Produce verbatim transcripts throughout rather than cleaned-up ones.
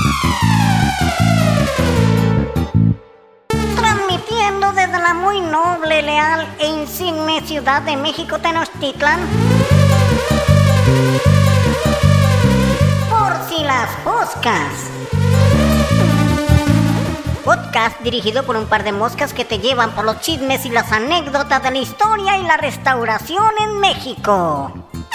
Transmitiendo desde la muy noble, leal e insigne ciudad de México, Tenochtitlan. Por si las moscas. Podcast dirigido por un par de moscas que te llevan por los chismes y las anécdotas de la historia y la restauración en México.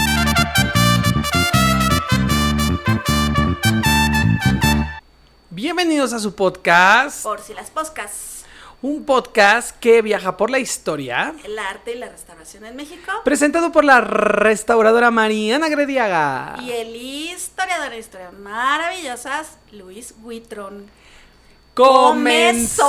Bienvenidos a su podcast. Por si las moscas. Un podcast que viaja por la historia, El arte y la restauración en México. presentado por la restauradora Mariana Grediaga. Y el historiador de historias maravillosas, Luis Huitrón. ¡Comenzón!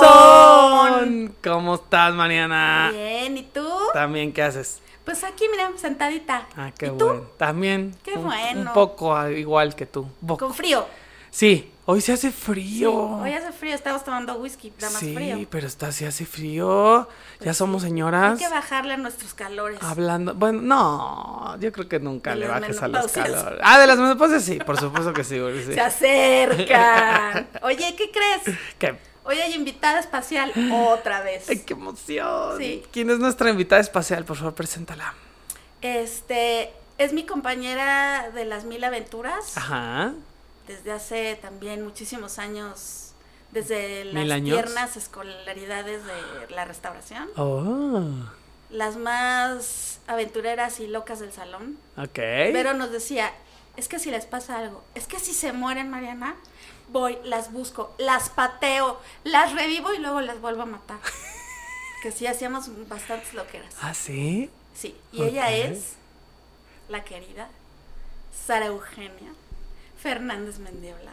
¿Cómo estás, Mariana? Bien, ¿y tú? También, ¿qué haces? Pues aquí, mira, sentadita. Ah, qué ¿Y tú? bueno. También. Qué un, bueno. Un poco ah, igual que tú. Un poco. Con frío. Sí, hoy se hace Sí, frío. hoy hace frío, estamos tomando whisky, da más Sí, frío. pero está, sí hace frío. Ya Pues somos sí. señoras. Hay que bajarle a nuestros calores. Hablando, bueno, no, yo creo que nunca De le las bajes a los menopausias. calores. Ah, de las menopausias sí, por supuesto que sí. sí. Se acercan. Oye, ¿qué crees? ¿Qué? Hoy hay invitada espacial otra vez. ¡Ay, qué emoción! Sí. ¿Quién es nuestra invitada especial? Por favor, preséntala. Este, es mi compañera de las mil aventuras. Ajá. Desde hace también muchísimos años, desde las ¿Mil años? tiernas escolaridades de la restauración, Oh, las más aventureras y locas del salón. ok. Pero nos decía, es que si les pasa algo, es que si se mueren, Mariana, voy, las busco, las pateo, las revivo y luego las vuelvo a matar. Que sí, hacíamos bastantes loqueras. ¿Ah, sí? Sí, y ella Ok. es la querida Sara Eugenia Fernández Mendiola,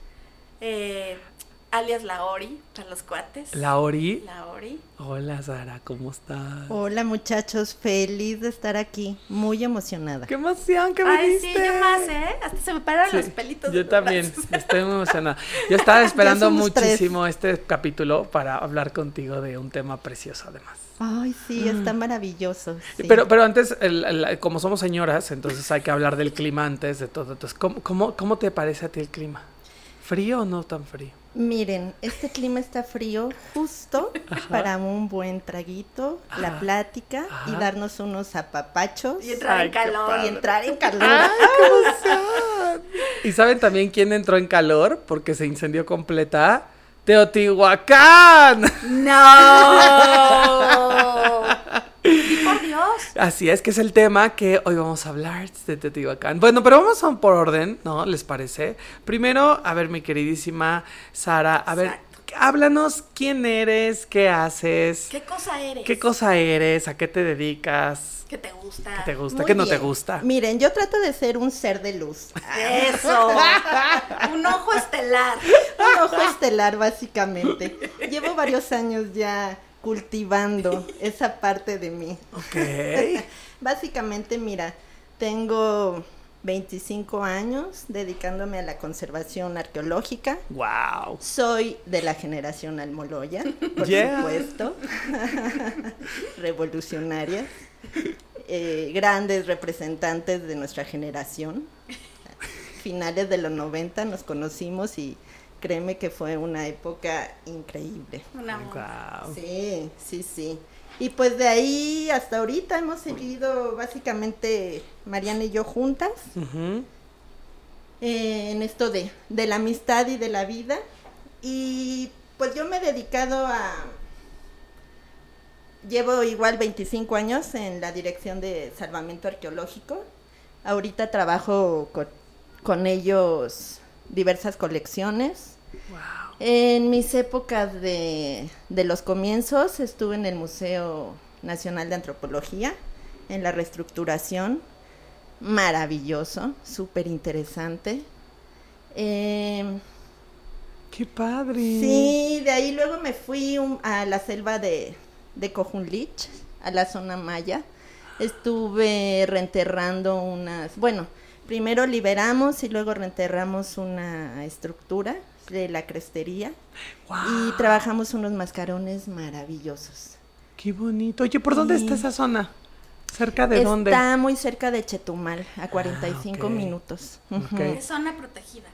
eh, alias La Ori, para los cuates. ¿La Ori? La Ori. Hola, Sara, ¿cómo estás? Hola muchachos, feliz de estar aquí, muy emocionada. ¡Qué emoción que Ay, viniste! sí, yo más, ¿eh? Hasta se me pararon Sí, los pelitos. yo de los también, brazos. estoy muy emocionada. Yo estaba esperando somos muchísimo este capítulo para hablar contigo de un tema precioso, además. Ay, sí, está maravilloso. sí. Pero, pero antes, el- el- como somos señoras, entonces hay que hablar del clima antes de todo. Entonces, ¿cómo, cómo, cómo te parece a ti el clima? ¿Frío o no tan frío? Miren, este clima está frío justo para un buen traguito, Ajá. la plática y Ajá. darnos unos apapachos Y entrar Ay, en qué calor. padre. y entrar en calor. ¡Ay, qué emoción! ¿Y saben también quién entró en calor? Porque se incendió completa. ¡Teotihuacán! ¡No! ¡Y por Dios! Así es que es el tema que hoy vamos a hablar de Teotihuacán. Bueno, pero vamos a por orden, ¿no? ¿Les parece? Primero, a ver, mi queridísima Sara, a ver, Exacto. háblanos quién eres, qué haces, ¿Qué cosa eres? qué cosa eres, a qué te dedicas, ¿Qué te gusta? qué te gusta, Muy qué no te bien. gusta. Miren, yo trato de ser un ser de luz, Eso. Un ojo estelar. un ojo estelar básicamente. Llevo varios años ya cultivando esa parte de mí. Ok. Básicamente, mira, tengo veinticinco años dedicándome a la conservación arqueológica. Wow. Soy de la generación Almoloya, por Yeah. supuesto. Revolucionarias. Eh, grandes representantes de nuestra generación. Finales de los noventa nos conocimos y créeme que fue una época increíble. Un amor. Wow. Sí, sí, sí. Y pues de ahí hasta ahorita hemos seguido básicamente Mariana y yo juntas Ujú. eh, en esto de, de la amistad y de la vida. Y pues yo me he dedicado a... Llevo igual veinticinco años en la dirección de salvamento arqueológico. Ahorita trabajo con, con ellos diversas colecciones. Wow. En mis épocas de, de los comienzos estuve en el Museo Nacional de Antropología, en la reestructuración, maravilloso, súper interesante. Eh, Qué padre. sí, de ahí luego me fui un- a la selva de, de Cojunlich, a la zona maya. Estuve reenterrando unas, bueno, primero liberamos y luego reenterramos una estructura de la crestería. Wow. Y trabajamos unos mascarones maravillosos. Qué bonito. Oye, ¿por dónde Sí. está esa zona? ¿Cerca de Está dónde? muy cerca de Chetumal, a cuarenta y cinco ok. minutos. Ok. Ujú. Es zona protegida, ¿no?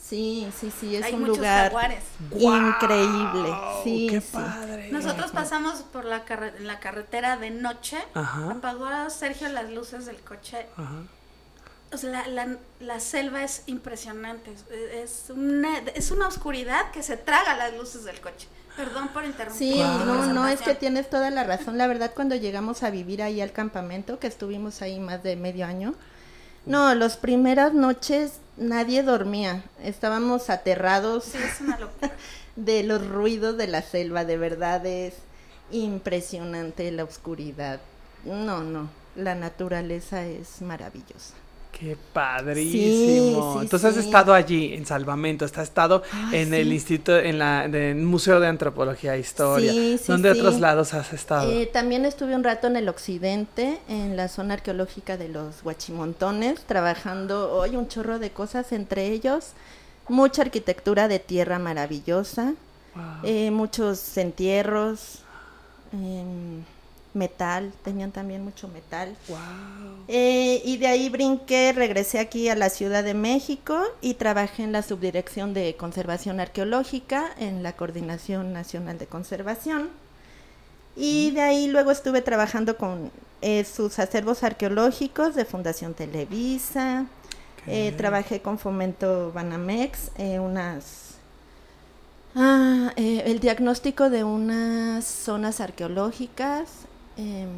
Sí, sí, sí, es Hay un muchos lugar jaguares. increíble. Sí, ¡Qué sí. padre! Nosotros pasamos por la carre- en la carretera de noche, Ajá. apagó Sergio las luces del coche. Ajá. O sea, la, la, la selva es impresionante, es, es, una, es una oscuridad que se traga las luces del coche. Perdón por interrumpir. Sí, Wow. tu no, no, es que presentación. tienes toda la razón. La verdad, cuando llegamos a vivir ahí al campamento, que estuvimos ahí más de medio año, no, las primeras noches nadie dormía. Estábamos aterrados Sí, es una locura. de los ruidos de la selva. De verdad es impresionante la oscuridad. No, no, la naturaleza es maravillosa. ¡Qué padrísimo! Sí, sí, Entonces sí. has estado allí en Salvamento, has estado Ay, en el sí. instituto, en la, en el Museo de Antropología e Historia. Sí, sí, ¿Dónde sí. otros lados has estado? Eh, también estuve un rato en el occidente, en la zona arqueológica de los Huachimontones, trabajando hoy un chorro de cosas, entre ellos mucha arquitectura de tierra maravillosa, Wow. eh, muchos entierros, em, metal, tenían también mucho metal. Wow. Eh, y de ahí brinqué, regresé aquí a la Ciudad de México y trabajé en la Subdirección de Conservación Arqueológica, en la Coordinación Nacional de Conservación. Y de ahí luego estuve trabajando con eh, sus acervos arqueológicos de Fundación Televisa. Eh, trabajé con Fomento Banamex, eh, unas... Ah, eh, el diagnóstico de unas zonas arqueológicas. Eh,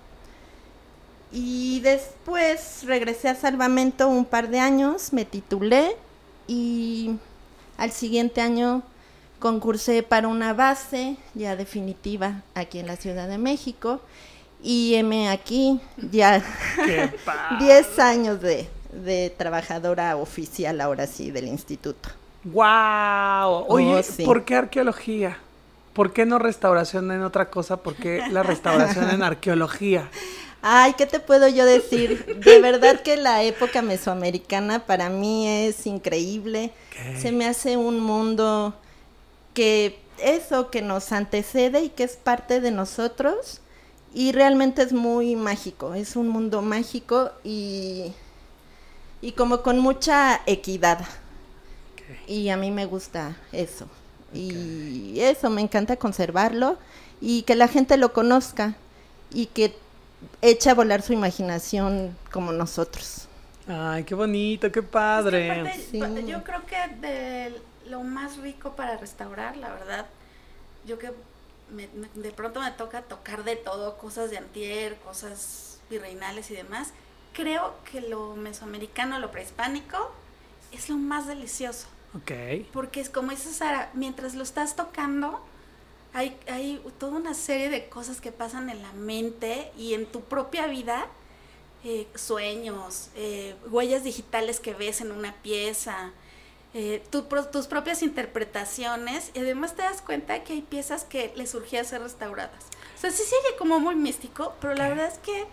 y después regresé a Salvamento un par de años, me titulé y al siguiente año concursé para una base ya definitiva aquí en la Ciudad de México y heme aquí ya ¡Qué padre! diez años de, de trabajadora oficial ahora sí del instituto. ¡Wow! Oye, Oh, sí. ¿por qué arqueología? ¿Por qué no restauración en otra cosa? ¿Por qué la restauración en arqueología? Ay, ¿qué te puedo yo decir? De verdad que la época mesoamericana para mí es increíble. ¿Qué? Se me hace un mundo que eso, que nos antecede y que es parte de nosotros. Y realmente es muy mágico, es un mundo mágico y, y como con mucha equidad. Okay. Y a mí me gusta eso. Y eso, me encanta conservarlo y que la gente lo conozca y que eche a volar su imaginación como nosotros. Ay, qué bonito, qué Es que padre. aparte, Sí. pa- yo creo que de lo más rico para restaurar, la verdad, yo que me- me- de pronto me toca tocar de todo, cosas de antier, cosas virreinales y demás, creo que lo mesoamericano, lo prehispánico, es lo más delicioso. Ok. Porque es como dice Sara, mientras lo estás tocando, hay, hay toda una serie de cosas que pasan en la mente y en tu propia vida, eh, sueños, eh, huellas digitales que ves en una pieza, eh, tu, pro, tus propias interpretaciones, y además te das cuenta que hay piezas que le surgía ser restauradas. O sea, sí se oye como muy místico, pero la verdad es que,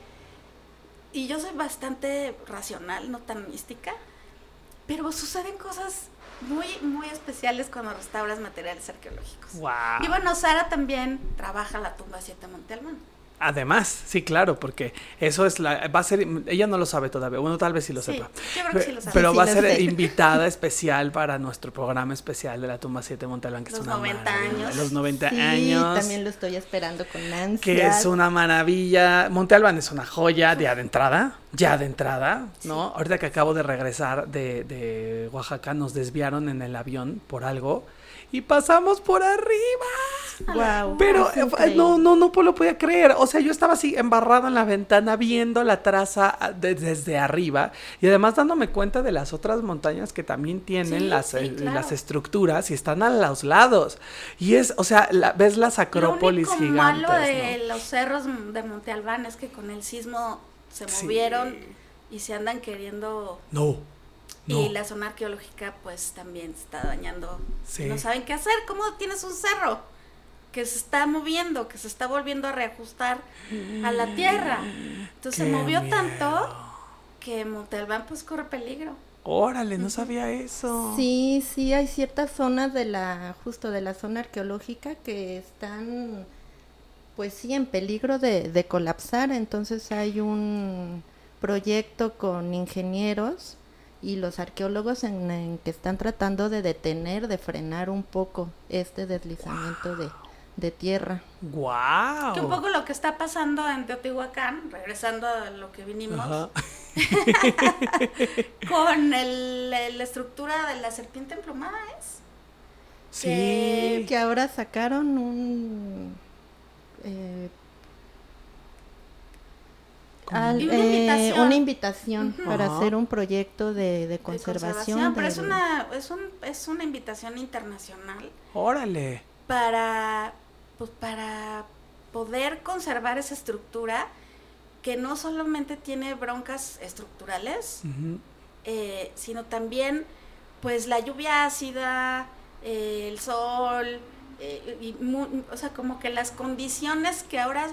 y yo soy bastante racional, no tan mística, pero suceden cosas muy, muy especiales cuando restauras materiales arqueológicos. Wow. Y bueno, Sara también trabaja la tumba siete Monte Albán. Además, sí, claro, porque eso es la, va a ser, ella no lo sabe todavía, bueno, tal vez sí lo Sí, sepa. yo creo que sí lo sabe. Pero Sí, va a sí ser lo sé. invitada especial para nuestro programa especial de la tumba siete Monte Albán, que Los es una noventa maravilla. años. Los noventa Sí, años. también lo estoy esperando con ansias. Que es una maravilla. Monte Albán es una joya ya de entrada, ya de entrada, ¿no? Sí. Ahorita que acabo de regresar de, de Oaxaca, nos desviaron en el avión por algo y pasamos por arriba. Wow, Pero es eh, increíble. no, no, no lo podía creer. O sea, yo estaba así embarrado en la ventana viendo la traza ah, de- desde arriba y además dándome cuenta de las otras montañas que también tienen Sí, las, sí, eh, claro. las estructuras y están a los lados. Y es, o sea, la- ves las acrópolis Lo único gigantes. malo de ¿no? los cerros de Monte Albán es que con el sismo se Sí. movieron y se andan queriendo. No. No. Y la zona arqueológica pues también se está dañando. Sí. No saben qué hacer. ¿Cómo tienes un cerro que se está moviendo, que se está volviendo a reajustar a la tierra? Entonces se Qué movió miedo. tanto que Monte Albán pues corre peligro. Órale, no sabía eso. Sí, sí, hay ciertas zonas de la, justo de la zona arqueológica que están, pues sí, en peligro de, de colapsar. Entonces hay un proyecto con ingenieros y los arqueólogos en, en que están tratando de detener, de frenar un poco este deslizamiento de, de tierra. ¡Guau! Que un poco lo que está pasando en Teotihuacán, regresando a lo que vinimos, con el, el- la estructura de la serpiente emplumada, ¿es? Sí. Que, que ahora sacaron un... eh, al- Y una eh, invitación. una invitación Ujú. para Ajá. hacer un proyecto de, de De conservación. pero es del- una, es, un, es una invitación internacional Órale. para, pues, para poder conservar esa estructura que no solamente tiene broncas estructurales, Ujú. eh, sino también pues la lluvia ácida, eh, el sol, eh, y mu- o sea, como que las condiciones que ahora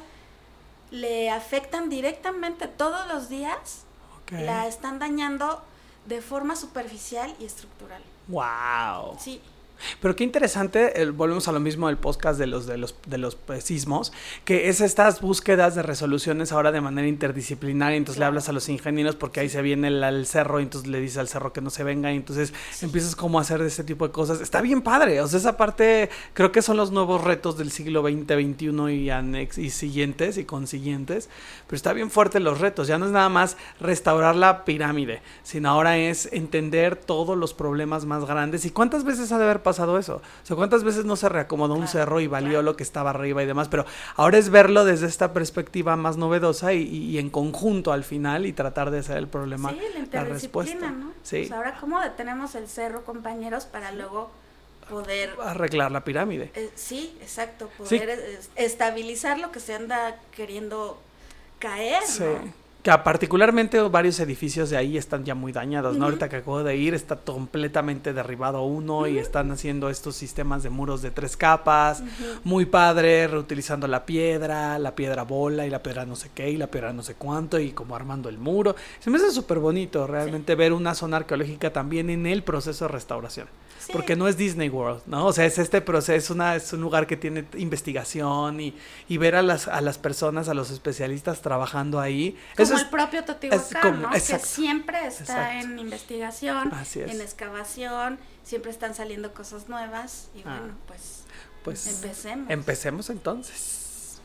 le afectan directamente todos los días, Ok. la están dañando de forma superficial y estructural. ¡Wow! Sí. Pero qué interesante, el- volvemos a lo mismo del podcast de los de los de los pues, sismos, que es estas búsquedas de resoluciones ahora de manera interdisciplinaria, entonces le Claro. hablas a los ingenieros porque ahí se viene el, al cerro y entonces le dices al cerro que no se venga y entonces empiezas como a hacer ese tipo de cosas. Está bien padre, o sea, esa parte creo que son los nuevos retos del siglo veinte, veintiuno y anex y siguientes y consiguientes, pero está bien fuerte los retos, ya no es nada más restaurar la pirámide, sino ahora es entender todos los problemas más grandes y cuántas veces ha de haber pasado eso, o sea, cuántas veces no se reacomodó un Claro, cerro y valió claro. lo que estaba arriba y demás, pero ahora es verlo desde esta perspectiva más novedosa y, y- y en conjunto al final y tratar de hacer el problema, Sí, la la respuesta. interdisciplina, ¿no? Sí, Pues ahora, ¿cómo detenemos el cerro, compañeros, para luego poder... arreglar la pirámide. eh, sí, exacto, Sí. poder es- estabilizar lo que se anda queriendo caer, Sí. ¿no? Que a- particularmente varios edificios de ahí están ya muy dañados, ¿no? Ujú. Ahorita que acabo de ir está completamente derribado uno y están haciendo estos sistemas de muros de tres capas, muy padre, reutilizando la piedra, la piedra bola y la piedra no sé qué y la piedra no sé cuánto y como armando el muro. Se me hace súper bonito realmente ver una zona arqueológica también en el proceso de restauración. Sí. Porque no es Disney World, ¿no? O sea, es este proceso, una, es un lugar que tiene investigación y, y ver a las, a las personas, a los especialistas trabajando ahí. Como Eso es- el propio Teotihuacán, como- ¿no? exacto, Que siempre está exacto. en investigación, Así es. en excavación, siempre están saliendo cosas nuevas y Ah. bueno, pues Pues empecemos. empecemos entonces.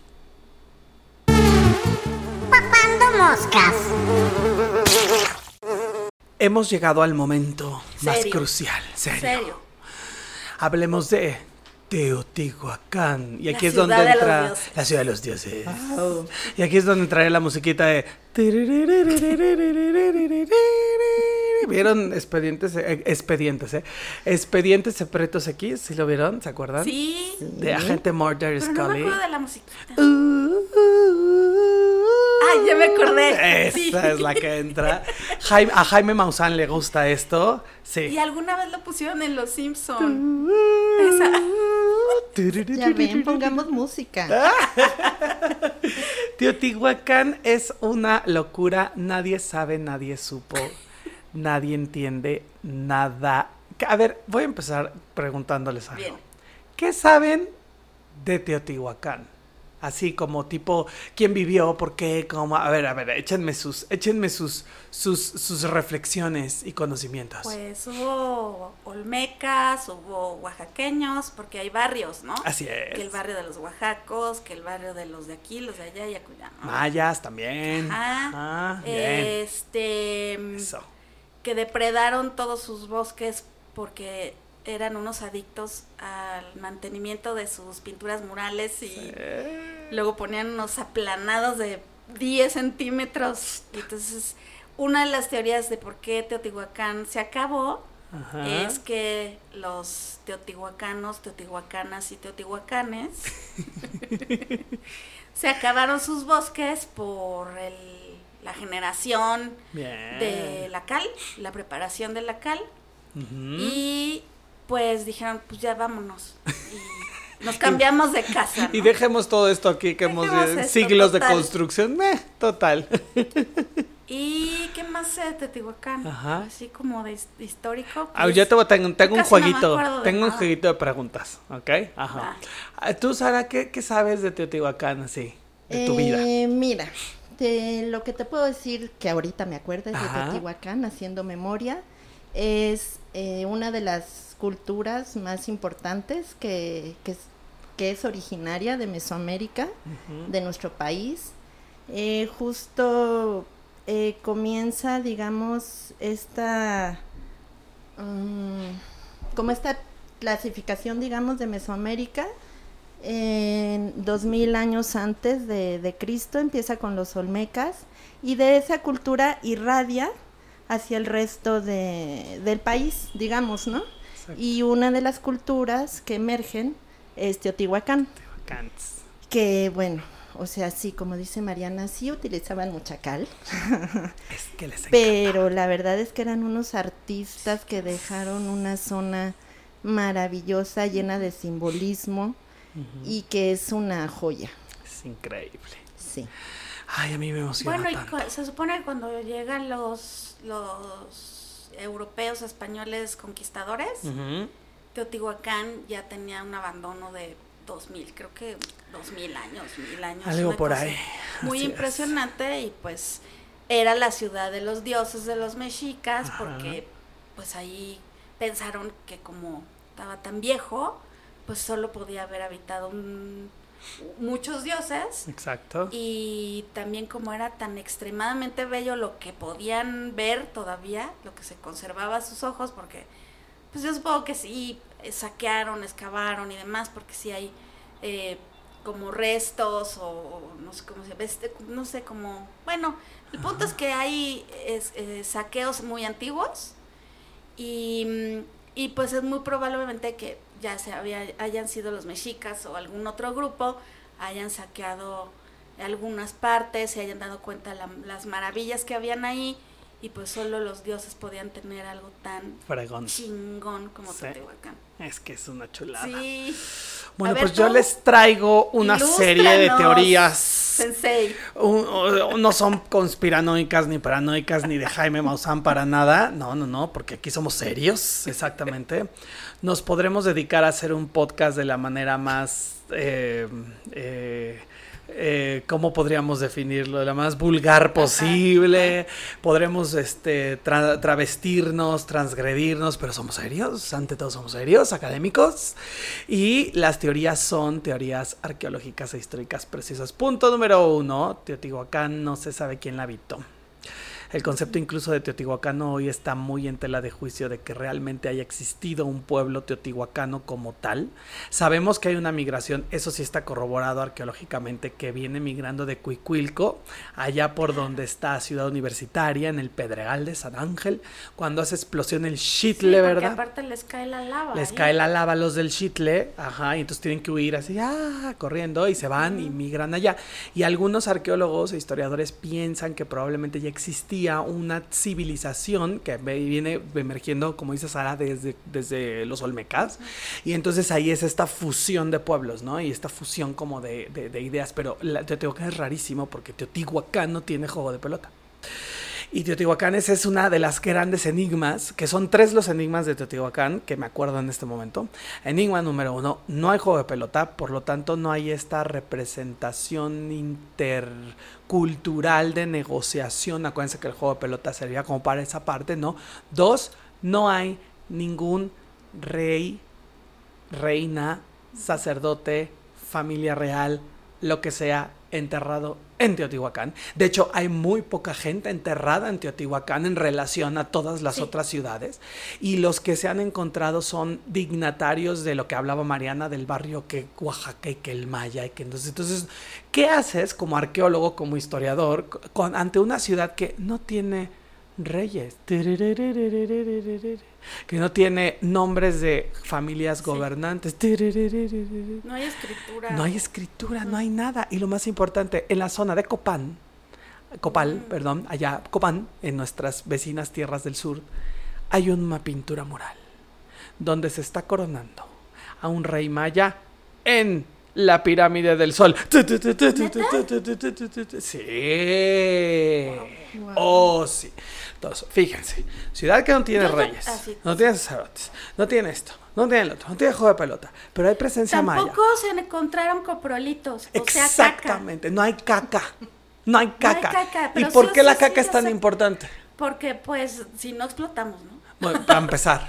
Papando moscas. Hemos llegado al momento más Serio. crucial, serio. Serio. Hablemos de Teotihuacán. Y La aquí es donde ciudad de los entra dioses. la ciudad de los dioses. Y aquí es donde entraría la musiquita de... ¿Vieron Expedientes? eh, expedientes, ¿eh? Expedientes Secretos X, ¿sí lo vieron? ¿Se acuerdan? Sí, De Agente Mulder pero no me Scully. acuerdo de la musiquita. Uh, Ay, ya me acordé. Esa Sí. es la que entra. Jaime- a Jaime Maussan le gusta esto. Sí. Y alguna vez lo pusieron en Los Simpson. Esa. Ya ven, pongamos música. Teotihuacán es una locura. Nadie sabe, nadie supo, nadie entiende nada. A ver, voy a empezar preguntándoles algo. Bien. ¿Qué saben de Teotihuacán? Así como tipo, ¿quién vivió? ¿Por qué? ¿Cómo? A ver, a ver, échenme sus, échenme sus, sus, sus reflexiones y conocimientos. Pues hubo olmecas, hubo oaxaqueños, porque hay barrios, ¿no? Así es. Que el barrio de los oaxacos, que el barrio de los de aquí, los de allá y acullá, ¿no? Mayas también. Ajá. Ah, bien. Este, Eso. que depredaron todos sus bosques porque eran unos adictos al mantenimiento de sus pinturas murales y luego ponían unos aplanados de diez centímetros. Y entonces, una de las teorías de por qué Teotihuacán se acabó Ajá. es que los teotihuacanos, teotihuacanas y teotihuacanes se acabaron sus bosques por el, la generación Bien. de la cal, la preparación de la cal, Ujú. y pues dijeron, pues ya vámonos. Y nos cambiamos de casa, ¿no? Y dejemos todo esto aquí que hemos Dejemos eh, esto, siglos de total. construcción. Eh, total. ¿Y qué más sé de Teotihuacán? Ajá. Así como de his- histórico. Ah, pues, yo te voy a tengo, tengo un casi no me jueguito, acuerdo de tengo un nada. jueguito de preguntas, ¿ok? Ajá. Va. Ah, Tú, Sara, ¿qué, qué sabes de Teotihuacán así? De tu vida. Eh, Mira, de lo que te puedo decir que ahorita me acuerdo es de Ajá. Teotihuacán, haciendo memoria, es eh, una de las culturas más importantes que, que, es, que es originaria de Mesoamérica, uh-huh. de nuestro país. Eh, justo eh, comienza, digamos, esta, um, como esta clasificación, digamos, de Mesoamérica, en dos mil años antes de, de Cristo, empieza con los olmecas, y de esa cultura irradia hacia el resto de, del país, digamos, ¿no? Exacto. Y una de las culturas que emergen es Teotihuacán. Teotihuacán. Que, bueno, o sea, sí, como dice Mariana, sí utilizaban mucha cal. Es que les encanta. Pero la verdad es que eran unos artistas que dejaron una zona maravillosa, llena de simbolismo, uh-huh. y que es una joya. Es increíble. Sí. Ay, a mí me emociona Bueno, tanto. y cu- se supone que cuando llegan los, los europeos, españoles conquistadores, uh-huh. Teotihuacán ya tenía un abandono de dos mil, creo que dos mil años, mil años. Algo por ahí. Muy Así impresionante es. Y pues era la ciudad de los dioses de los mexicas, ajá. porque pues ahí pensaron que como estaba tan viejo, pues solo podía haber habitado un, muchos dioses. Exacto. Y también como era tan extremadamente bello lo que podían ver todavía, lo que se conservaba a sus ojos, porque pues yo supongo que sí, saquearon, excavaron y demás, porque sí hay eh, como restos o, o no sé cómo se ve, no sé cómo, bueno, el punto Ajá. es que hay es, eh, saqueos muy antiguos y, y pues es muy probablemente que ya se había, hayan sido los mexicas o algún otro grupo, hayan saqueado algunas partes, se hayan dado cuenta la, las maravillas que habían ahí. Y pues solo los dioses podían tener algo tan Fregón. chingón como Sí. Teotihuacán. Es que es una chulada. Sí. Bueno, A ver, pues yo tú, les traigo una serie de teorías. Sensei. Un- o- no son conspiranoicas, ni paranoicas, ni de Jaime Maussan para nada. No, no, no, porque aquí somos serios, exactamente. Nos podremos dedicar a hacer un podcast de la manera más... Eh, eh, Eh, ¿cómo podríamos definirlo? De la más vulgar posible. Ajá, ajá. Podremos este, tra- travestirnos, transgredirnos, pero somos serios, ante todo somos serios, académicos. Y las teorías son teorías arqueológicas e históricas precisas. Punto número uno, Teotihuacán no se sabe quién la habitó. El concepto incluso de teotihuacano hoy está muy en tela de juicio de que realmente haya existido un pueblo teotihuacano como tal. Sabemos que hay una migración, eso sí está corroborado arqueológicamente, que viene migrando de Cuicuilco, allá por donde está Ciudad Universitaria, en el Pedregal de San Ángel, cuando hace explosión el Xitle, sí, ¿verdad? Porque aparte les cae la lava. Les ahí. cae la lava a los del Xitle, ajá, y entonces tienen que huir así, ah, corriendo, y se van y migran allá. Y algunos arqueólogos e historiadores piensan que probablemente ya existía una civilización que viene emergiendo, como dice Sara, desde, desde los olmecas, y entonces ahí es esta fusión de pueblos, ¿no? Y esta fusión como de, de, de ideas, pero la, Teotihuacán es rarísimo porque Teotihuacán no tiene juego de pelota. Y Teotihuacán esa es una de las grandes enigmas, que son tres los enigmas de Teotihuacán, que me acuerdo en este momento. Enigma número uno, no hay juego de pelota, por lo tanto no hay esta representación intercultural de negociación. Acuérdense que el juego de pelota servía como para esa parte, ¿no? Dos, no hay ningún rey, reina, sacerdote, familia real, lo que sea, enterrado en Teotihuacán. De hecho, hay muy poca gente enterrada en Teotihuacán en relación a todas las sí. otras ciudades. Y los que se han encontrado son dignatarios de lo que hablaba Mariana, del barrio que Oaxaca y que el Maya. Y que entonces, entonces, ¿qué haces como arqueólogo, como historiador, con, ante una ciudad que no tiene reyes? Que no tiene nombres de familias sí. gobernantes. No hay escritura. No hay escritura, no hay nada. Y lo más importante, en la zona de Copán, Copal, mm. perdón, allá Copán, en nuestras vecinas tierras del sur, hay una pintura mural donde se está coronando a un rey maya en la pirámide del Sol. Sí. Wow. Oh, sí. Entonces, fíjense, ciudad que no tiene Yo reyes, ah, sí. no tiene sacerdotes, no tiene esto, no tiene lo otro, no tiene juego de pelota, pero hay presencia Tampoco maya. Tampoco se encontraron coprolitos, o sea, exactamente, caca. no hay caca, no hay caca. No hay caca ¿Y por sí, qué sí, la caca sí, es tan importante? Porque, pues, si no explotamos, ¿no? Bueno, para empezar.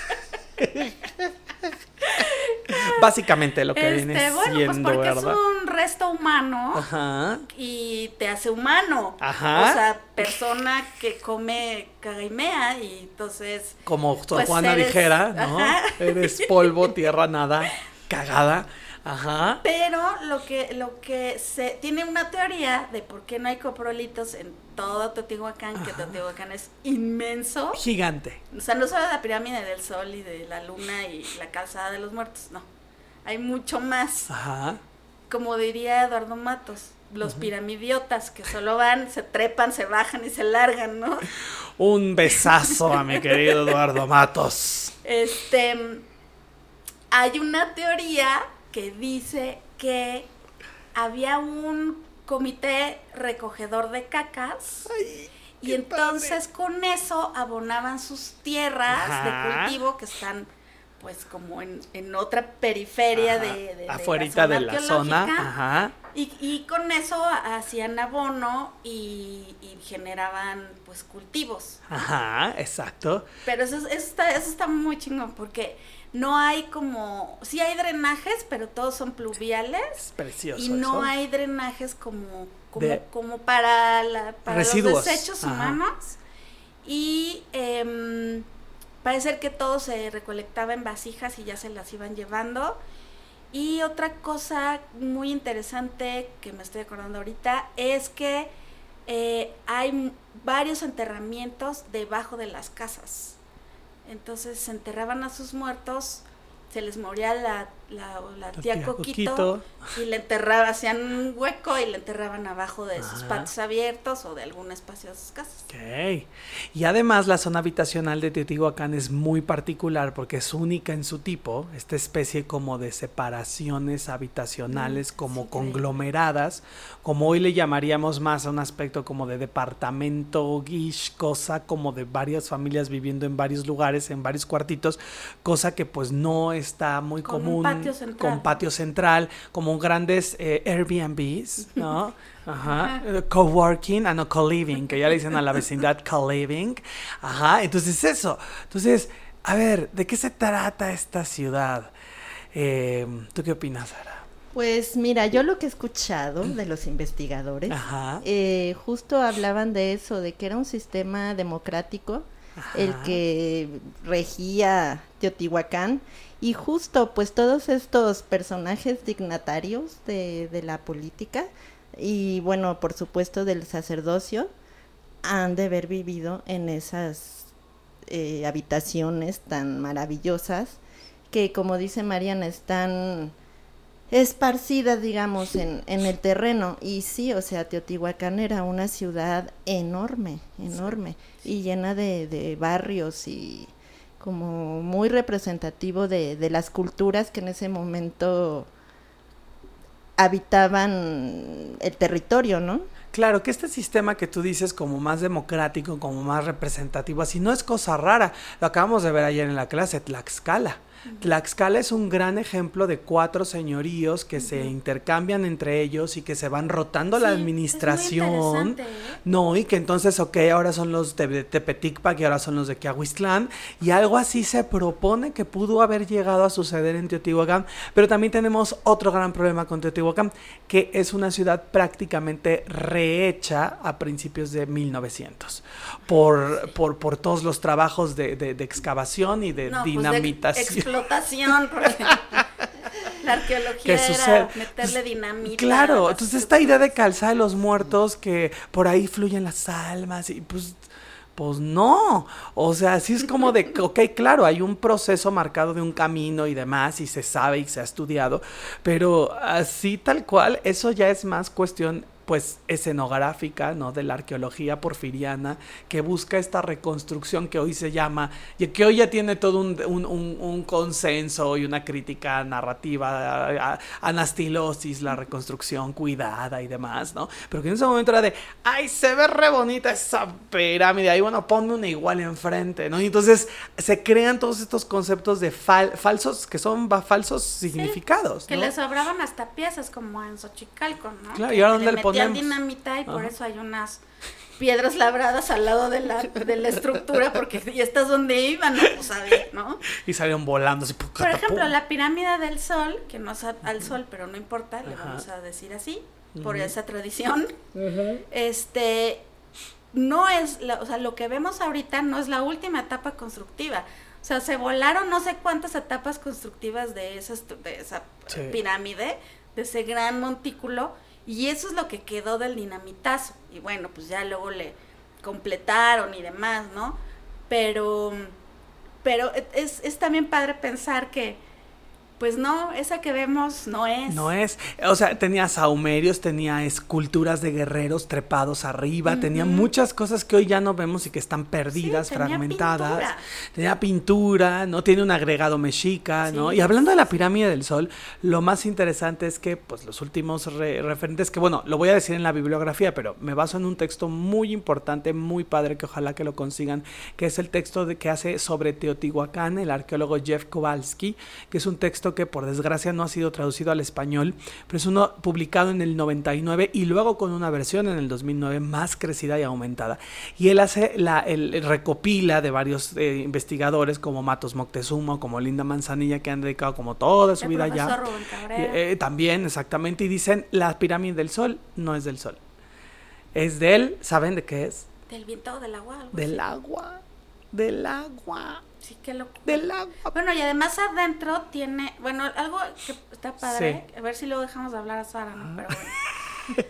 Básicamente lo que este, viene bueno, siendo, pues porque ¿verdad? es un resto humano. Ajá. Y te hace humano. Ajá. O sea, persona que come caga y mea, y entonces... Como Sor pues Juana eres- dijera, ¿no? Ajá. Eres polvo, tierra, nada, cagada. Ajá. Pero lo que, lo que se tiene una teoría de por qué no hay coprolitos en todo Teotihuacán, que Ajá. Teotihuacán es inmenso. Gigante. O sea, no solo la pirámide del Sol y de la Luna y la calzada de los muertos, no. Hay mucho más. Ajá. Como diría Eduardo Matos, los piramidiotas que solo van, se trepan, se bajan y se largan, ¿no? Un besazo a mi querido Eduardo Matos. Este, hay una teoría que dice que había un comité recogedor de cacas. Ay, y qué entonces con eso abonaban sus tierras Ajá. de cultivo que están pues como en, en otra periferia Ajá. de, de- de Afuerita de la zona. arqueológica. Ajá. Y, y con eso hacían abono y, y generaban pues cultivos. Ajá, exacto. Pero eso, es- eso, está, eso está muy chingón porque no hay como, sí hay drenajes, pero todos son pluviales. Es precioso Y no eso. hay drenajes como, como, De- como para, la, para Residuos. los desechos Ajá. humanos. Y em, parece ser que todo se recolectaba en vasijas y ya se las iban llevando. Y otra cosa muy interesante que me estoy acordando ahorita es que eh, hay m- varios enterramientos debajo de las casas. Entonces se enterraban a sus muertos, se les moría la, la, la La tía tía Coquito, Coquito. y le enterraban, hacían un hueco y le enterraban abajo de sus Ajá. patios abiertos o de algún espacio de sus casas. Ok. Y además la zona habitacional de Teotihuacán es muy particular porque es única en su tipo, esta especie como de separaciones habitacionales Mm, como es increíble. conglomeradas, como hoy le llamaríamos más a un aspecto como de departamento guish, cosa como de varias familias viviendo en varios lugares, en varios cuartitos, cosa que pues no está muy Con un común, patio central, con ¿no? patio central, como grandes eh, Airbnbs, ¿no? Ajá, eh, coworking, ah no, co-living, que ya le dicen a la vecindad co-living. Ajá, entonces eso. Entonces, a ver, ¿de qué se trata esta ciudad? Eh, ¿Tú qué opinas, Sara? Pues mira, yo lo que he escuchado de los investigadores, Ajá. eh, justo hablaban de eso, de que era un sistema democrático el Ajá. que regía Teotihuacán, y justo pues todos estos personajes dignatarios de, de la política y bueno, por supuesto del sacerdocio, han de haber vivido en esas eh, habitaciones tan maravillosas que, como dice Mariana, están esparcidas, digamos, en, en el terreno. Y sí, o sea, Teotihuacán era una ciudad enorme, enorme, y llena de, de barrios y como muy representativo de, de las culturas que en ese momento habitaban el territorio, ¿no? Claro, que este sistema que tú dices como más democrático, como más representativo, así no es cosa rara. Lo acabamos de ver ayer en la clase, Tlaxcala. Tlaxcala es un gran ejemplo de cuatro señoríos que se intercambian entre ellos y que se van rotando la Sí, es muy administración. interesante, ¿eh? No, y que entonces, ok, ahora son los de Tepeticpac y ahora son los de Quiahuistlán, y algo así se propone que pudo haber llegado a suceder en Teotihuacán, pero también tenemos otro gran problema con Teotihuacán, que es una ciudad prácticamente rehecha a principios de mil novecientos, por, por, por todos los trabajos de, de, de excavación y de No, pues de dinamitación. explotación, porque la arqueología ¿Qué era sucede? meterle dinamita. Claro, a las entonces esta idea de estructuras. calzada de los muertos, que por ahí fluyen las almas, y pues, pues no, o sea, así es como de, ok, claro, hay un proceso marcado de un camino y demás, y se sabe y se ha estudiado, pero así tal cual, eso ya es más cuestión pues escenográfica, ¿no? De la arqueología porfiriana, que busca esta reconstrucción que hoy se llama, y que hoy ya tiene todo un, un, un, un consenso y una crítica narrativa, a, a, anastilosis, la reconstrucción cuidada y demás, ¿no? Pero que en ese momento era de, ay, se ve re bonita esa pirámide, ahí bueno, ponme una igual enfrente, ¿no? Y entonces se crean todos estos conceptos de fal falsos, que son va, falsos significados, Que ¿no? le sobraban hasta piezas como en Xochicalco, ¿no? Claro, Que ¿y ahora dónde le le metían ponemos? dinamita y por Ajá. eso hay unas piedras labradas al lado de la, de la estructura, porque ya estás donde iban, no, pues a ver, ¿no? Y salieron volando así. Por ejemplo, la pirámide del Sol, que no es al Sol, pero no importa, le vamos a decir así, por uh-huh. esa tradición, uh-huh. este, no es, la, o sea, lo que vemos ahorita no es la última etapa constructiva. O sea, se volaron no sé cuántas etapas constructivas de, esas, de esa sí. pirámide, de ese gran montículo, y eso es lo que quedó del dinamitazo. Y bueno, pues ya luego le completaron y demás, ¿no? Pero, pero es, es también padre pensar que, pues no, esa que vemos no es. No es. O sea, tenía sahumerios, tenía esculturas de guerreros trepados arriba, uh-huh. tenía muchas cosas que hoy ya no vemos y que están perdidas, sí, tenía fragmentadas. Pintura. Tenía pintura, ¿no? Tiene un agregado mexica, sí, ¿no? Y hablando de la pirámide del Sol, lo más interesante es que, pues, los últimos re- referentes, que bueno, lo voy a decir en la bibliografía, pero me baso en un texto muy importante, muy padre, que ojalá que lo consigan, que es el texto de, que hace sobre Teotihuacán el arqueólogo Jeff Kowalski, que es un texto que por desgracia no ha sido traducido al español, pero es uno publicado en el noventa y nueve y luego con una versión en el dos mil nueve más crecida y aumentada. Y él hace la, el, el recopila de varios eh, investigadores como Matos Moctezuma, como Linda Manzanilla, que han dedicado como toda su el vida ya. Rubén Cabrera. Eh, eh, también, exactamente, y dicen, la pirámide del Sol no es del Sol. Es del, ¿saben de qué es? Del viento o del agua. Algo del así. agua, del agua. Sí, qué loco. Del agua. Bueno, y además adentro tiene, bueno, algo que está padre, sí. A ver si luego dejamos de hablar a Sara, ¿no? Pero bueno.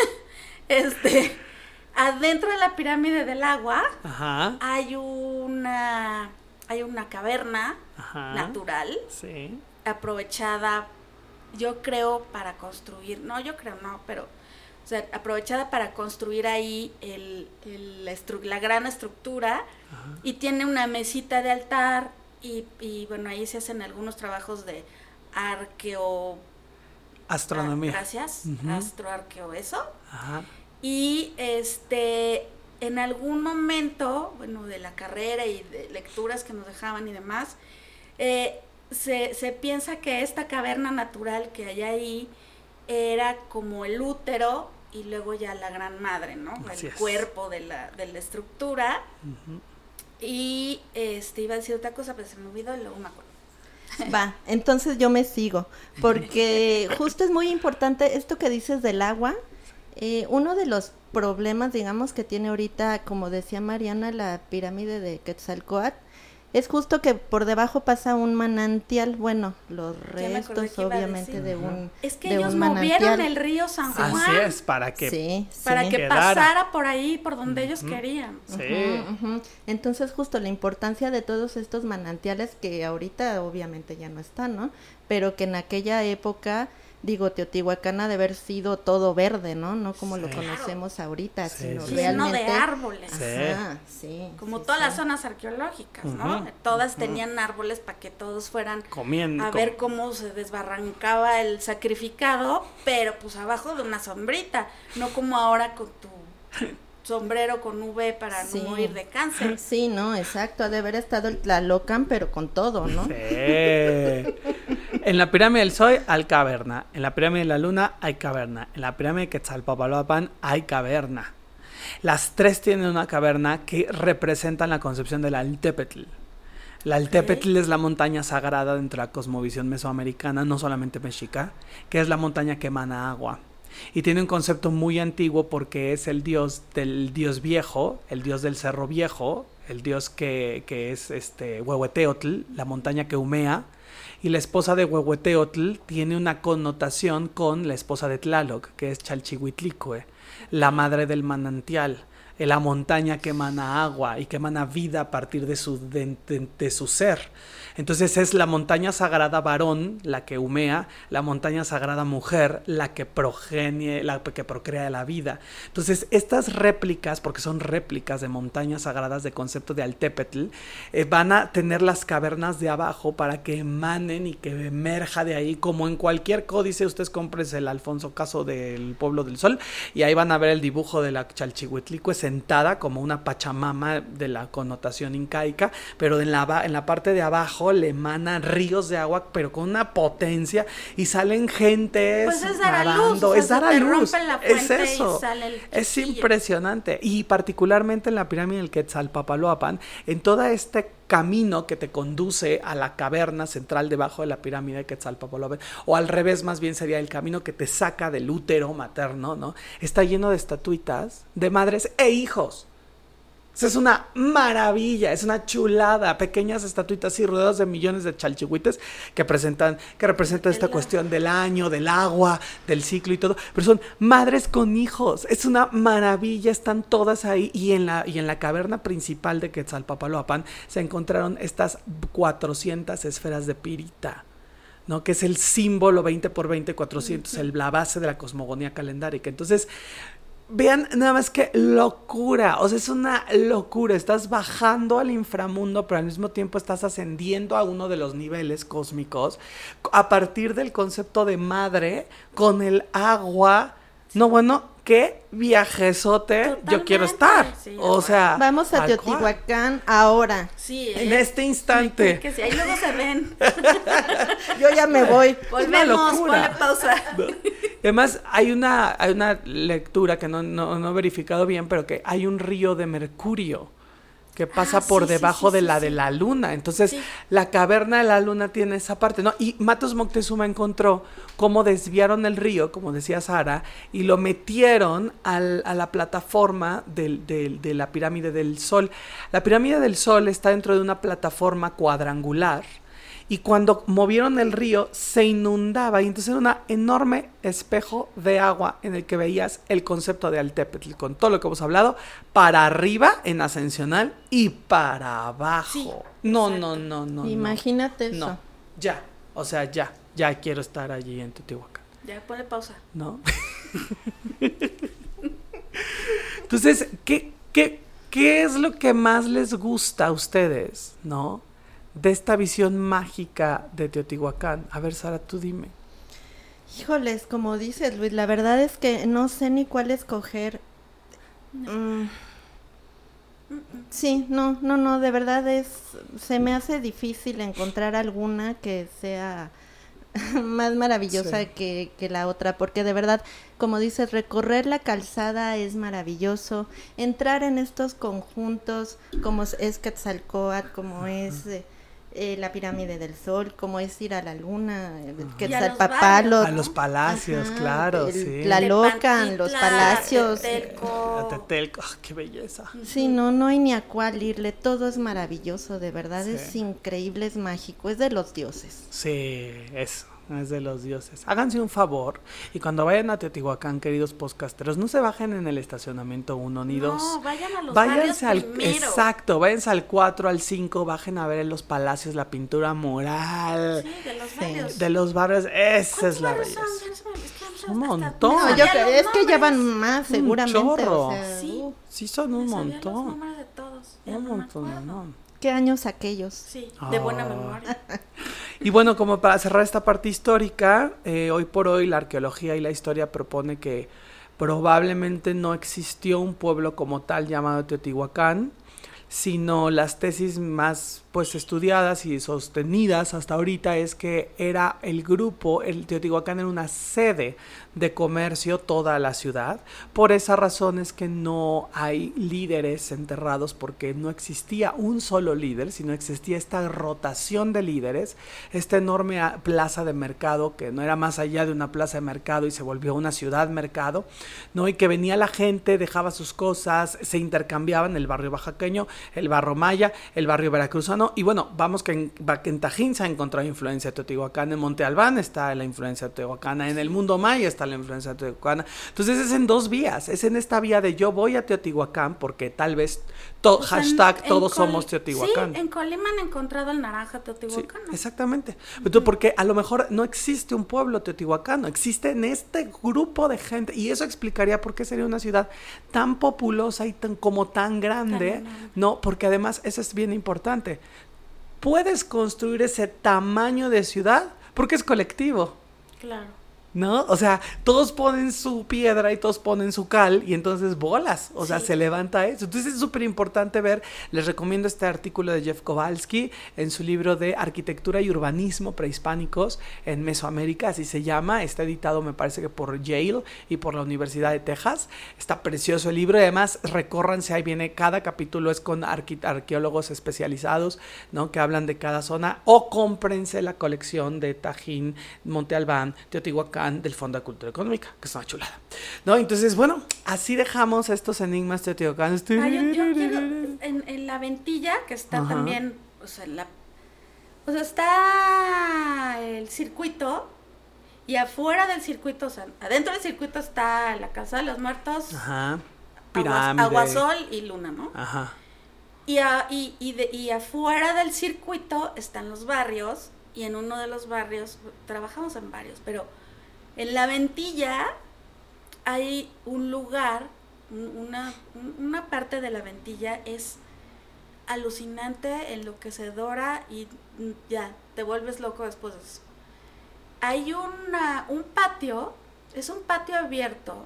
este, adentro de la pirámide del agua, ajá, hay una, hay una caverna, ajá, natural, sí, aprovechada, yo creo, para construir, no, yo creo no, pero, o sea, aprovechada para construir ahí el, el, la, estru- la gran estructura. Ajá. Y tiene una mesita de altar y, y bueno, ahí se hacen algunos trabajos de arqueo... Astronomía. Ah, gracias, uh-huh. astroarqueo, eso. Ajá. Y este, en algún momento, bueno, de la carrera y de lecturas que nos dejaban y demás, eh, se, se piensa que esta caverna natural que hay ahí era como el útero y luego ya la gran madre, ¿no? Así el es. Cuerpo de la, de la estructura. Uh-huh. Y este iba a decir otra cosa, pero se me olvidó y luego me acuerdo. Va, entonces yo me sigo, porque justo es muy importante esto que dices del agua. Eh, uno de los problemas, digamos, que tiene ahorita, como decía Mariana, la pirámide de Quetzalcóatl, es justo que por debajo pasa un manantial, bueno, los restos obviamente de un Es que de ellos un movieron manantial. el río San Juan. Así es, para que sí, para sí. que quedara. pasara por ahí, por donde uh-huh. ellos querían. Sí. Uh-huh, uh-huh. Entonces justo la importancia de todos estos manantiales que ahorita obviamente ya no están, ¿no? Pero que en aquella época, digo, Teotihuacán ha de haber sido todo verde, ¿no? No como sí. lo conocemos ahorita, sí, sino sí. realmente... Lleno de árboles. Ajá, sí. Como sí, todas sí. las zonas arqueológicas, uh-huh. ¿no? Todas uh-huh. tenían árboles para que todos fueran comiendo a ver cómo se desbarrancaba el sacrificado, pero pues abajo de una sombrita, no como ahora con tu sombrero con V para sí. no morir de cáncer. Sí, no, exacto, ha de haber estado el Tlalocan, pero con todo, ¿no? Sí. En la pirámide del Sol hay caverna, en la pirámide de la Luna hay caverna, en la pirámide de Quetzalpopaloapan hay caverna. Las tres tienen una caverna que representan la concepción del Altépetl. La Altépetl okay. es la montaña sagrada dentro de la cosmovisión mesoamericana, no solamente mexica, que es la montaña que emana agua. Y tiene un concepto muy antiguo porque es el dios del dios viejo, el dios del cerro viejo, el dios que, que es este Huehueteotl, la montaña que humea, y la esposa de Huehueteotl tiene una connotación con la esposa de Tlaloc, que es Chalchihuitlicue, la madre del manantial, la montaña que emana agua y que emana vida a partir de su, de, de, de su ser. Entonces es la montaña sagrada varón la que humea, la montaña sagrada mujer la que progenie, la que procrea la vida. Entonces estas réplicas, porque son réplicas de montañas sagradas de concepto de Altépetl, eh, van a tener las cavernas de abajo para que emanen y que emerja de ahí, como en cualquier códice. Ustedes compren el Alfonso Caso del Pueblo del Sol y ahí van a ver el dibujo de la Chalchihuitlicue sentada como una pachamama de la connotación incaica, pero en la, en la parte de abajo le emanan ríos de agua, pero con una potencia, y salen gentes pues es dar a nadando, luz, o sea, es dar a te luz, rompen la es fuente eso, y sale el es chiquillo. impresionante, y particularmente en la pirámide del Quetzalpopaloapan, en todo este camino que te conduce a la caverna central debajo de la pirámide de Quetzalpopaloapan, o al revés, más bien sería el camino que te saca del útero materno, ¿no? Está lleno de estatuitas de madres e hijos. Eso es una maravilla, es una chulada, pequeñas estatuitas y rodeadas de millones de chalchihuites que presentan, que representan esta cuestión del año, del agua, del ciclo y todo, pero son madres con hijos, es una maravilla, están todas ahí, y en la, y en la caverna principal de Quetzalpopaloapan se encontraron estas cuatrocientas esferas de pirita, ¿no? Que es el símbolo veinte por veinte, cuatrocientos, uh-huh. el, la base de la cosmogonía calendárica. Entonces, vean nada más qué locura, o sea, es una locura, estás bajando al inframundo, pero al mismo tiempo estás ascendiendo a uno de los niveles cósmicos a partir del concepto de madre con el agua. No, bueno, qué viajezote. Totalmente. Yo quiero estar, sí, o sea. Vamos a Teotihuacán ahora. Sí, en eh, este instante. Que sí, ahí luego se ven. Yo ya me voy. Volvemos, ponle pausa. No. Además, hay una, hay una lectura que no, no, no he verificado bien, pero que hay un río de mercurio que pasa ah, por sí, debajo sí, sí, de la sí, de la luna. Entonces, sí. la caverna de la luna tiene esa parte, ¿no? Y Matos Moctezuma encontró cómo desviaron el río, como decía Sara, y lo metieron al, a la plataforma del, del, de la pirámide del Sol. La pirámide del Sol está dentro de una plataforma cuadrangular, y cuando movieron el río se inundaba, y entonces era un enorme espejo de agua en el que veías el concepto de Altépetl, con todo lo que hemos hablado, para arriba en ascensional y para abajo. Sí, no, no, no, no. Imagínate no, eso. No, ya, o sea, ya, ya quiero estar allí en Teotihuacán. Ya, ponle pausa. ¿No? Entonces, ¿qué, qué, ¿qué es lo que más les gusta a ustedes, no? De esta visión mágica de Teotihuacán. A ver, Sara, tú dime. Híjoles, como dices, Luis, la verdad es que no sé ni cuál escoger. No. Mm. Sí, no, no, no, de verdad es, se me hace difícil encontrar alguna que sea más maravillosa sí. que, que la otra, porque de verdad, como dices, recorrer la calzada es maravilloso, entrar en estos conjuntos como es Quetzalcóatl, como uh-huh. es eh, eh, la pirámide del Sol, como es ir a la luna, uh-huh. Quetzalpopalo, a los palacios, ajá, claro, el, sí. Tlalocan, los palacios, Tetelco. Tetelco, oh, qué belleza. Sí, no, no hay ni a cuál irle, todo es maravilloso, de verdad, sí. es increíble, es mágico, es de los dioses. Sí, eso. Es de los dioses. Háganse un favor y cuando vayan a Teotihuacán, queridos podcasteros, no se bajen en el estacionamiento uno ni dos. No, vayan a los váyanse al primero. Exacto, váyanse al cuatro, al cinco, bajen a ver en los palacios la pintura mural. Sí, de los barrios. De los barrios, esa es la belleza. Un montón. No, yo creo, es que ya van más seguramente. Un chorro. O sea, sí, uh, sí son un montón. Los números de todos. Un montón, no. ¿Qué años aquellos? Sí, de oh. buena memoria. Y bueno, como para cerrar esta parte histórica, eh, hoy por hoy la arqueología y la historia propone que probablemente no existió un pueblo como tal llamado Teotihuacán, sino las tesis más pues estudiadas y sostenidas hasta ahorita es que era el grupo, el Teotihuacán era una sede de comercio toda la ciudad. Por esa razón es que no hay líderes enterrados, porque no existía un solo líder, sino existía esta rotación de líderes, esta enorme plaza de mercado que no era más allá de una plaza de mercado y se volvió una ciudad mercado, ¿no? Y que venía la gente, dejaba sus cosas, se intercambiaban el barrio oaxaqueño, el barrio maya, el barrio veracruzano, y bueno, vamos que en, en Tajín se ha encontrado influencia teotihuacana, en Monte Albán está la influencia teotihuacana, en el mundo maya está la influencia teotihuacana. Entonces es en dos vías, es en esta vía de yo voy a Teotihuacán porque tal vez to, pues hashtag en, todos en somos Teotihuacán. Sí, en Colima han encontrado el naranja teotihuacano. Sí, exactamente. Uh-huh. Porque a lo mejor no existe un pueblo teotihuacano, existe en este grupo de gente, y eso explicaría por qué sería una ciudad tan populosa y tan como tan grande, tan ¿no? Porque además eso es bien importante. Puedes construir ese tamaño de ciudad porque es colectivo. Claro. ¿no? O sea, todos ponen su piedra y todos ponen su cal y entonces bolas, o sea, Sí. se levanta eso. Entonces es súper importante ver, les recomiendo este artículo de Jeff Kowalski en su libro de Arquitectura y Urbanismo Prehispánicos en Mesoamérica, así se llama, está editado me parece que por Yale y por la Universidad de Texas. Está precioso el libro y además recórranse, ahí viene, cada capítulo es con arque- arqueólogos especializados, ¿no? Que hablan de cada zona, o cómprense la colección de Tajín, Monte Albán, Teotihuacán, del Fondo de Cultura Económica, que es una chulada, ¿no? Entonces, bueno, así dejamos estos enigmas teotihuacanos. Ah, yo, yo quiero, en, en la ventilla, que está Ajá. también, o sea, en la, o sea, está el circuito, y afuera del circuito, o sea, adentro del circuito está la Casa de los Muertos, Ajá. Aguas- Pirámide. Aguasol y Luna, ¿no? Ajá. Y, a- y, y, de- y afuera del circuito están los barrios, y en uno de los barrios, trabajamos en varios, pero en la ventilla hay un lugar, un- una, un- una parte de la ventilla es alucinante, enloquecedora y mm, ya, te vuelves loco después de eso. Hay una, un patio, es un patio abierto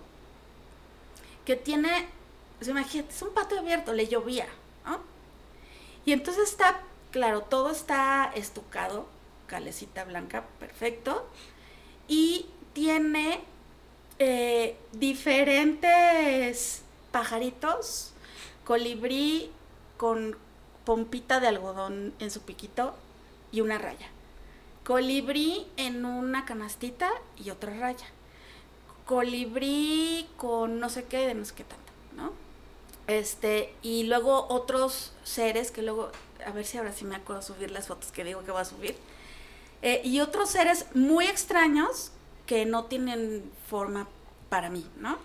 que tiene, o sea, imagínate, es un patio abierto, le llovía, ¿no? Y entonces está, claro, todo está estucado, calecita blanca, perfecto, y tiene eh, diferentes pajaritos, colibrí con pompita de algodón en su piquito y una raya, colibrí en una canastita y otra raya, colibrí con no sé qué de no sé qué tanto, ¿no? Este, y luego otros seres que luego, a ver si ahora sí me acuerdo subir las fotos que digo que voy a subir, eh, y otros seres muy extraños que no tienen forma para mí, ¿no?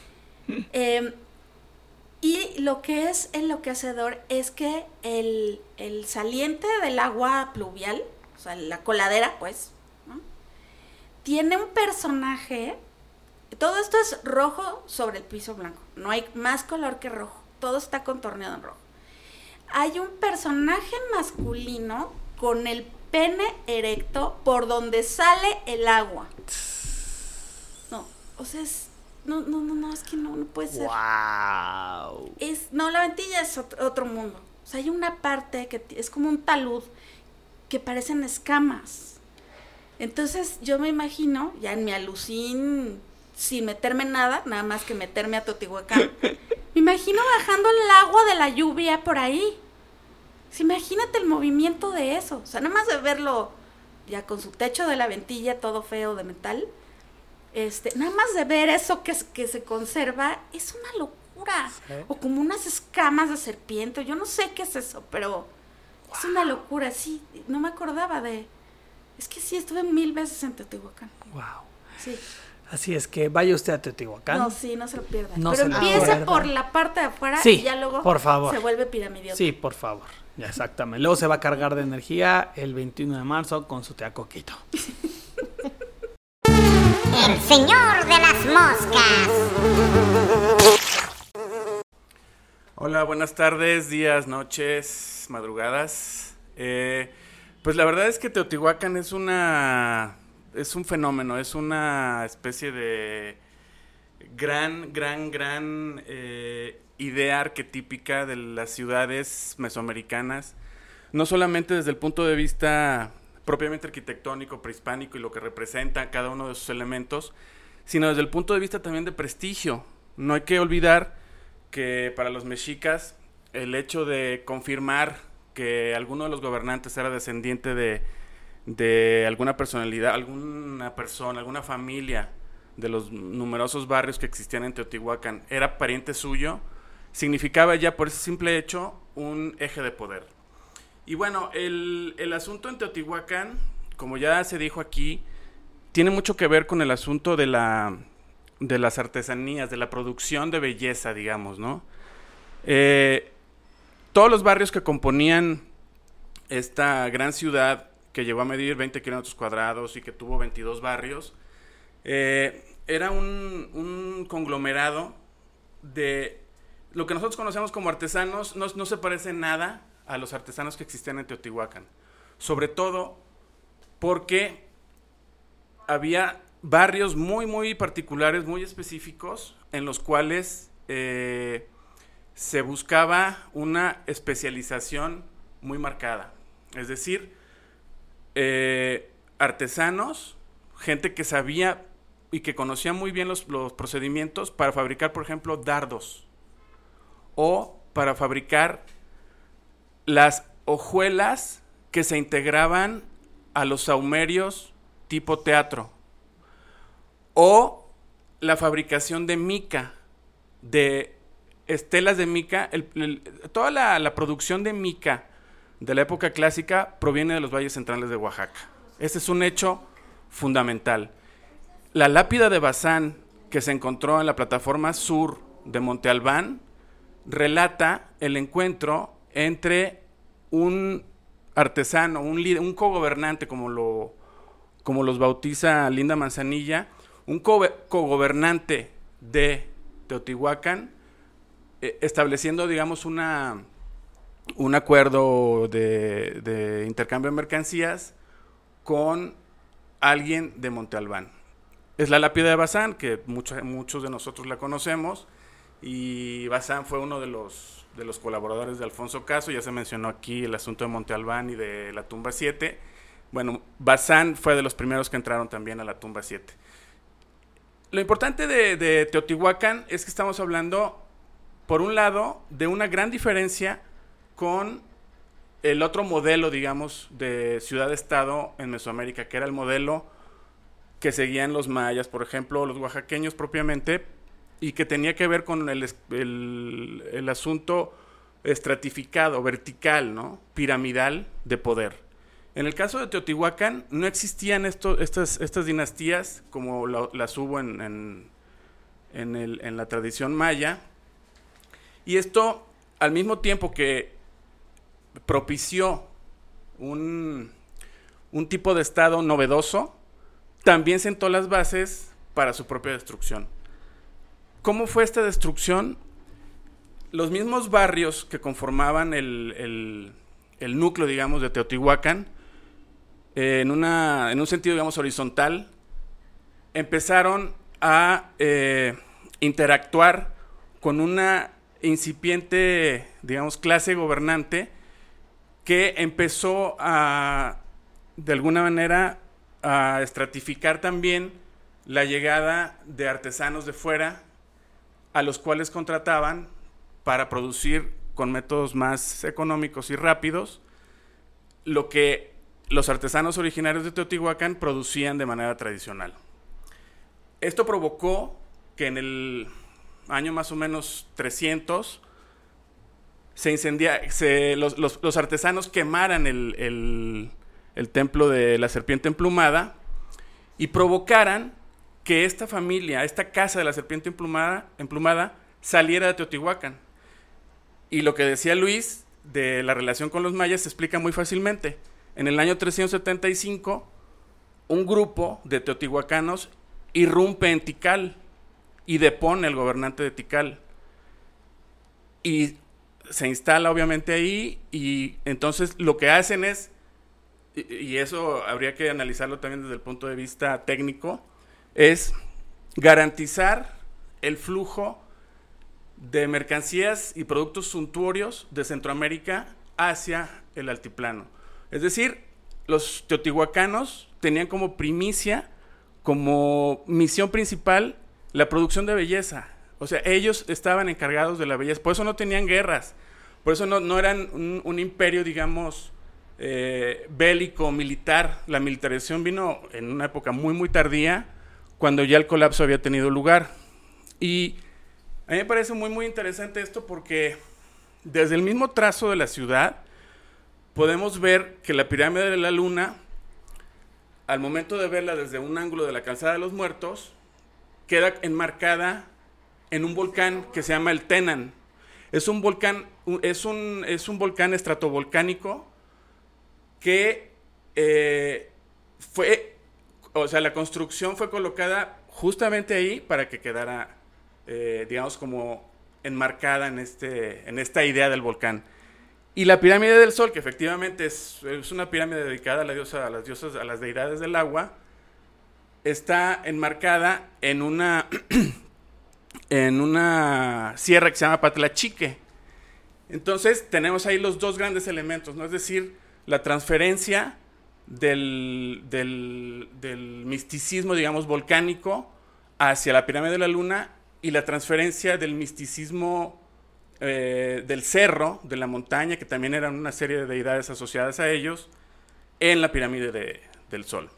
Eh, y lo que es enloquecedor es que el, el saliente del agua pluvial, o sea, la coladera, pues, ¿no? Tiene un personaje. Todo esto es rojo sobre el piso blanco. No hay más color que rojo. Todo está contorneado en rojo. Hay un personaje masculino con el pene erecto por donde sale el agua. No, o sea, es... No, no, no, no, es que no, no puede ser. Wow. Es, no, la ventilla es otro, otro mundo. O sea, hay una parte que t- es como un talud que parecen escamas. Entonces, yo me imagino, ya en mi alucín, sin meterme en nada, nada más que meterme a Teotihuacán, me imagino bajando el agua de la lluvia por ahí. O sea, imagínate el movimiento de eso. O sea, nada más de verlo ya con su techo de la ventilla todo feo de metal. Este, nada más de ver eso que, que se conserva, es una locura. Sí. O como unas escamas de serpiente, yo no sé qué es eso, pero wow. Es una locura, sí, no me acordaba de... Es que sí, estuve mil veces en Teotihuacán. Wow. Sí. Así es que vaya usted a Teotihuacán. No, sí, no se lo pierda. No pero se lo empiece pierda. por la parte de afuera Sí, y ya luego por favor. se vuelve piramidioso. Sí, por favor. Ya, exactamente. Luego se va a cargar de energía el veintiuno de marzo con su teacoquito. El señor de las moscas. Hola, buenas tardes, días, noches, madrugadas. Eh, pues la verdad es que Teotihuacán es una, es un fenómeno, es una especie de gran, gran, gran eh, idea arquetípica de las ciudades mesoamericanas, no solamente desde el punto de vista propiamente arquitectónico, prehispánico y lo que representa cada uno de sus elementos, sino desde el punto de vista también de prestigio. No hay que olvidar que para los mexicas el hecho de confirmar que alguno de los gobernantes era descendiente de, de alguna personalidad, alguna persona, alguna familia de los numerosos barrios que existían en Teotihuacán, era pariente suyo, significaba ya por ese simple hecho un eje de poder. Y bueno, el, el asunto en Teotihuacán, como ya se dijo aquí, tiene mucho que ver con el asunto de la... de las artesanías, de la producción de belleza, digamos, ¿no? Eh, todos los barrios que componían esta gran ciudad, que llegó a medir veinte kilómetros cuadrados y que tuvo veintidós barrios, eh, era un, un conglomerado de lo que nosotros conocemos como artesanos. No, no se parece nada a los artesanos que existían en Teotihuacán, sobre todo porque había barrios muy, muy particulares, muy específicos, en los cuales eh, se buscaba una especialización muy marcada. Es decir, eh, artesanos, gente que sabía y que conocía muy bien los, los procedimientos para fabricar, por ejemplo, dardos, o para fabricar las hojuelas que se integraban a los saumerios tipo teatro, o la fabricación de mica, de estelas de mica. El, el, toda la, la producción de mica de la época clásica proviene de los valles centrales de Oaxaca. Ese es un hecho fundamental. La lápida de Bazán que se encontró en la plataforma sur de Monte Albán relata el encuentro entre un artesano, un, un cogobernante, como, lo, como los bautiza Linda Manzanilla, un co cogobernante de Teotihuacán, eh, estableciendo, digamos, una, un acuerdo de, de intercambio de mercancías con alguien de Monte Albán. Es la lápida de Bazán, que muchos, muchos de nosotros la conocemos, y Bazán fue uno de los, de los colaboradores de Alfonso Caso. Ya se mencionó aquí el asunto de Monte Albán y de la tumba siete. Bueno, Bazán fue de los primeros que entraron también a la tumba siete. Lo importante de, de Teotihuacán es que estamos hablando, por un lado, de una gran diferencia con el otro modelo, digamos, de ciudad-estado en Mesoamérica, que era el modelo que seguían los mayas, por ejemplo, los oaxaqueños propiamente, y que tenía que ver con el, el, el asunto estratificado, vertical, ¿no? Piramidal de poder. En el caso de Teotihuacán no existían esto, estas, estas dinastías como lo, las hubo en, en, en, el, en la tradición maya, y esto, al mismo tiempo que propició un, un tipo de estado novedoso, también sentó las bases para su propia destrucción. ¿Cómo fue esta destrucción? Los mismos barrios que conformaban el, el, el núcleo, digamos, de Teotihuacán, eh, en, una, en un sentido, digamos, horizontal, empezaron a eh, interactuar con una incipiente, digamos, clase gobernante que empezó a, de alguna manera, a estratificar también la llegada de artesanos de fuera, a los cuales contrataban para producir con métodos más económicos y rápidos lo que los artesanos originarios de Teotihuacán producían de manera tradicional. Esto provocó que en el año más o menos trescientos se incendia, se, los, los, los artesanos quemaran el, el, el templo de la serpiente emplumada y provocaran que esta familia, esta casa de la serpiente emplumada, emplumada saliera de Teotihuacán. Y lo que decía Luis de la relación con los mayas se explica muy fácilmente. En el año trescientos setenta y cinco, un grupo de teotihuacanos irrumpe en Tikal y depone al gobernante de Tikal. Y se instala obviamente ahí, y entonces lo que hacen es, y, y eso habría que analizarlo también desde el punto de vista técnico, es garantizar el flujo de mercancías y productos suntuorios de Centroamérica hacia el altiplano. Es decir, los teotihuacanos tenían como primicia, como misión principal, la producción de belleza. O sea, ellos estaban encargados de la belleza. Por eso no tenían guerras. Por eso no, no eran un, un imperio, digamos, eh, bélico, militar. La militarización vino en una época muy, muy tardía, cuando ya el colapso había tenido lugar. Y a mí me parece muy, muy interesante esto porque desde el mismo trazo de la ciudad podemos ver que la pirámide de la Luna, al momento de verla desde un ángulo de la Calzada de los Muertos, queda enmarcada en un volcán que se llama el Tenan. Es un volcán, es un, es un volcán estratovolcánico que eh, fue, o sea, la construcción fue colocada justamente ahí para que quedara, eh, digamos, como enmarcada en, este, en esta idea del volcán. Y la pirámide del Sol, que efectivamente es, es una pirámide dedicada a, la diosa, a las diosas, a las deidades del agua, está enmarcada en una, en una sierra que se llama Patlachique. Entonces tenemos ahí los dos grandes elementos, ¿no? Es decir, la transferencia del, del, del misticismo, digamos, volcánico hacia la pirámide de la Luna y la transferencia del misticismo eh, del cerro, de la montaña, que también eran una serie de deidades asociadas a ellos, en la pirámide de, del Sol.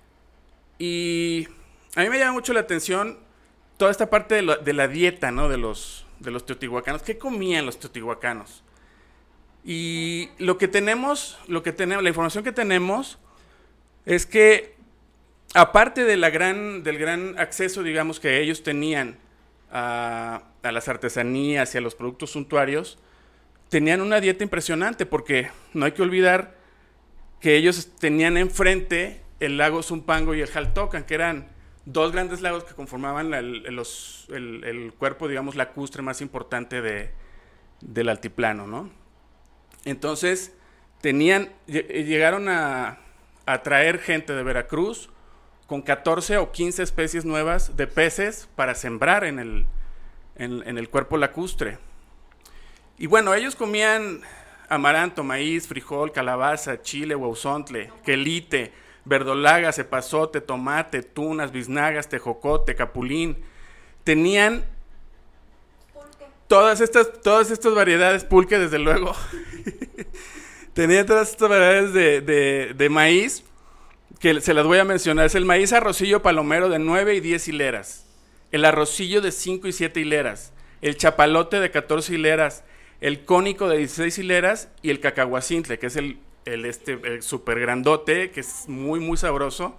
Y a mí me llama mucho la atención toda esta parte de, lo, de la dieta, ¿no? de, los, de los teotihuacanos. ¿Qué comían los teotihuacanos? Y lo que tenemos, lo que tenemos, la información que tenemos es que, aparte de la gran, del gran acceso, digamos, que ellos tenían a, a las artesanías y a los productos suntuarios, tenían una dieta impresionante, porque no hay que olvidar que ellos tenían enfrente el lago Zumpango y el Jaltocan, que eran dos grandes lagos que conformaban la, el, los, el, el cuerpo, digamos, lacustre más importante de, del altiplano, ¿no? Entonces, tenían, llegaron a, a traer gente de Veracruz con catorce o quince especies nuevas de peces para sembrar en el, en, en el cuerpo lacustre. Y bueno, ellos comían amaranto, maíz, frijol, calabaza, chile, huauzontle, quelite, verdolaga, cepazote, tomate, tunas, biznagas, tejocote, capulín. Tenían todas estas, todas estas variedades, pulque desde luego. Tenían todas estas variedades de, de, de maíz, que se las voy a mencionar. Es el maíz arrocillo palomero de nueve y diez hileras, el arrocillo de cinco y siete hileras, el chapalote de catorce hileras, el cónico de dieciséis hileras y el cacahuacintle, que es el, el, este, el super grandote, que es muy, muy sabroso,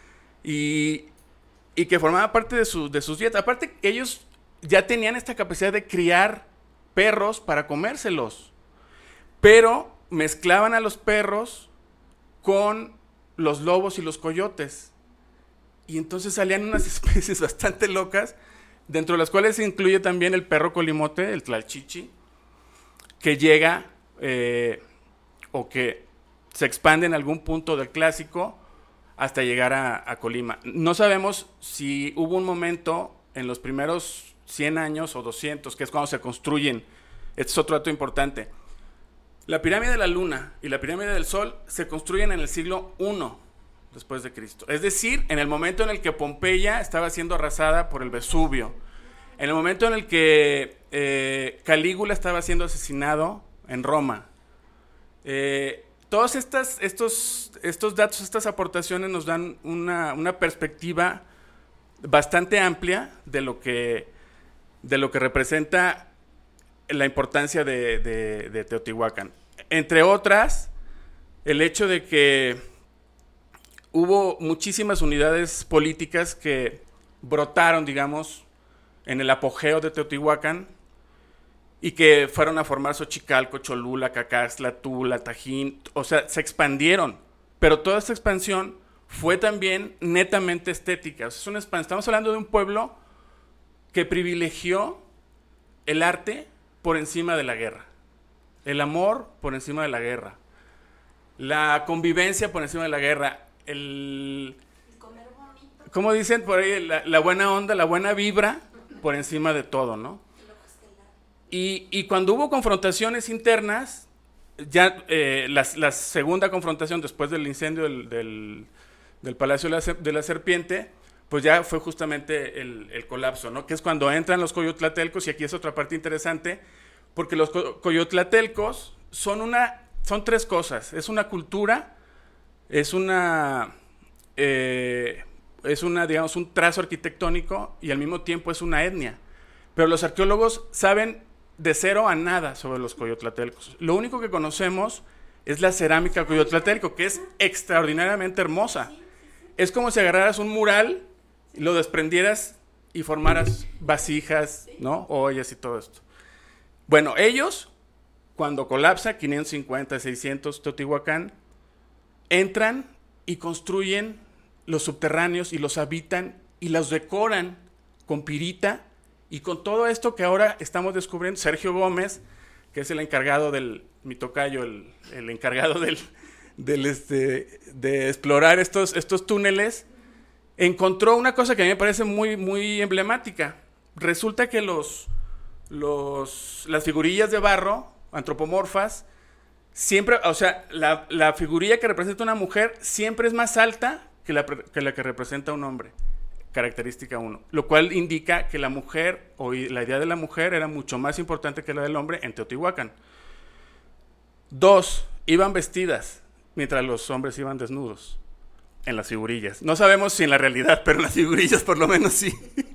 y, y que formaba parte de, su, de sus dietas. Aparte, ellos ya tenían esta capacidad de criar perros para comérselos, pero mezclaban a los perros con los lobos y los coyotes, y entonces salían unas especies bastante locas, dentro de las cuales se incluye también el perro colimote, el tlalchichi, que llega eh, o que se expande en algún punto del Clásico hasta llegar a, a Colima. No sabemos si hubo un momento en los primeros cien años o doscientos, que es cuando se construyen. Este es otro dato importante. La pirámide de la Luna y la pirámide del Sol se construyen en el siglo primero después de Cristo. Es decir, en el momento en el que Pompeya estaba siendo arrasada por el Vesubio. En el momento en el que eh, Calígula estaba siendo asesinado en Roma. Eh, todos estas, estos, estos datos, estas aportaciones nos dan una, una perspectiva bastante amplia de lo que, de lo que representa la importancia de, de, de Teotihuacán. Entre otras, el hecho de que hubo muchísimas unidades políticas que brotaron, digamos, en el apogeo de Teotihuacán, y que fueron a formar Xochicalco, Cholula, Cacaxtla, Tula, Tajín, o sea, se expandieron, pero toda esta expansión fue también netamente estética. O sea, es una expansión. Estamos hablando de un pueblo que privilegió el arte por encima de la guerra, el amor por encima de la guerra, la convivencia por encima de la guerra, el... ¿Cómo dicen por ahí? La, la buena onda, la buena vibra por encima de todo, ¿no? Y, y cuando hubo confrontaciones internas, ya eh, la, la segunda confrontación después del incendio del, del, del Palacio de la, de la Serpiente, pues ya fue justamente el, el colapso, ¿no? Que es cuando entran los coyotlatelcos, y aquí es otra parte interesante, porque los co coyotlatelcos son, una, son tres cosas. Es una cultura, es una... Eh, es una, digamos, un trazo arquitectónico, y al mismo tiempo es una etnia. Pero los arqueólogos saben de cero a nada sobre los coyotlatelcos. Lo único que conocemos es la cerámica coyotlatelco, que es extraordinariamente hermosa. Es como si agarraras un mural, lo desprendieras y formaras vasijas, ¿no? Ollas y todo esto. Bueno, ellos, cuando colapsa quinientos cincuenta, seiscientos Teotihuacán, entran y construyen los subterráneos y los habitan y los decoran con pirita y con todo esto que ahora estamos descubriendo. Sergio Gómez, que es el encargado del, mi tocayo, el, el encargado del, del este, de explorar estos, estos túneles, encontró una cosa que a mí me parece muy, muy emblemática. Resulta que los, los, las figurillas de barro, antropomorfas, siempre, o sea, la, la figurilla que representa una mujer siempre es más alta que la que, la que representa un hombre. Característica uno, lo cual indica que la mujer, o la idea de la mujer era mucho más importante que la del hombre en Teotihuacán. Dos, iban vestidas, mientras los hombres iban desnudos, en las figurillas. No sabemos si en la realidad, pero en las figurillas por lo menos sí.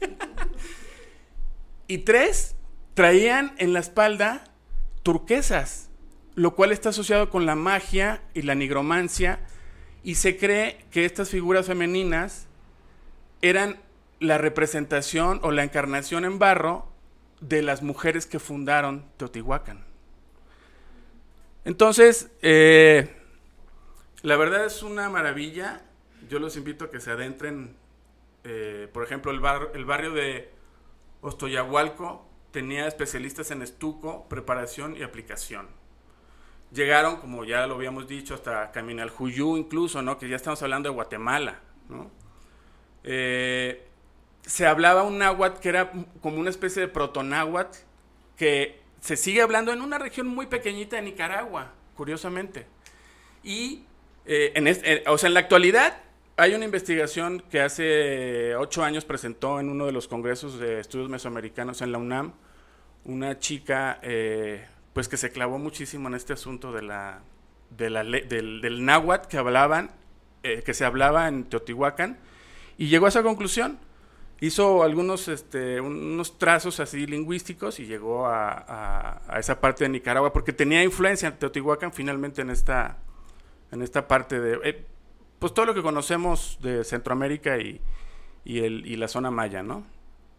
Y tres, traían en la espalda turquesas, lo cual está asociado con la magia y la nigromancia, y se cree que estas figuras femeninas eran la representación o la encarnación en barro de las mujeres que fundaron Teotihuacán. Entonces, eh, la verdad es una maravilla. Yo los invito a que se adentren. Eh, por ejemplo, el, bar, el barrio de Ostoyahualco tenía especialistas en estuco, preparación y aplicación. Llegaron, como ya lo habíamos dicho, hasta Caminaljuyú incluso, ¿no? Que ya estamos hablando de Guatemala, ¿no? Eh, se hablaba un náhuatl que era como una especie de protonáhuatl que se sigue hablando en una región muy pequeñita de Nicaragua, curiosamente. Y, eh, en este, eh, o sea, en la actualidad hay una investigación que hace ocho años presentó en uno de los congresos de estudios mesoamericanos en la UNAM, una chica, eh, pues que se clavó muchísimo en este asunto de la, de la, del, del náhuatl que hablaban, eh, que se hablaba en Teotihuacán, y llegó a esa conclusión. Hizo algunos este, unos trazos así lingüísticos y llegó a, a, a esa parte de Nicaragua, porque tenía influencia en Teotihuacán finalmente en esta, en esta parte de, eh, pues todo lo que conocemos de Centroamérica y, y, el, y la zona maya, ¿no?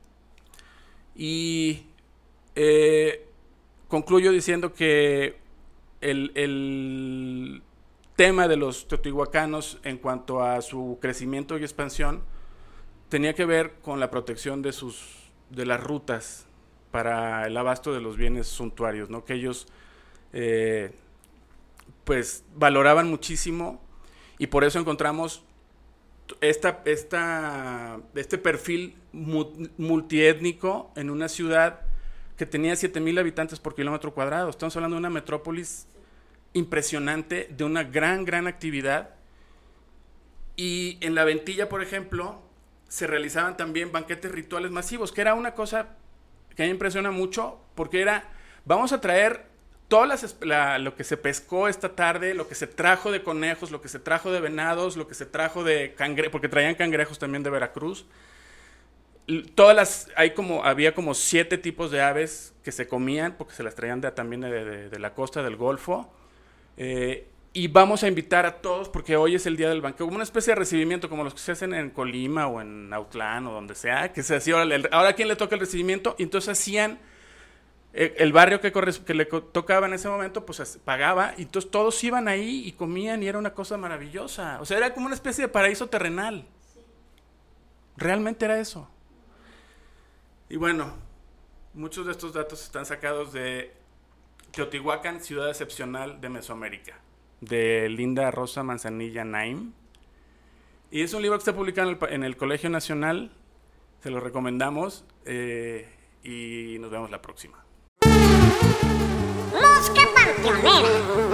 Y eh, concluyo diciendo que el, el tema de los teotihuacanos en cuanto a su crecimiento y expansión tenía que ver con la protección de sus de las rutas para el abasto de los bienes suntuarios, ¿no? Que ellos eh, pues valoraban muchísimo, y por eso encontramos esta, esta, este perfil multiétnico en una ciudad que tenía siete mil habitantes por kilómetro cuadrado. Estamos hablando de una metrópolis impresionante, de una gran, gran actividad. Y en La Ventilla, por ejemplo, se realizaban también banquetes rituales masivos, que era una cosa que a mí me impresiona mucho, porque era, vamos a traer todas las, la, lo que se pescó esta tarde, lo que se trajo de conejos, lo que se trajo de venados, lo que se trajo de cangrejos, porque traían cangrejos también de Veracruz. Todas las, hay como, había como siete tipos de aves que se comían, porque se las traían de, también de, de, de la costa del Golfo. Eh, y vamos a invitar a todos, porque hoy es el día del banquete, como una especie de recibimiento, como los que se hacen en Colima o en Autlán o donde sea, que se hacía, ahora, ahora a quién le toca el recibimiento, y entonces hacían, eh, el barrio que, corres, que le tocaba en ese momento, pues pagaba, y entonces todos iban ahí y comían, y era una cosa maravillosa. O sea, era como una especie de paraíso terrenal. Sí. Realmente era eso. Y bueno, muchos de estos datos están sacados de Teotihuacán, ciudad excepcional de Mesoamérica, de Linda Rosa Manzanilla Naim. Y es un libro que está publicado en el, en el Colegio Nacional, se lo recomendamos, eh, y nos vemos la próxima. Mosca Panteonera.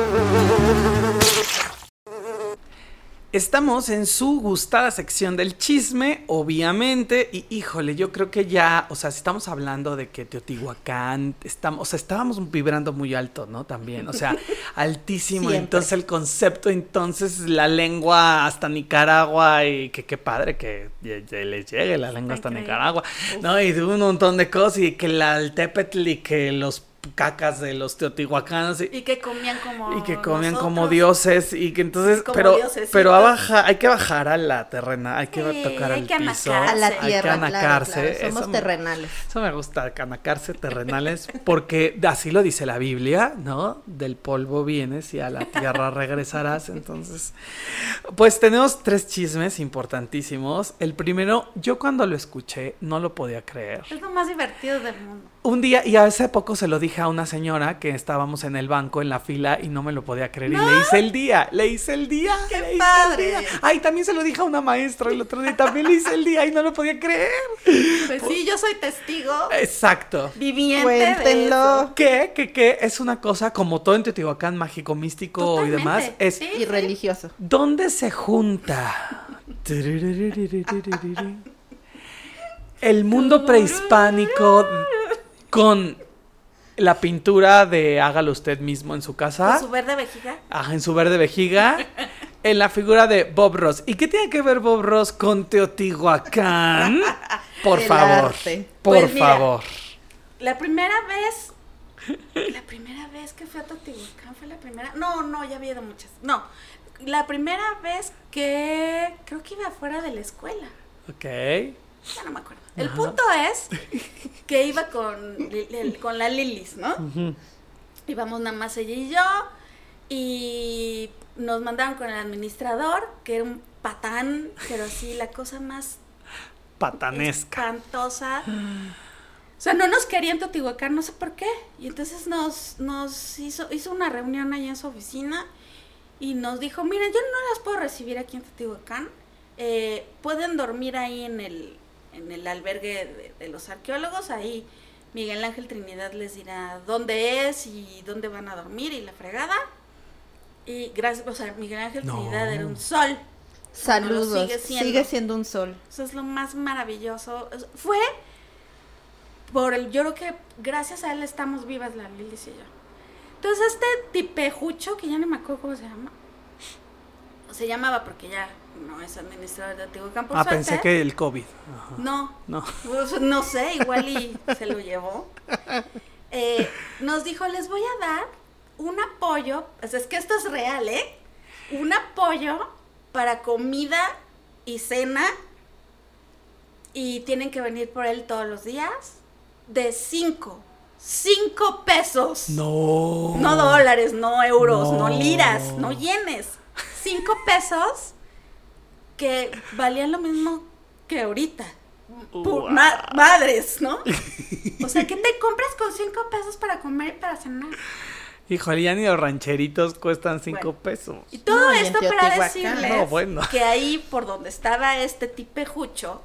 Estamos en su gustada sección del chisme, obviamente, y híjole, yo creo que ya, o sea, si estamos hablando de que Teotihuacán, estamos, o sea, estábamos vibrando muy alto, ¿no? También, o sea, altísimo. Siempre. Entonces el concepto, entonces la lengua hasta Nicaragua, y que qué padre que les llegue la lengua hasta Increíble. Nicaragua, ¿no? Y de un montón de cosas, y que la Altepetl y que los cacas de los teotihuacanos y, y que comían como y que comían nosotros. como dioses, y que entonces como pero dioses, pero a sí, baja, hay que bajar a la terrena, hay que sí, tocar hay el que piso, anacarse. A la tierra, hay que anacarse, claro, claro. Somos eso terrenales. Me, eso me gusta, anacarse terrenales, porque así lo dice la Biblia, ¿no? Del polvo vienes y a la tierra regresarás. Entonces, pues tenemos tres chismes importantísimos. El primero, yo cuando lo escuché no lo podía creer. Es lo más divertido del mundo. Un día, y hace poco se lo dije a una señora que estábamos en el banco, en la fila, y no me lo podía creer. ¿No? Y le hice el día, le hice el día. ¡Qué le hice padre! el día. Ay, también se lo dije a una maestra el otro día, también le hice el día y no lo podía creer. Pues sí, yo soy testigo Exacto. viviente de Cuéntenlo. eso. Que, que, que es una cosa como todo en Teotihuacán, mágico, místico Totalmente, y demás. Es sí. Y religioso. ¿dónde se junta el mundo prehispánico con la pintura de hágalo usted mismo en su casa? Con su verde vejiga. Ajá, en su verde vejiga. En la figura de Bob Ross. ¿Y qué tiene que ver Bob Ross con Teotihuacán? Por El favor. arte. Por Pues mira, favor. La primera vez, la primera vez que fui a Teotihuacán fue la primera, no, no, ya había ido muchas, no, la primera vez que creo que iba afuera de la escuela, Ok. ya no me acuerdo. El Ajá. punto es que iba con, Li- Li- con la Lilis, ¿no? Ujú. Íbamos nada más ella y yo, y nos mandaron con el administrador, que era un patán, pero así la cosa más Patanesca. espantosa. O sea, no nos quería en Teotihuacán, no sé por qué. Y entonces nos, nos hizo, hizo una reunión ahí en su oficina y nos dijo, miren, yo no las puedo recibir aquí en Teotihuacán. Eh, pueden dormir ahí en el, en el albergue de, de los arqueólogos. Ahí Miguel Ángel Trinidad les dirá dónde es y dónde van a dormir y la fregada. Y gracias, o sea, Miguel Ángel No. Trinidad era un sol. Saludos. Bueno, sigue, sigue siendo. siendo un sol. Eso es lo más maravilloso. Es- Fue por el, yo creo que gracias a él estamos vivas la Lilis y yo. Entonces este tipejucho, que ya no me acuerdo cómo se llama, se llamaba porque ya no es administrador de Teotihuacán, por Ah, suerte. pensé que el COVID. Ajá. No, No. pues, no sé, igual y se lo llevó. Eh, nos dijo, les voy a dar un apoyo, o sea, es que esto es real, ¿eh? Un apoyo para comida y cena y tienen que venir por él todos los días de cinco, cinco pesos. No. No dólares, no euros, no, No. liras, no yenes. Cinco pesos que valían lo mismo que ahorita. Pu- ma- madres, ¿no? O sea, ¿qué te compras con cinco pesos para comer y para cenar? Híjole, ya ni los rancheritos cuestan cinco Bueno. pesos. Y todo No, y en esto para Teotihuacán, decirles no, bueno. que ahí por donde estaba este tipejucho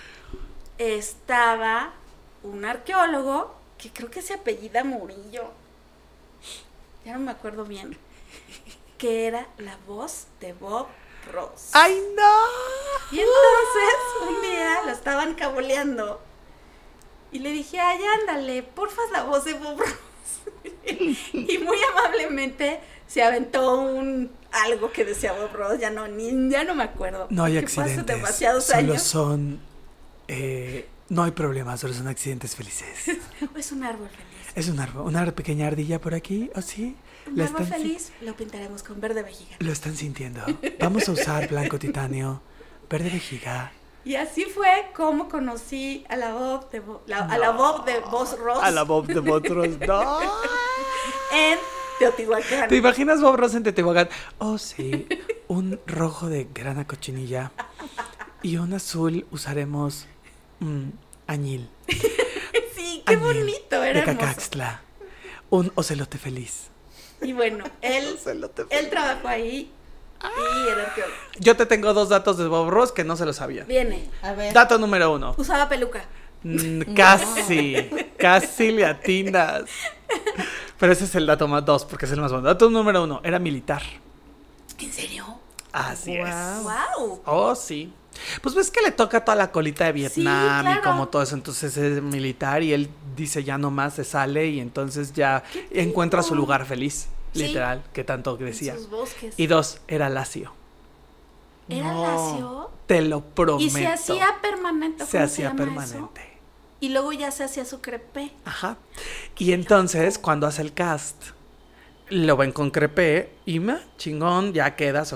estaba un arqueólogo que creo que se apellida Murillo. Ya no me acuerdo bien. Que era la voz de Bob Ross. ¡Ay, no! Y entonces un día lo estaban caboleando y le dije, ay, ándale, porfa la voz de Bob Ross. Y muy amablemente se aventó un algo que decía Bob Ross, ya no, ni, ya no me acuerdo. No hay porque fue hace accidentes. demasiados Solo años. son. eh, no hay problemas, solo son accidentes felices. Es un árbol feliz. Es un árbol, una pequeña ardilla por aquí, ¿o sí? Un ¿La árbol están si- feliz lo pintaremos con verde vejiga. Lo están sintiendo. Vamos a usar blanco titanio, verde vejiga. Y así fue como conocí a la Bob de, Bo- la, a la Bob de Bob Ross A la Bob de Botros. ¡No! en Teotihuacán. ¿Te imaginas Bob Ross en Teotihuacán? Oh, sí. Un rojo de grana cochinilla y un azul usaremos mm, añil. Sí, qué Añil bonito, de era hermoso. Cacaxtla. Un ocelote feliz. Y bueno, él, Ocelote él feliz. trabajó ahí y era arqueólogo. Yo te tengo dos datos de Bob Ross que no se lo sabía. Viene, A ver. Dato número uno. usaba peluca. Mm, casi, casi le atinas. Pero ese es el dato más dos, porque es el más bueno. Dato número uno, era militar. ¿En serio? Así es. Wow. Oh, sí. Pues ves que le toca toda la colita de Vietnam claro. y como todo eso, entonces es militar y él dice ya nomás se sale y entonces ya encuentra su lugar feliz, Sí. literal, que tanto decía. En sus bosques. Y dos, era lacio. ¿Era No, lacio? Te lo prometo. Y se hacía permanente. Se ¿cómo hacía llama permanente. eso? Y luego ya se hacía su crepé. Ajá. Y entonces, cuando hace el cast, lo ven con crepé y me chingón, ya quedas, ok.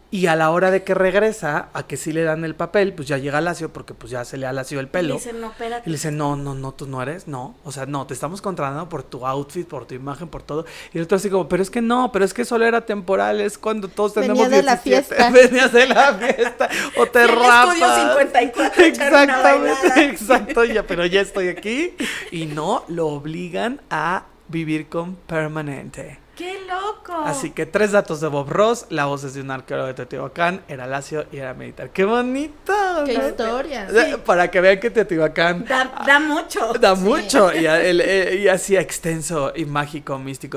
Y a la hora de que regresa, a que sí le dan el papel, pues ya llega lacio, porque pues ya se le ha lacio el pelo. Y le dicen, no, espérate. Y le dicen, no, no, no, tú no eres, no. O sea, no, te estamos contratando por tu outfit, por tu imagen, por todo. Y el otro así como, pero es que no, pero es que solo era temporal, es cuando todos tenemos Venía de la diecisiete. fiesta. Venías de la fiesta. O te Fui al rapas. estudio cincuenta y cuatro a echar una Exactamente, bailada. exacto, ya, pero ya estoy aquí. Y no lo obligan a vivir con permanente. ¡Qué loco! Así que tres datos de Bob Ross, la voz es de un arqueólogo de Teotihuacán, era lacio y era militar. ¡Qué bonito! Qué ¿no? historia. Sí. Para que vean que Teotihuacán Da, da mucho. da mucho y, a- el- el- y así extenso y mágico, místico.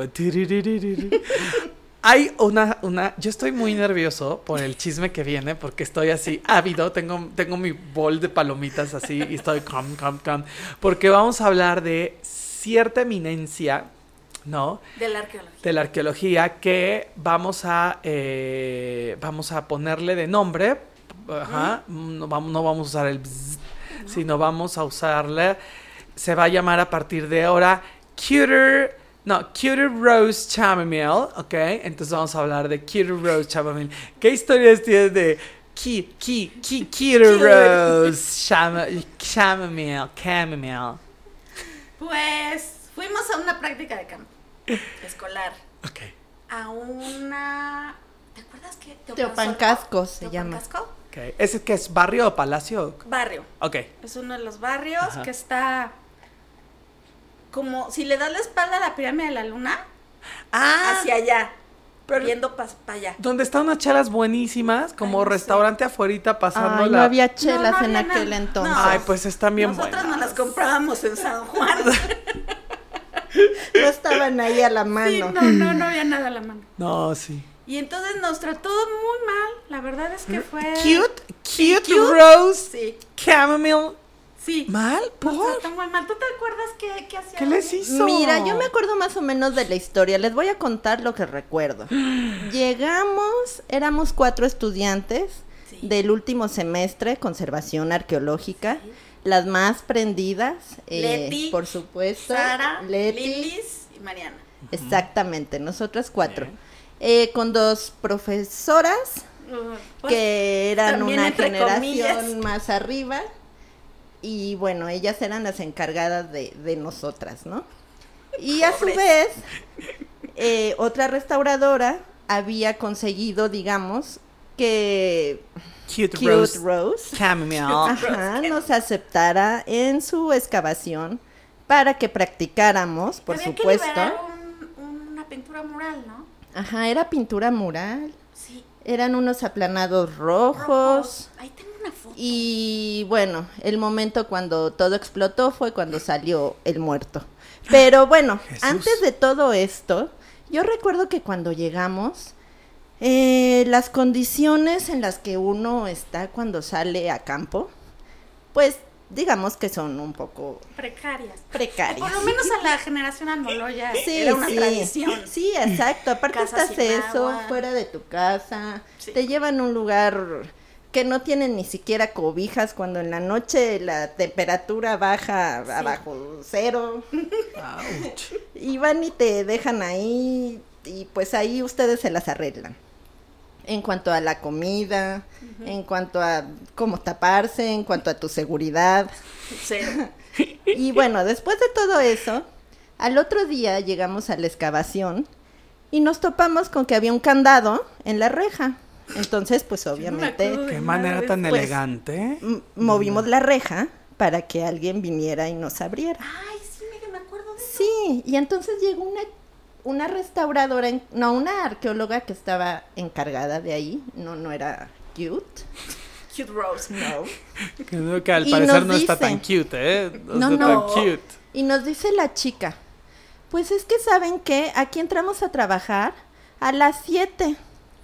Hay una, una, yo estoy muy nervioso por el chisme que viene porque estoy así ávido, tengo, tengo mi bol de palomitas así y estoy calm, calm, calm, porque vamos a hablar de cierta eminencia, ¿no? De la arqueología. De la arqueología que vamos a eh, vamos a ponerle de nombre, ajá, no, vamos, no vamos a usar el bzz, sino vamos a usarle, se va a llamar a partir de ahora Cuter, no, Cuter Rose Chamomile, ¿ok? Entonces vamos a hablar de Cuter Rose Chamomile. ¿Qué historias tienes de Ki, Ki, Ki, Cuter Rose Chamo- Chamomile, Chamomile? Pues fuimos a una práctica de campo escolar. Ok. A una. ¿Te acuerdas qué? Teopancasco se llama. Teopancasco. Okay. ¿Ese qué es? ¿Barrio o palacio? Barrio. Ok. Es uno de los barrios Ajá. que está como si le das la espalda a la pirámide de la luna, Ah, hacia allá, pero viendo para allá. donde están unas chelas buenísimas, como Ay, no sé. restaurante afuerita pasando Ay, la... no había chelas No, no en había aquel nada. entonces. No. Ay, pues están bien Nosotras buenas. nos las comprábamos en San Juan. No estaban ahí a la Sí, mano. no, no, no había nada a la mano. No, sí. Y entonces nos trató muy mal. La verdad es que fue. Cute, cute, Cute. Rose, Sí, Chamomile. sí. ¿Mal? Nos ¿Por? trató muy mal. ¿Tú te acuerdas qué, qué hacía? ¿Qué les hizo? Mira, yo me acuerdo más o menos de la historia. Les voy a contar lo que recuerdo. Llegamos, éramos cuatro estudiantes Sí. del último semestre, conservación arqueológica. Las más prendidas, eh, Leti, por supuesto. Sara, Leti. Lilis y Mariana. Exactamente, nosotras cuatro. Bien. Eh, con dos profesoras Uh, pues, que eran también una entre generación comillas. más arriba. Y bueno, ellas eran las encargadas de, de nosotras, ¿no? Y a su Pobres. vez, eh, otra restauradora había conseguido, digamos, que Cute, Cute Rose, Rose, Chamomile. ajá, nos aceptara en su excavación para que practicáramos, por había supuesto. que liberar un- una pintura mural, ¿no? Ajá, era pintura mural, Sí. eran unos aplanados rojos. Ahí tengo una foto. Y bueno, el momento cuando todo explotó fue cuando salió el muerto. Pero bueno, Jesús. antes de todo esto, yo recuerdo que cuando llegamos, eh, las condiciones en las que uno está cuando sale a campo, pues digamos que son un poco Precarias. precarias. Por lo menos a la generación Almoloya Sí, era una sí. tradición. Sí, exacto. Aparte Casa estás sin eso, agua. fuera de tu casa, Sí. te llevan a un lugar que no tienen ni siquiera cobijas cuando en la noche la temperatura baja abajo cero. Ouch. Y van y te dejan ahí y pues ahí ustedes se las arreglan. En cuanto a la comida, en cuanto a cómo taparse, en cuanto a tu seguridad. Cero. Y bueno, después de todo eso, al otro día llegamos a la excavación y nos topamos con que había un candado en la reja. Entonces, pues obviamente acuerdo. Qué manera tan Pues, elegante. m- movimos la reja para que alguien viniera y nos abriera. Ay, sí, me, me acuerdo de eso. Sí, y entonces llegó una, una restauradora, en- no, una arqueóloga que estaba encargada de ahí, no, no era cute, Cute Rose. no. Que, no- que al Y parecer nos no está dice- tan cute, ¿eh? No, está no. tan cute. Y nos dice la chica, pues es que saben que aquí entramos a trabajar a las siete.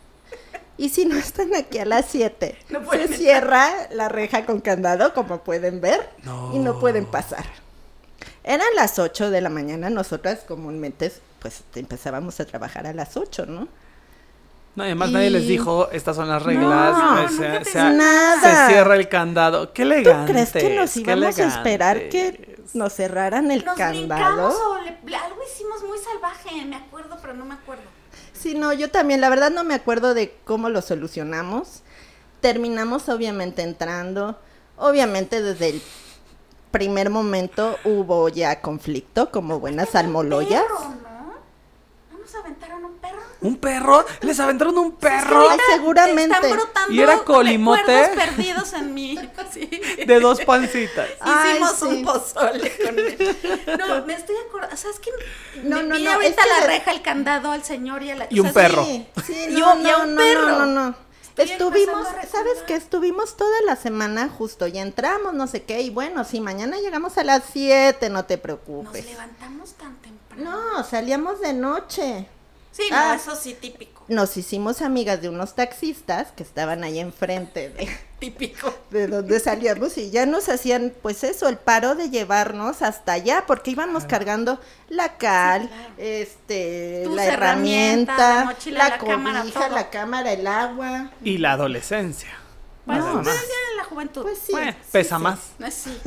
Y si no están aquí a las siete, No se pueden entrar. cierra la reja con candado, como pueden ver, No. y no pueden pasar. Eran las ocho de la mañana, nosotras comúnmente pues empezábamos a trabajar a las ocho, ¿no? No, y además Y- nadie les dijo, estas son las reglas. No, eh, se, nunca te- se- Nada. se cierra el candado. Qué ¿Tú elegante. crees que nos íbamos a esperar que nos cerraran el Nos candado? brincamos o le- le- algo hicimos muy salvaje, me acuerdo, pero no me acuerdo. Sí, no, yo también, la verdad no me acuerdo de cómo lo solucionamos. Terminamos obviamente entrando, obviamente desde el primer momento hubo ya conflicto, como buenas almoloyas. Perro, ¿no? ¿No nos aventaron un perro? ¿Un perro? ¿Les aventaron un perro? Ay, seguramente. Están brotando ¿Y era colimote? recuerdos perdidos en mí. Sí. De dos pancitas. Ay, Hicimos sí. un pozole con él. No, me estoy acordando. ¿Sabes qué? No, Me no, pide no, ahorita es que la de- reja, el candado, al señor y a la... Y un o sea, perro. Sí, sí, Y no, un- y a no, un no, perro. no, no, no. Estoy Estuvimos, empezando a ¿sabes recordar. qué? Estuvimos toda la semana justo, ya entramos, no sé qué, y bueno, si mañana llegamos a las siete, no te Nos preocupes. levantamos tan temprano. No, salíamos de noche. Sí, no, Ah. eso sí, típico. Nos hicimos amigas de unos taxistas que estaban ahí enfrente de, Típico. de donde salíamos y ya nos hacían, pues eso, el paro de llevarnos hasta allá, porque íbamos cargando la cal, Sí, claro. este, Tus la herramientas, herramienta, la la, mochila, la cámara, cobija, todo. la cámara, el agua. Y la adolescencia. Bueno, Además. ustedes ya en la juventud. Pues sí. Bueno, sí, pesa sí. más. No es sí.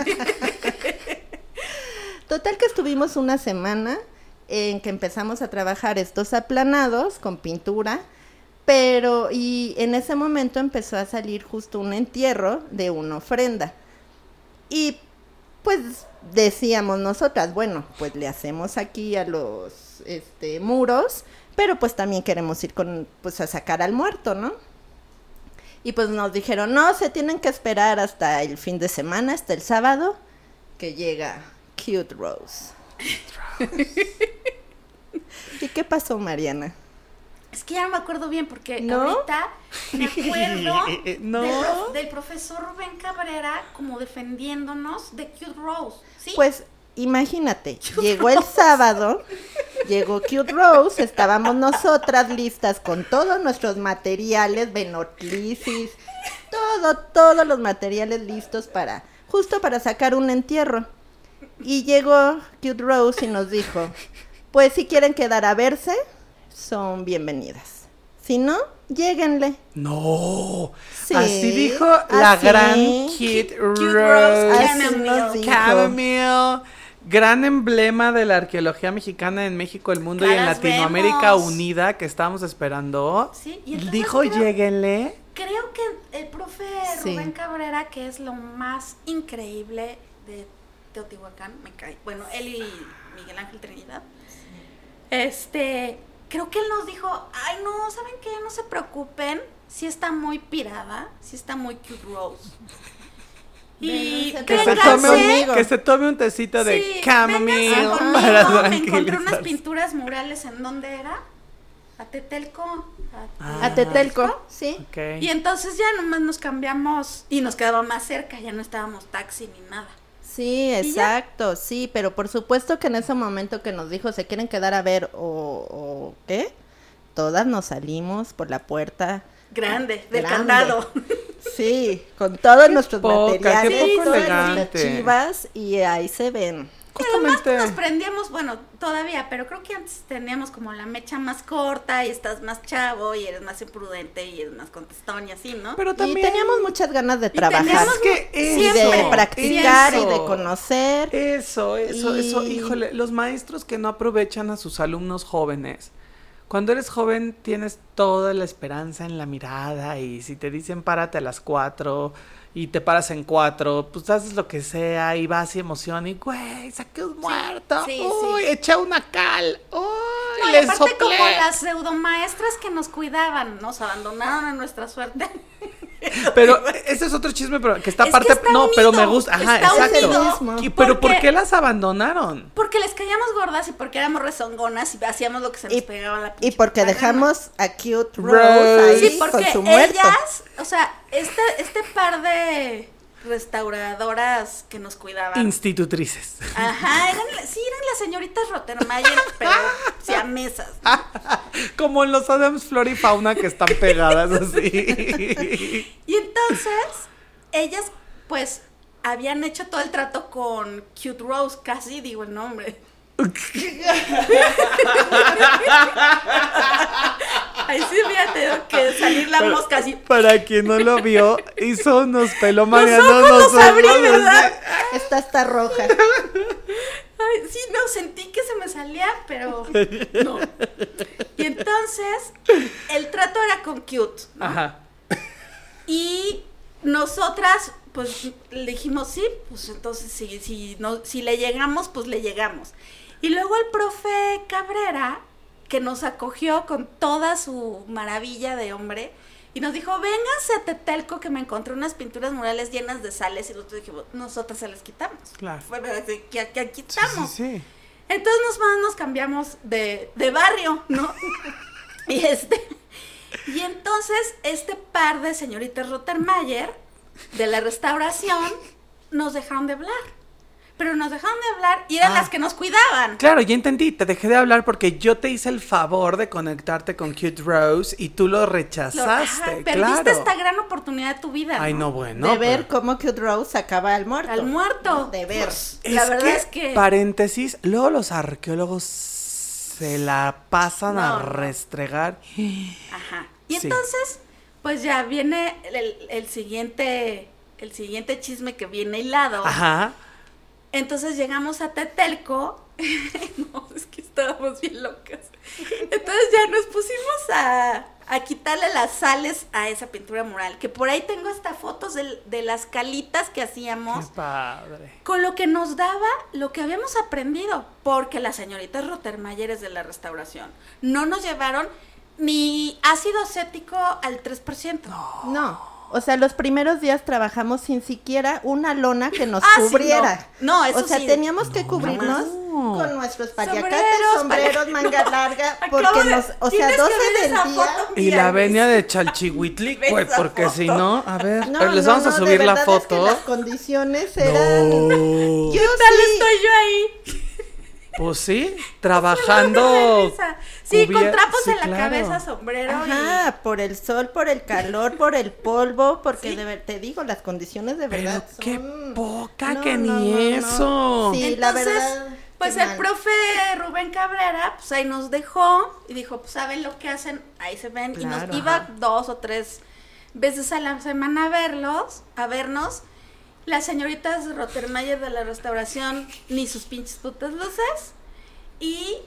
Total que estuvimos una semana en que empezamos a trabajar estos aplanados con pintura, pero y en ese momento empezó a salir justo un entierro de una ofrenda. Y pues decíamos nosotras, bueno, pues le hacemos aquí a los este muros, pero pues también queremos ir con pues a sacar al muerto, ¿no? Y pues nos dijeron, no, se tienen que esperar hasta el fin de semana, hasta el sábado, que llega Cute Rose. ¿Y qué pasó, Mariana? Es que ya no me acuerdo bien porque ¿No? ahorita me acuerdo No. del, prof- del profesor Rubén Cabrera como defendiéndonos de Cute Rose. ¿Sí? Pues imagínate, llegó el sábado, llegó Cute Rose, estábamos nosotras listas con todos nuestros materiales, venotlisis, todo, todos los materiales listos para, justo para sacar un entierro. Y llegó Cute Rose y nos dijo, pues si quieren quedar a verse, son bienvenidas. Si no, lléguenle. No. Sí, Así dijo la así. gran Kid Rose Rose. Así Chamomile. nos dijo. Chamomile. Gran emblema de la arqueología mexicana en México, el mundo y en Caras Latinoamérica vemos. unida que estábamos esperando. Sí, y entonces Dijo, creo- lléguenle. Creo que el profe Sí. Rubén Cabrera, que es lo más increíble de Teotihuacán, me cae. Bueno, él y Miguel Ángel Trinidad. Este, creo que él nos dijo, ay no, ¿saben qué? No se preocupen, sí está muy pirada, sí está muy Cute Rose. Y Vénganse Que se, Vénganse. tome un, conmigo. que se tome un tecito de sí, chamomile vénganse conmigo. para Me encontré unas tranquilizarse. pinturas murales, ¿en dónde era? A Tetelco. a- Ah. A Tetelco, sí. Ok. Y entonces ya nomás nos cambiamos y nos quedaba más cerca, ya no estábamos taxi ni nada. Sí, exacto, sí, pero por supuesto que en ese momento que nos dijo se quieren quedar a ver o, o qué, todas nos salimos por la puerta. Grande, del Grande. candado. Sí, con todos nuestros poca, qué materiales, poco todas nuestras elegante. chivas y ahí se ven. Además Justamente. nos prendíamos, bueno, todavía, pero creo que antes teníamos como la mecha más corta y estás más chavo y eres más imprudente y eres más contestón y así, ¿no? Pero Y también teníamos muchas ganas de trabajar teníamos es que y eso, de practicar y eso. de conocer. Eso, eso, Y- eso, híjole, los maestros que no aprovechan a sus alumnos jóvenes. Cuando eres joven tienes toda la esperanza en la mirada y si te dicen párate a las cuatro y te paras en cuatro, pues haces lo que sea y vas y emoción y güey, saqué un muerto, sí, uy, sí. echa una cal, uy, No, y le aparte soplé. como las pseudomaestras que nos cuidaban, nos abandonaron a nuestra suerte. Pero ese es otro chisme, pero que está Es que aparte, está no, unido, pero me gusta, ajá, está exacto. unido. Y- pero ¿por Porque- qué las abandonaron? Porque les caíamos gordas y porque éramos rezongonas y hacíamos lo que se nos Y- pegaba la Y pinche porque gana. dejamos a Cute Rose, Rose. ahí Sí, porque con su muerto. ellas, o sea, este, este par de restauradoras que nos cuidaban. Institutrices. Ajá, eran, sí, eran las señoritas Rottermeier, pero siamesas. Como en los Adams Flora y Fauna que están pegadas así. Y entonces, ellas, pues, habían hecho todo el trato con Cute Rose, casi digo el nombre. Ahí sí había tenido que salir la Para- mosca así. Para quien no lo vio, hizo unos pelo Mariano. ojos los abrí, ¿verdad? Esta está roja. Ay, sí, no, sentí que se me salía, pero no. Y entonces, el trato era con Cute, ¿no? Ajá. Y nosotras, pues, le dijimos, sí, pues entonces, si, si, no, si le llegamos, pues le llegamos. Y luego el profe Cabrera, que nos acogió con toda su maravilla de hombre, y nos dijo, vénganse a Tetelco, que me encontré unas pinturas murales llenas de sales, y nosotros dijimos, nosotras se las quitamos. Claro. Bueno, que, que quitamos. Sí, sí, sí. Entonces nos, nos cambiamos de, de barrio, ¿no? y este... Y entonces, este par de señoritas Rottermeier, de la restauración, nos dejaron de hablar. Pero nos dejaron de hablar y eran Ah. las que nos cuidaban. Claro, ya entendí, te dejé de hablar porque yo te hice el favor de conectarte con Cute Rose y tú lo Lo- rechazaste, ajá, perdiste claro. esta gran oportunidad de tu vida. Ay, ¿no? no, bueno. de ver pero- cómo Cute Rose sacaba al muerto. Al muerto. De ver. Pues, la Es verdad que, es que... paréntesis, luego los arqueólogos se la pasan a No, no. restregar. Ajá. Y Sí. entonces, pues ya viene el, el siguiente... El siguiente chisme que viene hilado. Ajá. Entonces llegamos a Tetelco. No, es que estábamos bien locas. Entonces ya nos pusimos a, a quitarle las sales a esa pintura mural. Que por ahí tengo hasta fotos de, de las calitas que hacíamos. Qué padre. Con lo que nos daba lo que habíamos aprendido. Porque las señoritas Rottermeier de la restauración no nos llevaron ni ácido acético al tres por ciento. No. O sea, los primeros días trabajamos sin siquiera una lona que nos Ah, sí, cubriera. no. No, eso O sea, sí. teníamos que cubrirnos No. con nuestros paliacates, Sombreros, sombreros, manga larga, Acabo porque de- nos, o sea, tienes que doce ver del esa día. foto. Y Mira, la Luis. venia de Chalchihuitli, Ve güey, esa porque foto. si no, a ver, No, pero les no, vamos a no, subir de la verdad es que foto. las condiciones eran. No. Yo ¿Qué tal sí. estoy yo ahí? Pues sí, trabajando. Sí, con cubier- trapos sí, en la claro. cabeza, sombrero. Ajá, por el sol, por el calor, por el polvo, porque Sí. de ver- te digo, las condiciones de Pero verdad qué son- poca No, que no, ni no, no. eso. Sí, Y la entonces, verdad. pues qué el mal. profe Rubén Cabrera, pues ahí nos dejó y dijo, pues saben lo que hacen, ahí se ven. y Claro, nos iba ajá. dos o tres veces a la semana a verlos, a vernos. Las señoritas Rottermeier de la restauración, ni sus pinches putas luces. Y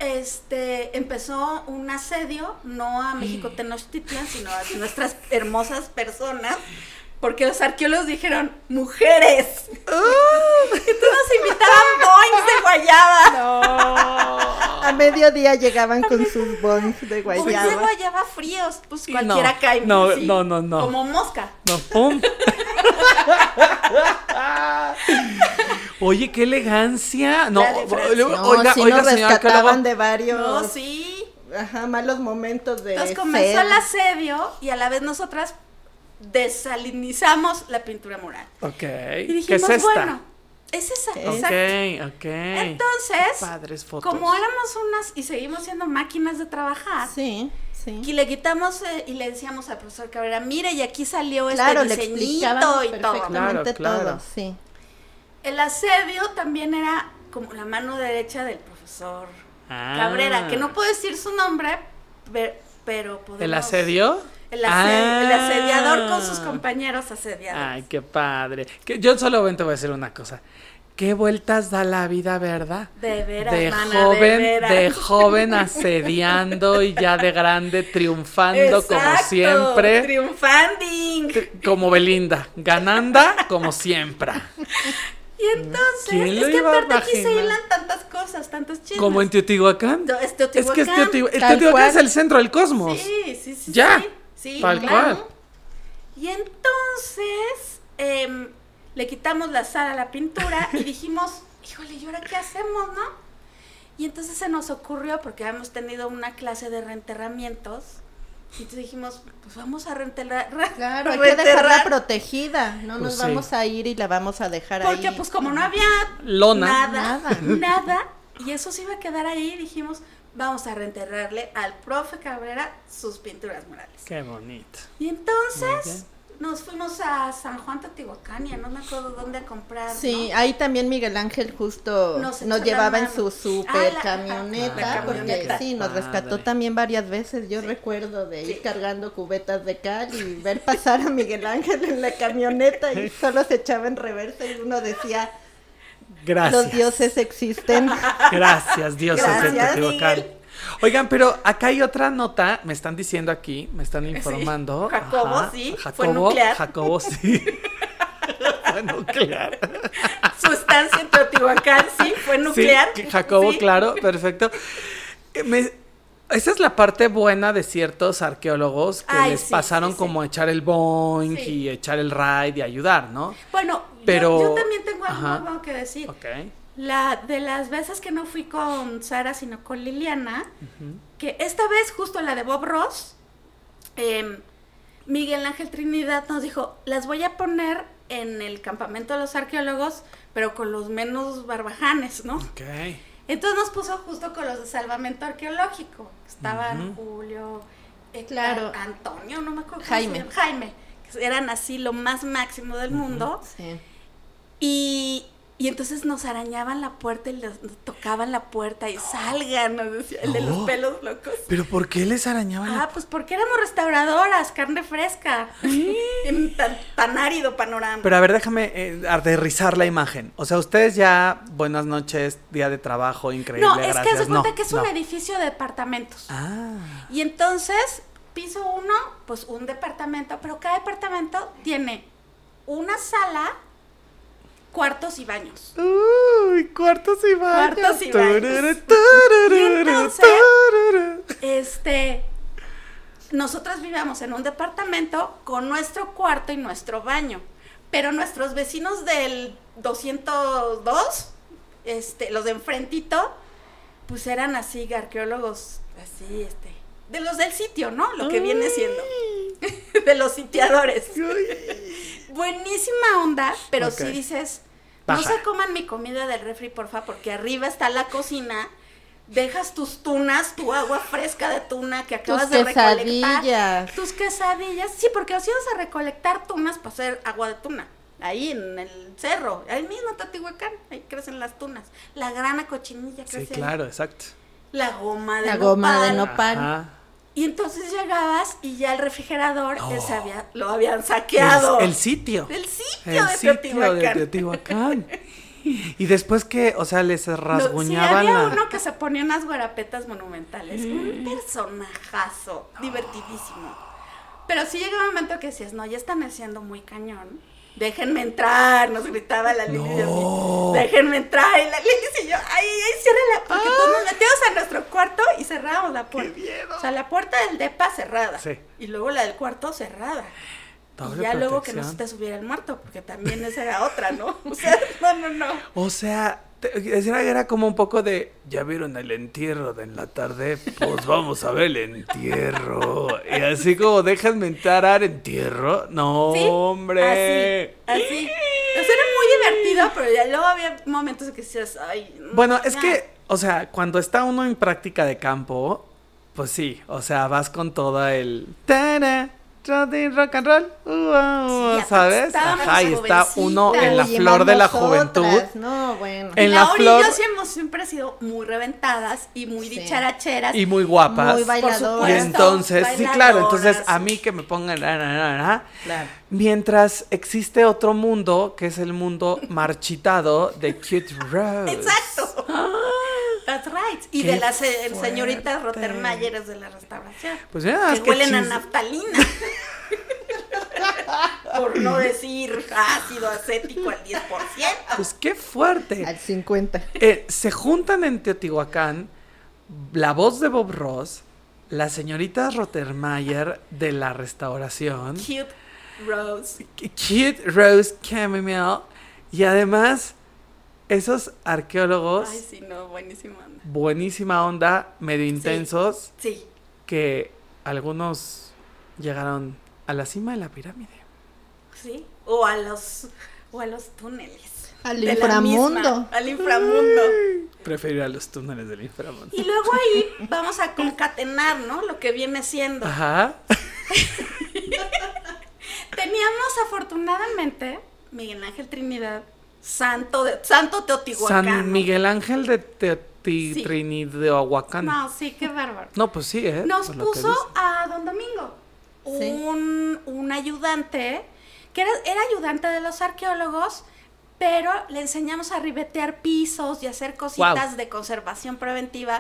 este empezó un asedio, no a México Tenochtitlan, sino a nuestras hermosas personas, porque los arqueólogos dijeron, mujeres. Entonces nos invitaban boings de guayaba. A mediodía llegaban con sus bons de Boings de guayaba. guayaba fríos, pues Sí, cualquiera no, cae. no, sí, no, no, no. Como mosca. No, pum. Oye, qué elegancia. No, Dale, Francis. oiga, No, oiga, sí oiga, nos señor rescataban arqueólogo. de varios No, sí. ajá, malos momentos de Entonces comenzó sed. el asedio y a la vez nosotras desalinizamos la pintura mural. Ok. Y ¿Qué dijimos, es esta? bueno, es esa, Ok, exacto. Ok, ok. Entonces, Padres fotos. como éramos unas y seguimos siendo máquinas de trabajar, Sí, sí. y le quitamos eh, y le decíamos al profesor Cabrera, mire, y aquí salió Claro, este le diseñito explicábamos y todo. perfectamente Claro, claro. todo, sí. El asedio también era como la mano derecha del profesor Ah. Cabrera, que no puedo decir su nombre, pe- pero podemos... ¿El asedio? El, ase- el Ah. asediador con sus compañeros asediadores. Ay, qué padre. Que yo solamente voy a decir una cosa. ¿Qué vueltas da la vida, verdad? De veras, de mana, joven, de veras. de joven asediando y ya de grande triunfando como Exacto, siempre. Triunfanding. Tri- Como Belinda, gananda como siempre. Y entonces, ¿Quién lo es que iba a aparte aquí se imaginar? hilan tantas cosas, tantos chismes. Como en Teotihuacán. No, es Es que es Teotihuacán. Teotihuacán. El Tal Teotihuacán cual. es el centro del cosmos. Sí, sí, sí. Ya, sí, sí, tal claro. cual. Y entonces em, le quitamos la sal a la pintura y dijimos, híjole, ¿y ahora qué hacemos, no? Y entonces se nos ocurrió, porque habíamos tenido una clase de reenterramientos, y entonces dijimos, pues vamos a reenterrar. Claro, hay que dejarla reenterrar, protegida, no Pues nos sí. vamos a ir y la vamos a dejar porque ahí. pues como no había Lona. nada, Nada. nada, y eso se iba a quedar ahí, dijimos, vamos a reenterrarle al profe Cabrera sus pinturas murales. Qué bonito. Y Muy entonces bien. nos fuimos a San Juan Teotihuacán, y no me acuerdo dónde a comprar, Sí, ¿no? ahí también Miguel Ángel justo Nos nos, echó llevaba la en su mano. super Ah, la- camioneta, la porque camioneta. sí, nos Padre. rescató también varias veces. Yo recuerdo de ir Sí. cargando cubetas de cal y ver pasar a Miguel Ángel en la camioneta y solo se echaba en reversa y uno decía, Gracias. los dioses existen. Gracias, dioses de Gracias, Teotihuacán. Miguel. Oigan, pero acá hay otra nota, me están diciendo aquí, me están informando. Sí. Jacobo, Ajá, sí, Jacobo, fue nuclear. Jacobo, sí. Fue nuclear. Su estancia en Teotihuacán, sí, fue nuclear. Sí, Jacobo, Sí. claro, perfecto. Eh, me- esa es la parte buena de ciertos arqueólogos que Ay, les sí, pasaron sí, sí. como echar el boing Sí. y echar el ride y ayudar, ¿no? Bueno, Pero- yo, yo también tengo algo Ajá. nuevo que decir. Ok. La, de las veces que no fui con Sara, sino con Liliana, que esta vez, justo la de Bob Ross, eh, Miguel Ángel Trinidad nos dijo, las voy a poner en el campamento de los arqueólogos, pero con los menos barbajanes, ¿no? Ok. Entonces nos puso justo con los de salvamento arqueológico. Estaban Ujú. Julio, eh, Claro. a- Antonio, no me acuerdo. cómo se Jaime. llama, Jaime, que eran así lo más máximo del mundo. Sí. Y, y entonces nos arañaban la puerta y les- nos tocaban la puerta y salgan, nos decía el de los Oh. pelos locos. ¿Pero por qué les arañaban la Ah, pues porque éramos restauradoras, carne fresca, en tan, tan árido panorama. Pero a ver, déjame eh, aterrizar la imagen. O sea, ustedes ya, buenas noches, día de trabajo, increíble, no, es gracias. que haz de cuenta No, que es no. un edificio de departamentos. Ah, Y entonces, piso uno, pues un departamento, pero cada departamento tiene una sala, cuartos y baños. uy, cuartos y baños. Cuartos y baños. Tururu, Y tururu, entonces- tururu. Este, nosotros vivíamos en un departamento con nuestro cuarto y nuestro baño, pero nuestros vecinos del doscientos dos, este, los de enfrentito, pues eran así arqueólogos, así, este, de los del sitio, ¿no? Lo que viene siendo, de los sitiadores. Buenísima onda, pero Ok. sí dices, no Baja. se coman mi comida del refri, porfa, porque arriba está la cocina. Dejas tus tunas, tu agua fresca de tuna que acabas Tus de recolectar. quesadillas. Tus quesadillas. Sí, porque os ibas a recolectar tunas para hacer agua de tuna. Ahí en el cerro, ahí mismo en Teotihuacán, ahí crecen las tunas. La grana cochinilla Sí, crece. ahí. claro, exacto. La goma de La goma de nopal. nopal. Ajá. Y entonces llegabas y ya el refrigerador Oh. ese había, lo habían saqueado. El, el sitio. Del sitio El de sitio de Teotihuacán. Teotihuacán. Y después que, o sea, les No, rasguñaban sí, había la... uno que se ponía unas guarapetas monumentales. Un personajazo, divertidísimo. Pero sí llegaba un momento que decías, no, ya están haciendo muy cañón. Déjenme entrar, nos gritaba la Lili. y a mí, No. Déjenme entrar. Y la Lili y yo, ay, ay, ciérrala. Porque pues nos metíamos a nuestro cuarto y cerrábamos la puerta. O sea, la puerta del depa cerrada. Sí. Y luego la del cuarto cerrada. Doble y ya luego que no se protección. te subiera el muerto, porque también esa era otra, ¿no? O sea, no, no, no. O sea, te- era, era como un poco de, ¿ya vieron el entierro de en la tarde? Pues vamos a ver el entierro. Y así como, déjenme entrar al entierro. No, ¿Sí? hombre. Así, así. O sea, era muy divertido, pero ya luego había momentos en que decías, ay. no, Bueno, es ya. que, o sea, cuando está uno en práctica de campo, pues sí, o sea, vas con todo el... Tara, rock rock and roll, uh, uh, Sí, ¿sabes? estábamos Ajá, y está uno jovencitas. en la Oye, flor de la vamos juventud. otras, No, bueno. En Y la Laura flor- y yo sí hemos siempre sido muy reventadas y muy Sí. dicharacheras. Y muy guapas. Muy por bailadoras. Y supuesto, entonces, sí, claro, entonces bailadoras. a mí que me pongan... na, na, na, na, Claro. mientras existe otro mundo, que es el mundo marchitado de Cute Rose. Exacto. That's right. Y Qué de las eh, fuerte. señoritas Rottermayers de la restauración. Pues mira, que es que huelen a chis- naftalina. Por no decir ácido acético al diez por ciento. Pues qué fuerte. Al cincuenta. Eh, se juntan en Teotihuacán la voz de Bob Ross, la señorita Rottermeier de la restauración, Cute Rose. Cute Rose Chamomile, y además esos arqueólogos, Ay, sí, no, buenísima onda. buenísima onda, medio intensos, Sí. que algunos llegaron a la cima de la pirámide. Sí. O a los, o a los túneles. Al de la inframundo. misma, al inframundo. Prefiero a los túneles del inframundo. Y luego ahí vamos a concatenar, ¿no? Lo que viene siendo. Ajá. Teníamos afortunadamente Miguel Ángel Trinidad, santo de santo Teotihuacán. San Miguel Ángel de Teoti Sí. Trinidad. No. No, sí, qué bárbaro. no, pues sí, ¿eh? Nos Por lo que puso dice. a Don Domingo, Sí. un, un ayudante, que era, era ayudante de los arqueólogos, pero le enseñamos a ribetear pisos y hacer cositas Guau. de conservación preventiva,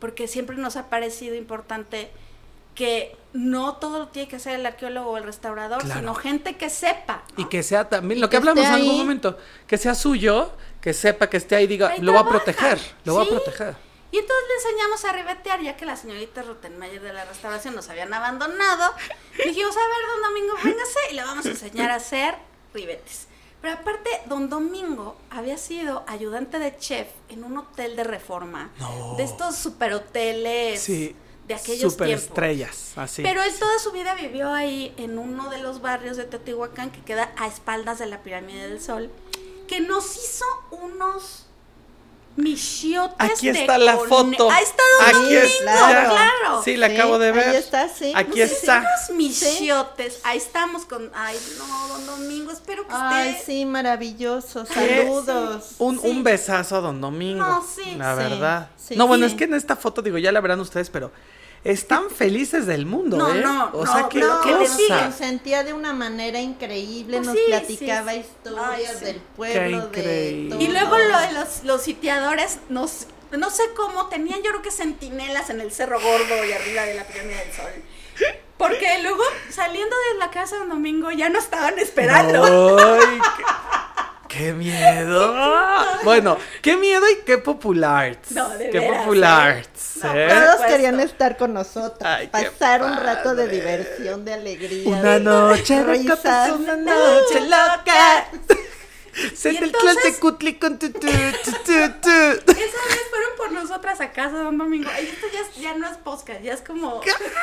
porque siempre nos ha parecido importante que no todo lo tiene que hacer el arqueólogo o el restaurador, Claro. sino gente que sepa, ¿no? Y que sea también, Y lo que que hablamos en esté algún ahí. momento, que sea suyo, que sepa que esté ahí y diga, Ahí lo va a trabaja. proteger, lo va Sí. a proteger. Y entonces le enseñamos a ribetear, ya que las señoritas Rottenmeier de la restauración nos habían abandonado. Dijimos, a ver, don Domingo, véngase y le vamos a enseñar a hacer ribetes. Pero aparte, don Domingo había sido ayudante de chef en un hotel de Reforma. No. De estos superhoteles Sí, de aquellos tiempos. superestrellas, así. Pero él toda su vida vivió ahí en uno de los barrios de Teotihuacán que queda a espaldas de la Pirámide del Sol, que nos hizo unos michiotes. Aquí de está la cone- foto. Ahí está don Aquí Domingo, está. claro. Sí, la Sí, acabo de ver. ahí está, sí. Aquí Nos hizo está. unos michiotes. Ahí estamos con. Ay, no, don Domingo, espero que Ay, esté. sí, maravilloso. Sí. Saludos. Un, Sí. un besazo a don Domingo. No, sí. La Sí, verdad. sí, no, bueno, sí. es que en esta foto, digo, ya la verán ustedes, pero están felices del mundo, No, ¿eh? no, o no, sea, qué no, que le cosa. sigan. Nos sentía de una manera increíble, Pues nos sí, platicaba sí, sí. historias Ay, sí. del pueblo, Qué de increíble. todo. Y luego lo de los, los sitiadores, nos, no sé cómo, tenían yo creo que centinelas en el Cerro Gordo y arriba de la Pirámide del Sol. Porque luego, saliendo de la casa de don Domingo, ya nos estaban esperando. Ay, qué, qué miedo. Bueno, qué miedo y qué popular. No, de Qué veras, popular. ¿eh? No, ¿eh? por Todos supuesto. querían estar con nosotros, Ay, qué pasar un rato de padre. diversión, de alegría. Una de noche de risas. copas, una noche loca. Se Y te entonces- cutli con tu tu tu tu tu. Esa vez fueron por nosotras a casa de don Domingo. Ay, esto ya, es- ya no es podcast, ya es como.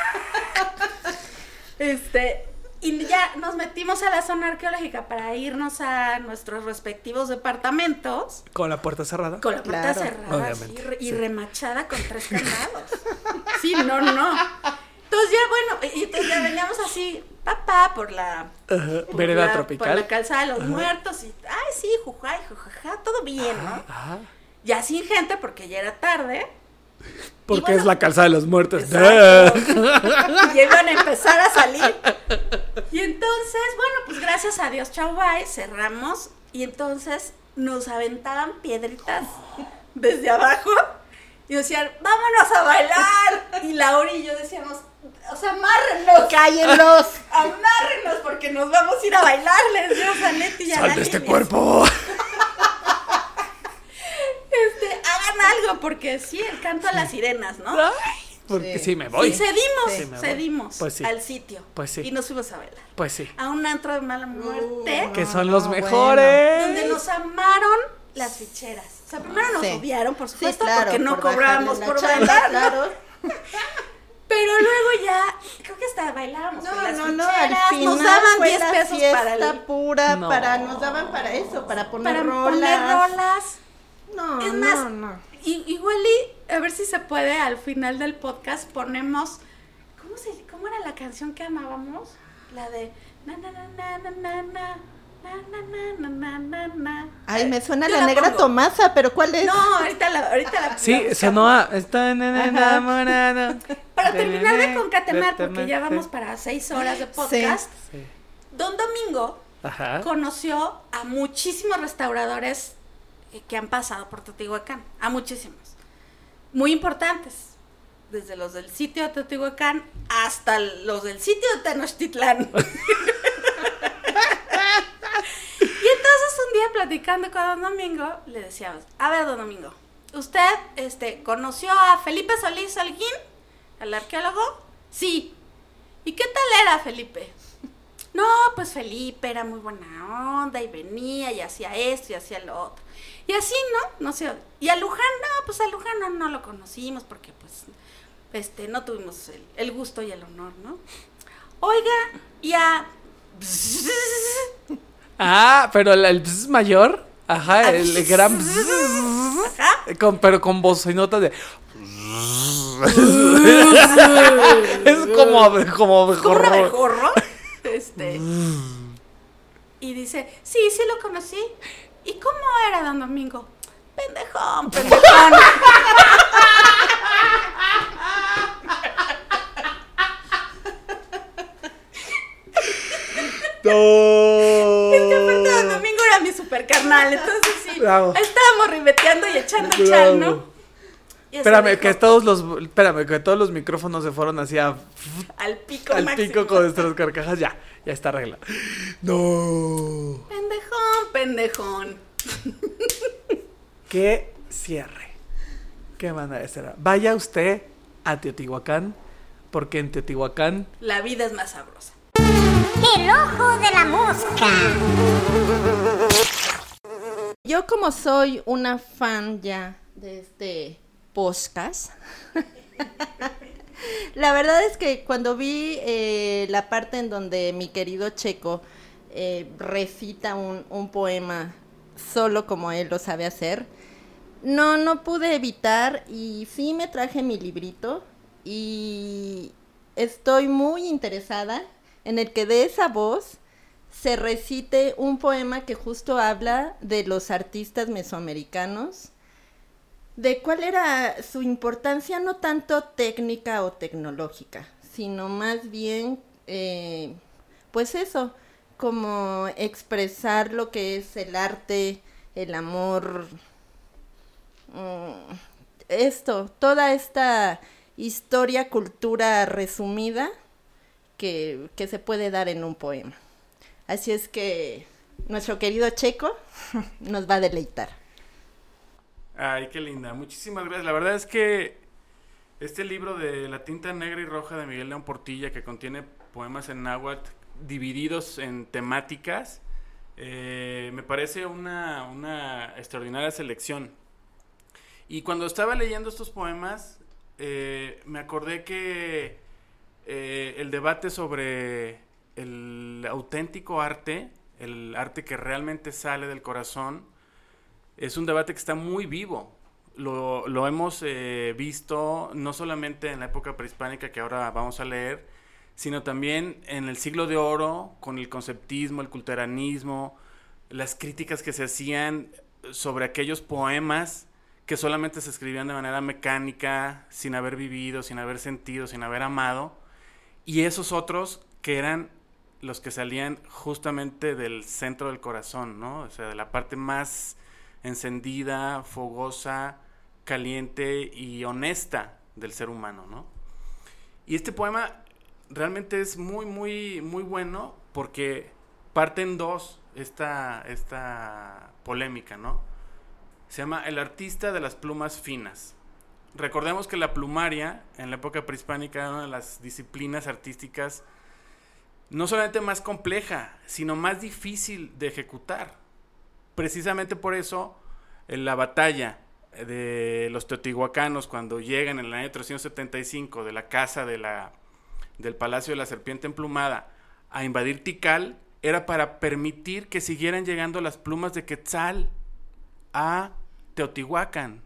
Este. Y ya nos metimos a la zona arqueológica para irnos a nuestros respectivos departamentos. Con la puerta cerrada. Con la puerta Claro, cerrada obviamente, sí, re- y sí. remachada con tres candados. Sí, no, no. Entonces ya, bueno, y entonces ya veníamos así, papá, por la... Ajá, por vereda la- tropical. Por la calzada de los muertos y, ay, sí, jujay, jujaja, todo bien, ¿no? Ajá. Ya sin gente porque ya era tarde. Porque Y bueno, es la calzada de los muertos. Exacto. Y iban a empezar a salir. Y entonces, bueno, pues gracias a Dios, chau, bye, cerramos. Y entonces nos aventaban piedritas desde abajo. Y decían, vámonos a bailar. Y Laura y yo decíamos, o sea, amárrenos. ¡Cállenlos! Amárrenos porque nos vamos a ir a bailar. Les decíamos a Leti y a ¡Sal Dani. de este cuerpo! Este, hagan algo porque sí, el canto a las sirenas, ¿no? Ay, porque sí, Sí. me voy. Y cedimos, Sí, me voy. cedimos Pues sí. al sitio. Pues sí. Y nos fuimos a bailar. Pues sí. A un antro de mala muerte, Uh, Que No, son los no, mejores. donde nos amaron las ficheras. O sea, primero nos Sí. odiaron, por Sí, supuesto, claro, porque no por cobrábamos bajarle por la chamba, bailar, ¿no? claro. Pero luego ya, creo que hasta bailábamos con No, las no, no, al ficheras, final nos daban fue diez la pesos fiesta para el, pura, No. para, nos daban para eso, para poner para rolas. poner rolas. No, Es no, más, no. Y, igual y a ver si se puede al final del podcast ponemos ¿cómo se cómo era la canción que amábamos? La de na na na na na na na na na na na na na. Ay, me suena Yo la negra pongo. Tomasa, pero ¿cuál es? No, ahorita la ahorita la Sí, la sonó buscamos. a. Está enamorado. Para terminar de concatenar porque ya vamos para seis horas de podcast. Sí. Don Domingo Ajá. conoció a muchísimos restauradores eh, que han pasado por Teotihuacán, a muchísimos, muy importantes, desde los del sitio de Teotihuacán hasta los del sitio de Tenochtitlán. Y entonces un día platicando con don Domingo, le decíamos, a ver, don Domingo, ¿usted este, conoció a Felipe Solís Holguín, el arqueólogo? Sí. ¿Y qué tal era Felipe? No, pues Felipe era muy buena onda y venía y hacía esto y hacía lo otro. Y así, ¿no? No sé. Y a Luján, no, pues a Luján no, no lo conocimos porque pues este no tuvimos el, el gusto y el honor, ¿no? Oiga, y a... Ah, pero el, el bzz mayor. Ajá, el, el gran bzz, Ajá. con, pero con voz y notas de. Es como como Como un mejor. abejorro. Este. Y dice, sí, sí lo conocí. ¿Y cómo era don Domingo? Pendejón, pendejón. No. Es que aparte don Domingo era mi super carnal, entonces sí. Bravo. Ahí estábamos ribeteando y echando Bravo. chal, ¿no? Y eso Espérame, dijo, que todos los, espérame, que todos los micrófonos se fueron hacia al pico al máximo. pico con nuestras carcajas. Ya, ya está arreglado. No. Pendejón, pendejón. Qué cierre. Qué manera de ser. Vaya usted a Teotihuacán, porque en Teotihuacán La vida es más sabrosa. El ojo de la mosca. Yo como soy una fan ya de este podcast, la verdad es que cuando vi eh, la parte en donde mi querido Checo eh, recita un, un poema solo como él lo sabe hacer, no, no pude evitar y sí me traje mi librito y estoy muy interesada en el que de esa voz se recite un poema que justo habla de los artistas mesoamericanos, de cuál era su importancia no tanto técnica o tecnológica, sino más bien, eh, pues eso, como expresar lo que es el arte, el amor, mm, esto, toda esta historia, cultura resumida que, que se puede dar en un poema. Así es que nuestro querido Checo nos va a deleitar. Ay, qué linda. Muchísimas gracias. La verdad es que este libro de La tinta negra y roja de Miguel León Portilla, que contiene poemas en náhuatl divididos en temáticas, eh, me parece una, una extraordinaria selección. Y cuando estaba leyendo estos poemas, eh, me acordé que eh, el debate sobre el auténtico arte, el arte que realmente sale del corazón, es un debate que está muy vivo. Lo, lo hemos eh, visto no solamente en la época prehispánica que ahora vamos a leer, sino también en el siglo de oro, con el conceptismo, el culteranismo, las críticas que se hacían sobre aquellos poemas que solamente se escribían de manera mecánica, sin haber vivido, sin haber sentido, sin haber amado, y esos otros que eran los que salían justamente del centro del corazón, ¿no? O sea, de la parte más encendida, fogosa, caliente y honesta del ser humano, ¿no? Y este poema realmente es muy, muy, muy bueno porque parte en dos esta, esta polémica, ¿no? Se llama El artista de las plumas finas. Recordemos que la plumaria, en la época prehispánica, era una de las disciplinas artísticas no solamente más compleja, sino más difícil de ejecutar. Precisamente por eso, en la batalla de los teotihuacanos, cuando llegan en el año trescientos setenta y cinco de la casa de la, del Palacio de la Serpiente Emplumada a invadir Tikal, era para permitir que siguieran llegando las plumas de Quetzal a Teotihuacán.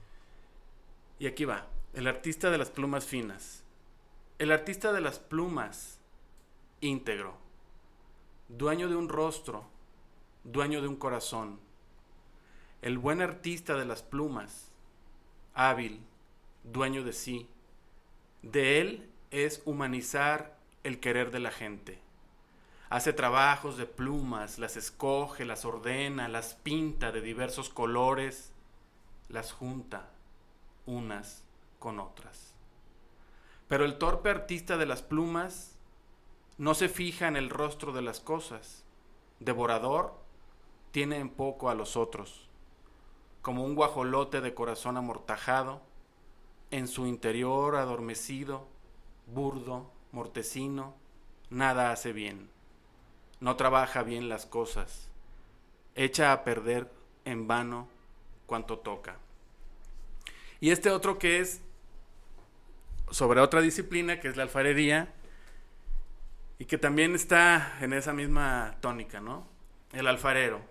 Y aquí va, el artista de las plumas finas. El artista de las plumas íntegro, dueño de un rostro, dueño de un corazón. El buen artista de las plumas, hábil, dueño de sí. De él es humanizar el querer de la gente. Hace trabajos de plumas, las escoge, las ordena, las pinta de diversos colores, las junta unas con otras. Pero el torpe artista de las plumas no se fija en el rostro de las cosas. Devorador, tiene en poco a los otros. Como un guajolote de corazón amortajado, en su interior adormecido, burdo, mortecino, nada hace bien. No trabaja bien las cosas. Echa a perder en vano cuanto toca. Y este otro que es sobre otra disciplina, que es la alfarería, y que también está en esa misma tónica, ¿no? El alfarero.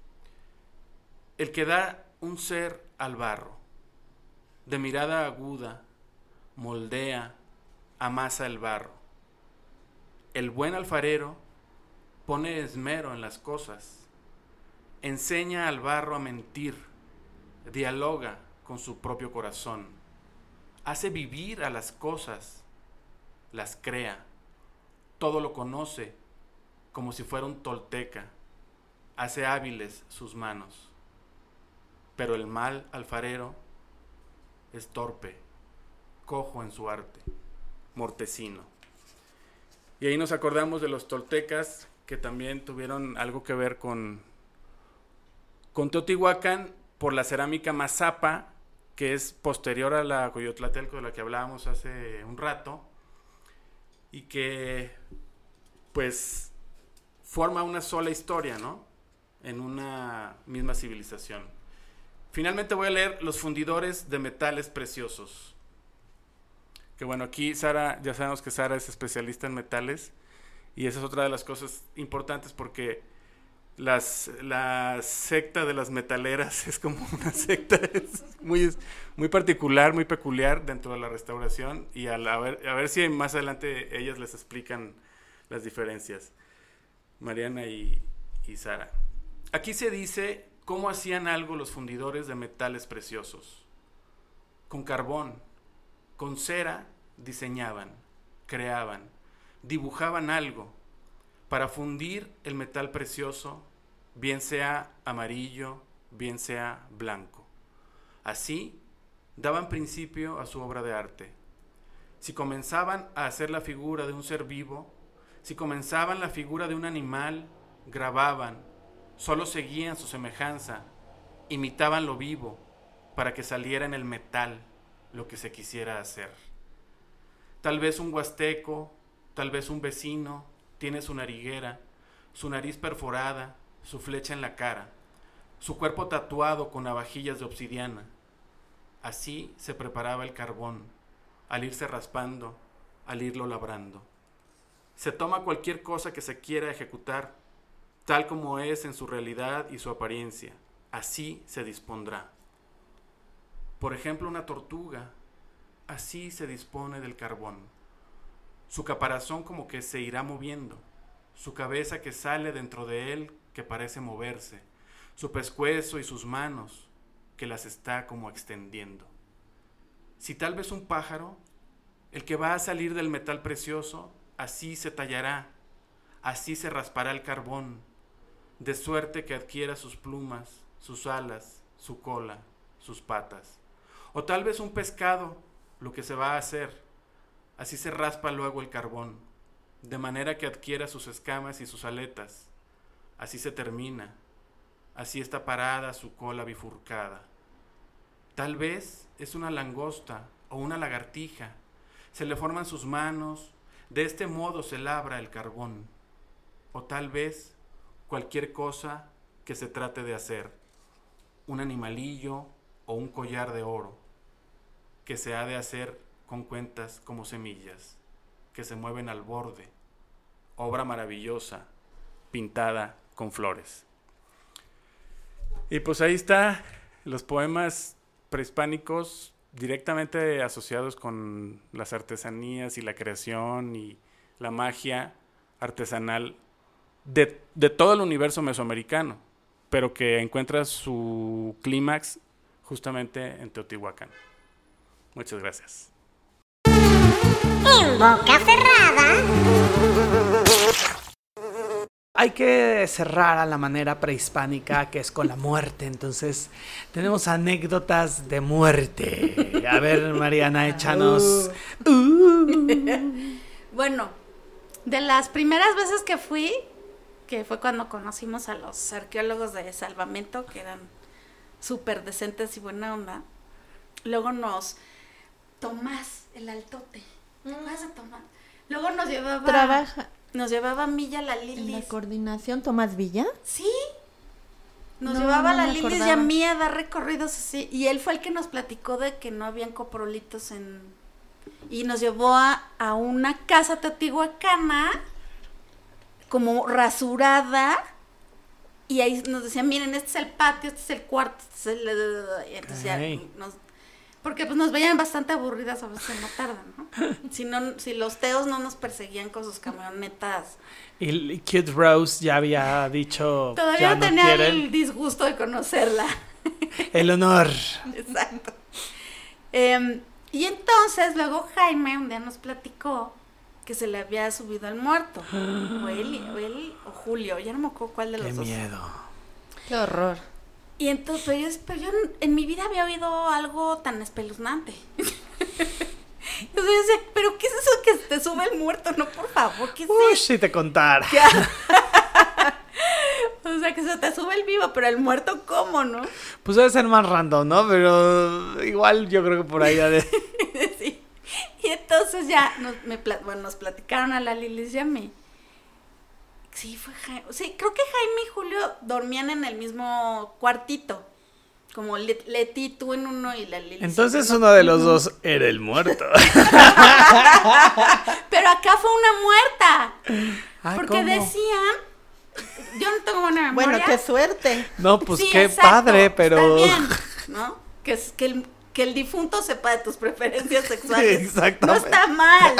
El que da un ser al barro, de mirada aguda, moldea, amasa el barro. El buen alfarero pone esmero en las cosas, enseña al barro a mentir, dialoga con su propio corazón, hace vivir a las cosas, las crea. Todo lo conoce como si fuera un tolteca, hace hábiles sus manos. Pero el mal alfarero es torpe, cojo en su arte, mortecino. Y ahí nos acordamos de los toltecas, que también tuvieron algo que ver con, con Teotihuacán por la cerámica mazapa, que es posterior a la Coyotlatelco de la que hablábamos hace un rato, y que pues forma una sola historia, ¿no? En una misma civilización. Finalmente voy a leer Los fundidores de metales preciosos. Que bueno, aquí Sara, ya sabemos que Sara es especialista en metales, y esa es otra de las cosas importantes, porque las, la secta de las metaleras es como una secta es muy, muy particular, muy peculiar dentro de la restauración, y a, la, a, ver, a ver si más adelante ellas les explican las diferencias, Mariana y, y Sara. Aquí se dice cómo hacían algo los fundidores de metales preciosos. Con carbón, con cera diseñaban, creaban, dibujaban algo para fundir el metal precioso, bien sea amarillo, bien sea blanco. Así daban principio a su obra de arte. Si comenzaban a hacer la figura de un ser vivo, si comenzaban la figura de un animal, grababan, solo seguían su semejanza, imitaban lo vivo para que saliera en el metal lo que se quisiera hacer. Tal vez un huasteco, tal vez un vecino tiene su nariguera, su nariz perforada, su flecha en la cara, su cuerpo tatuado con navajillas de obsidiana. Así se preparaba el carbón, al irse raspando, al irlo labrando. Se toma cualquier cosa que se quiera ejecutar, tal como es en su realidad y su apariencia. Así se dispondrá. Por ejemplo, una tortuga, así se dispone del carbón. Su caparazón como que se irá moviendo, su cabeza que sale dentro de él que parece moverse, su pescuezo y sus manos que las está como extendiendo. Si tal vez un pájaro, el que va a salir del metal precioso, así se tallará, así se raspará el carbón, de suerte que adquiera sus plumas, sus alas, su cola, sus patas. O tal vez un pescado, lo que se va a hacer, así se raspa luego el carbón, de manera que adquiera sus escamas y sus aletas. Así se termina, así está parada su cola bifurcada. Tal vez es una langosta o una lagartija, se le forman sus manos, de este modo se labra el carbón. O tal vez cualquier cosa que se trate de hacer, un animalillo o un collar de oro, que se ha de hacer con cuentas como semillas, que se mueven al borde, obra maravillosa, pintada con flores. Y pues ahí está, los poemas prehispánicos directamente asociados con las artesanías y la creación y la magia artesanal de, de todo el universo mesoamericano, pero que encuentra su clímax justamente en Teotihuacán. Muchas gracias. En boca cerrada. Hay que cerrar a la manera prehispánica, que es con la muerte. Entonces, tenemos anécdotas de muerte. A ver, Mariana, échanos. Uh. Uh. Bueno, de las primeras veces que fui, que fue cuando conocimos a los arqueólogos de Salvamento, que eran súper decentes y buena onda, luego nos... Tomás, el altote. ¿Te acuerdas de Tomás? Luego nos llevaba... Trabaja... Nos llevaba a mí y a la ¿En Lilis. la coordinación Tomás Villa? Sí. Nos No, llevaba a no la me Lilis y acordaba. a mí a dar recorridos así. Y él fue el que nos platicó de que no habían coprolitos en... Y nos llevó a, a una casa teotihuacana, como rasurada. Y ahí nos decían, miren, este es el patio, este es el cuarto, este es el... Y entonces Ay. ya nos... Porque pues nos veían bastante aburridas a veces en la tarde, ¿no? Si no, si los teos no nos perseguían con sus camionetas. Y Kid Rose ya había dicho. Todavía ya no no tenía quieren. el disgusto de conocerla. El honor. Exacto. Eh, y entonces luego Jaime un día nos platicó que se le había subido el muerto. O él, o él o Julio, ya no me acuerdo cuál de los Qué dos. miedo. Qué horror. Y entonces, pero yo, pero yo en, en mi vida había oído algo tan espeluznante. Entonces yo decía, ¿pero qué es eso que te sube el muerto? No, por favor, ¿qué es Uy, eso? si te contara. O sea, que se te sube el vivo, pero el muerto, ¿cómo, no? Pues debe ser más random, ¿no? Pero igual yo creo que por ahí ha de... Sí. Y entonces ya nos, me, bueno, nos platicaron a la Lilis y a mí. Sí, fue Jaime. Sí, creo que Jaime y Julio dormían en el mismo cuartito. Como Leti, tú en uno y la Lilis. Entonces uno de los dos era el muerto. Pero acá fue una muerta. Ah, porque ¿cómo? decían... Yo no tengo buena memoria. Bueno, qué suerte. No, pues Sí, qué exacto, padre, pero... está bien, ¿no? Que, es, que, el, que el difunto sepa de tus preferencias sexuales. Sí, exactamente. No está mal.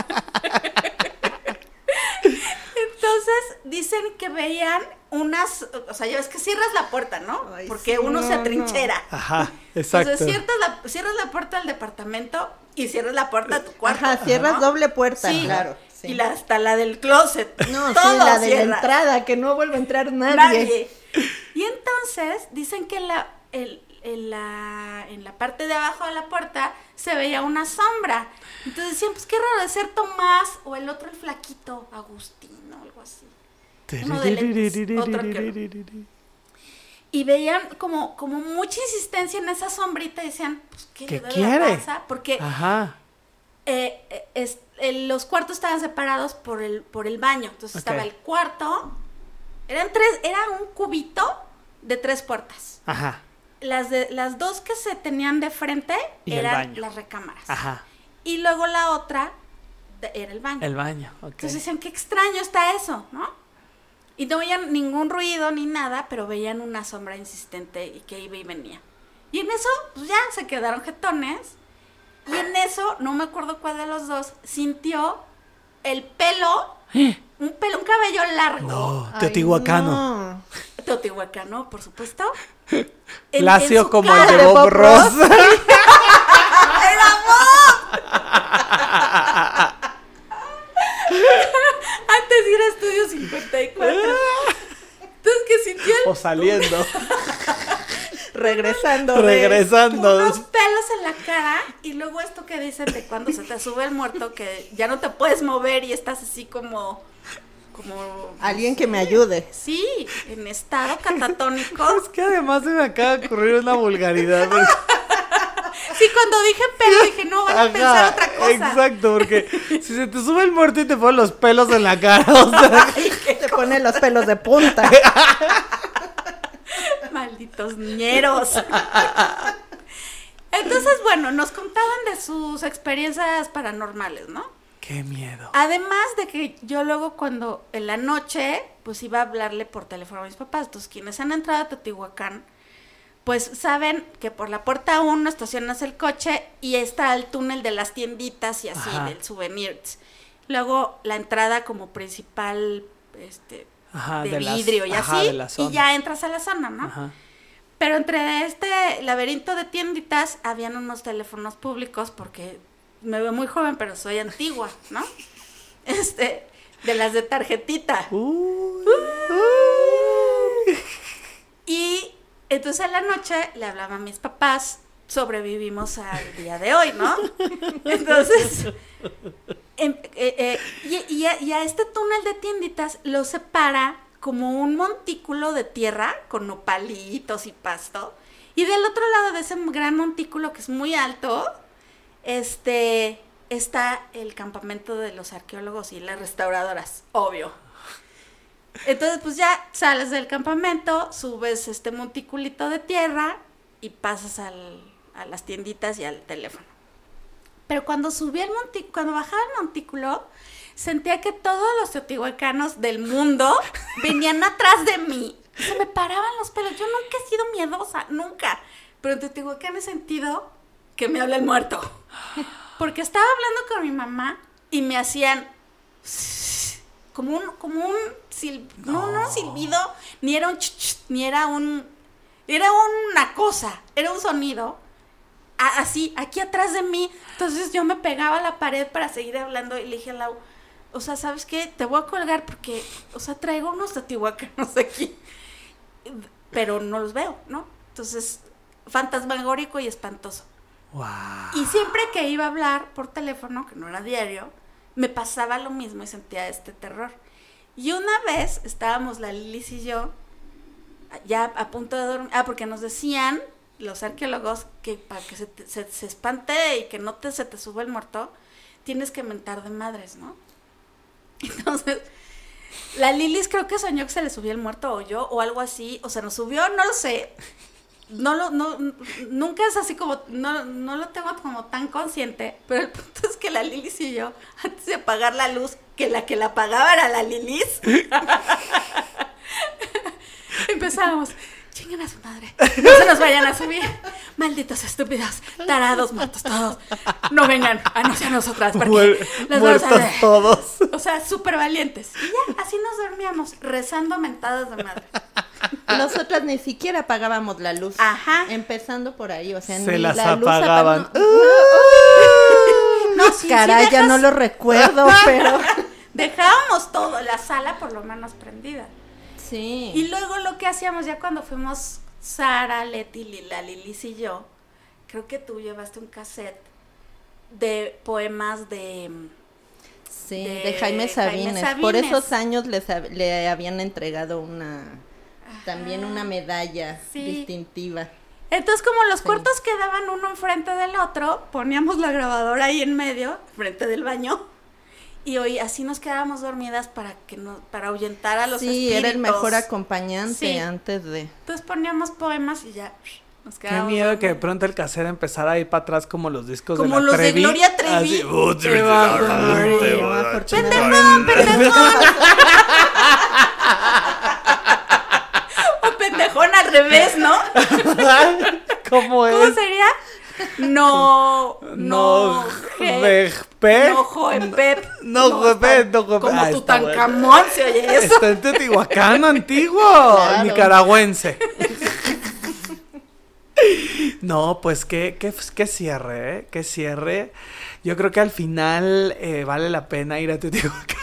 Entonces, dicen que veían unas... O sea, ya ves que cierras la puerta, ¿no? Ay, Porque sí, uno no, se no. atrinchera. Ajá, exacto. Entonces, cierras la, cierras la puerta del departamento y cierras la puerta de tu cuarto. Ajá, cierras ¿no? doble puerta, Sí, claro. Sí. Y la, hasta la del closet. No, Todo sí, la de la cierras. entrada, que no vuelve a entrar nadie. Nadie. Y entonces dicen que la, el, en, la, en la parte de abajo de la puerta se veía una sombra. Entonces decían, pues qué raro de ser Tomás o el otro el flaquito, Agustín o algo así. Uno de lentes, otro que no. Y veían como, como mucha insistencia en esa sombrita y decían, pues qué, ¿Qué le duele quiere? la panza? Porque Ajá. eh, eh, es, eh, los cuartos estaban separados por el, por el baño. Entonces Ok. estaba el cuarto, eran tres, era un cubito de tres puertas. Ajá. Las de las dos que se tenían de frente Y el eran baño. las recámaras. Ajá. Y luego la otra de- era el baño. El baño, ok. Entonces decían, qué extraño está eso, ¿no? Y no veían ningún ruido ni nada, pero veían una sombra insistente y que iba y venía. Y en eso, pues ya se quedaron jetones. Y en eso, no me acuerdo cuál de los dos, sintió el pelo, un pelo, un cabello largo. No, Ay, teotihuacano. no. Teotihuacano, por supuesto. En- en Lacio su como cara. el de Bob Ross. Antes de ir a Estudio cincuenta y cuatro. Entonces, que sintió el O saliendo. Regresando. de- Regresando. unos pelos en la cara y luego esto que dicen de cuando se te sube el muerto que ya no te puedes mover y estás así como como Alguien que me ayude. sí, en estado catatónico. Es que además se me acaba de ocurrir una vulgaridad. porque- Sí, cuando dije pelo dije, no, van a pensar Ajá, otra cosa. exacto, porque si se te sube el muerto y te ponen los pelos en la cara, o sea, Te pone los pelos de punta. Malditos ñeros. Entonces, bueno, nos contaban de sus experiencias paranormales, ¿no? qué miedo. Además de que yo luego cuando en la noche, pues iba a hablarle por teléfono a mis papás. Entonces, quienes han entrado a Teotihuacán, pues saben que por la puerta uno estacionas el coche y está el túnel de las tienditas y así, Ajá. del souvenirs. Luego la entrada como principal, este, Ajá, de, de las- vidrio y ajá, así, de la zona. y ya entras a la zona, ¿no? Ajá. Pero entre este laberinto de tienditas habían unos teléfonos públicos porque me veo muy joven, pero soy antigua, ¿no? Este, de las de tarjetita. Uy, Y entonces en la noche le hablaba a mis papás, sobrevivimos al día de hoy, ¿no? Entonces, em- eh, eh, y, y a, y a este túnel de tienditas lo separa como un montículo de tierra con nopalitos y pasto. Y del otro lado de ese gran montículo que es muy alto, este, está el campamento de los arqueólogos y las restauradoras, obvio. Entonces, pues ya sales del campamento, subes este monticulito de tierra y pasas al, a las tienditas y al teléfono. Pero cuando subí el montículo, cuando bajaba el montículo, sentía que todos los teotihuacanos del mundo venían atrás de mí. Se me paraban los pelos. Yo nunca he sido miedosa, nunca. Pero en Teotihuacán he sentido que me habla el muerto. Porque estaba hablando con mi mamá y me hacían como un, como un sil, no, no un silbido, ni era un ch, ch, ni era un, era una cosa, era un sonido, a, así, aquí atrás de mí. Entonces yo me pegaba a la pared para seguir hablando y le dije a Lau, o sea, ¿sabes qué? Te voy a colgar porque, o sea, traigo unos teotihuacanos aquí. pero no los veo, ¿no? Entonces, fantasmagórico y espantoso. Wow. Y siempre que iba a hablar por teléfono, que no era diario, me pasaba lo mismo y sentía este terror. Y una vez estábamos la Lilis y yo ya a punto de dormir, ah, porque nos decían los arqueólogos que para que se, te, se, se espante y que no te, se te sube el muerto, tienes que mentar de madres, ¿no? Entonces, la Lilis creo que soñó que se le subía el muerto o yo, o algo así, o se nos subió, no lo sé. No lo, no, nunca es así como, no, no lo tengo como tan consciente, pero el punto es que la Lilis y yo, antes de apagar la luz, que la que la apagaba era la Lilis, empezábamos, chinguen a su madre, no se nos vayan a subir, malditos estúpidos, tarados, muertos todos, no vengan a no ser nosotras, porque Muer- les vamos muertos a... todos. O sea, súper valientes. Y ya, así nos dormíamos, rezando mentadas de madre. Nosotras ni siquiera apagábamos la luz. Ajá. Empezando por ahí, o sea, Se ni las la luz apagaban. apa- No, No, sí, caray, sí ya dejas- no lo recuerdo, pero Dejábamos todo, la sala por lo menos prendida. sí. Y luego lo que hacíamos ya cuando fuimos Sara, Leti, Lila, Lilis y yo, creo que tú llevaste un cassette de poemas de... Sí, de de, Jaime, Jaime Sabines. Por Sabines. esos años les hab- le habían entregado una, también una medalla Sí. distintiva. Entonces, como los Sí. cuartos quedaban uno enfrente del otro, poníamos la grabadora ahí en medio, frente del baño, y hoy así nos quedábamos dormidas para que no, para ahuyentar a los Sí, espíritus. era el mejor acompañante Sí. antes de... Entonces poníamos poemas y ya nos Qué quedábamos miedo que de dormidas. pronto el cassette empezara a ir para atrás como los discos Como de la los de Trevi. Gloria Trevi. Así, "Oh, Te va a morir". No, afortunadamente. ¡Pendejón, pendejón! O pendejón al revés, ¿no? ¿Cómo es? ¿Cómo sería? No, no, No, je- Jepep. no, Joepep. No, Jepep, no, Jepep. Como Ah, está Tutankamón se oye eso. Está en Teotihuacán antiguo, Claro. nicaragüense. No, pues qué, qué, qué cierre, ¿eh? Qué cierre. Yo creo que al final eh, vale la pena ir a Teotihuacán.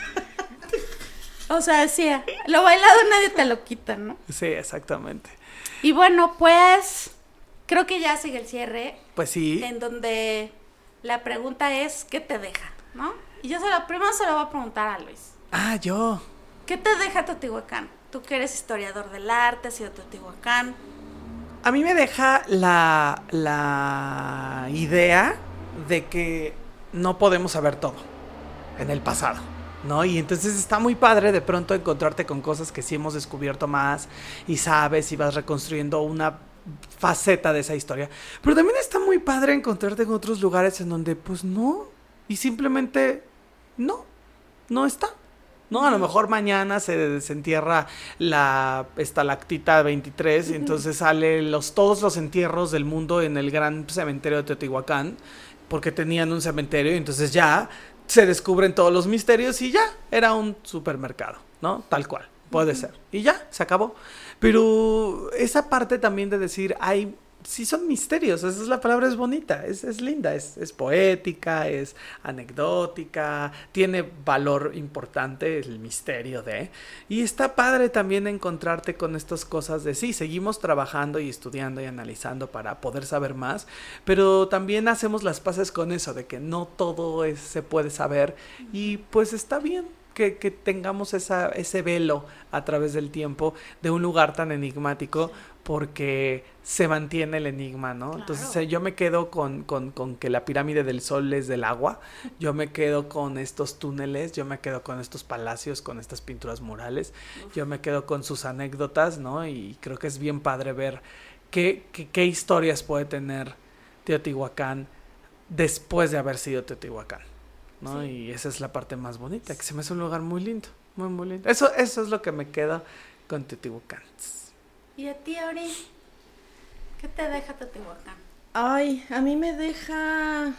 O sea, sí, lo bailado nadie te lo quita, ¿no? Sí, exactamente. Y bueno, pues creo que ya sigue el cierre, Pues sí. en donde la pregunta es, ¿qué te deja? ¿No? Y yo se lo, primero se lo voy a preguntar a Luis. Ah, yo. ¿Qué te deja Teotihuacán? Tú que eres historiador del arte, has ido a Teotihuacán. A mí me deja la, la idea de que no podemos saber todo en el pasado, ¿no? Y entonces está muy padre de pronto encontrarte con cosas que sí hemos descubierto más y sabes y vas reconstruyendo una faceta de esa historia. Pero también está muy padre encontrarte en otros lugares en donde pues no, y simplemente no, no está. No, a lo mejor mañana se desentierra la estalactita veintitrés y entonces salen los, todos los entierros del mundo en el gran cementerio de Teotihuacán, porque tenían un cementerio y entonces ya se descubren todos los misterios y ya, era un supermercado, ¿no? Tal cual, puede ser. Y ya, se acabó. Pero esa parte también de decir, hay... sí son misterios, esa es la palabra, es bonita, es, es linda, es, es poética, es anecdótica, tiene valor importante el misterio de, y está padre también encontrarte con estas cosas de sí, seguimos trabajando y estudiando y analizando para poder saber más, pero también hacemos las paces con eso, de que no todo es, se puede saber, y pues está bien. Que, que tengamos esa, ese velo a través del tiempo de un lugar tan enigmático, porque se mantiene el enigma, ¿no? Claro. Entonces eh, yo me quedo con, con, con que la pirámide del sol es del agua, yo me quedo con estos túneles, yo me quedo con estos palacios, con estas pinturas murales, Uf. yo me quedo con sus anécdotas, ¿no? Y creo que es bien padre ver qué, qué, qué historias puede tener Teotihuacán después de haber sido Teotihuacán, ¿no? Sí. Y esa es la parte más bonita, que se me hace un lugar muy lindo, muy, muy lindo. Eso, eso es lo que me queda con Teotihuacán. ¿Y a ti, Ori? ¿Qué te deja Teotihuacán? Ay, a mí me deja...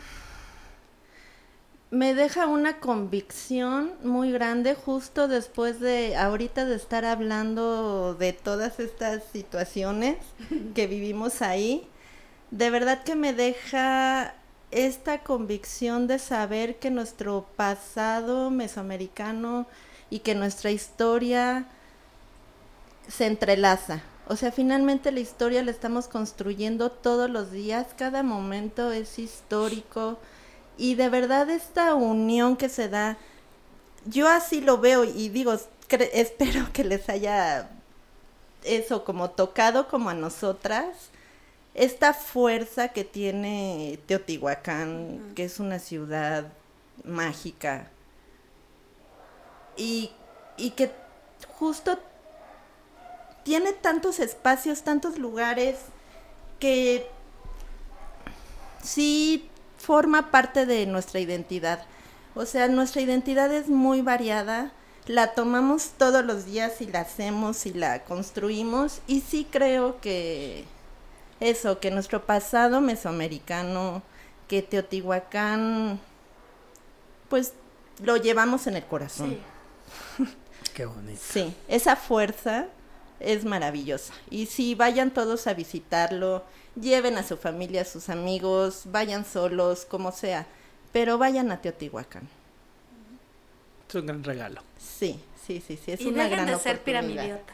Me deja una convicción muy grande justo después de ahorita de estar hablando de todas estas situaciones que vivimos ahí. De verdad que me deja esta convicción de saber que nuestro pasado mesoamericano y que nuestra historia se entrelaza. O sea, finalmente la historia la estamos construyendo todos los días, cada momento es histórico y de verdad esta unión que se da, yo así lo veo y digo, cre- espero que les haya eso como tocado como a nosotras, esta fuerza que tiene Teotihuacán, uh-huh. que es una ciudad mágica y, y que justo tiene tantos espacios, tantos lugares que sí forma parte de nuestra identidad. O sea, nuestra identidad es muy variada, la tomamos todos los días y la hacemos y la construimos y sí creo que eso, que nuestro pasado mesoamericano, que Teotihuacán, pues lo llevamos en el corazón. Sí. Qué bonito. Sí, esa fuerza es maravillosa. Y sí, vayan todos a visitarlo, lleven a su familia, a sus amigos, vayan solos, como sea, pero vayan a Teotihuacán. Es un gran regalo. Sí, sí, sí, sí, es y una dejen gran de ser oportunidad. piramidiotas.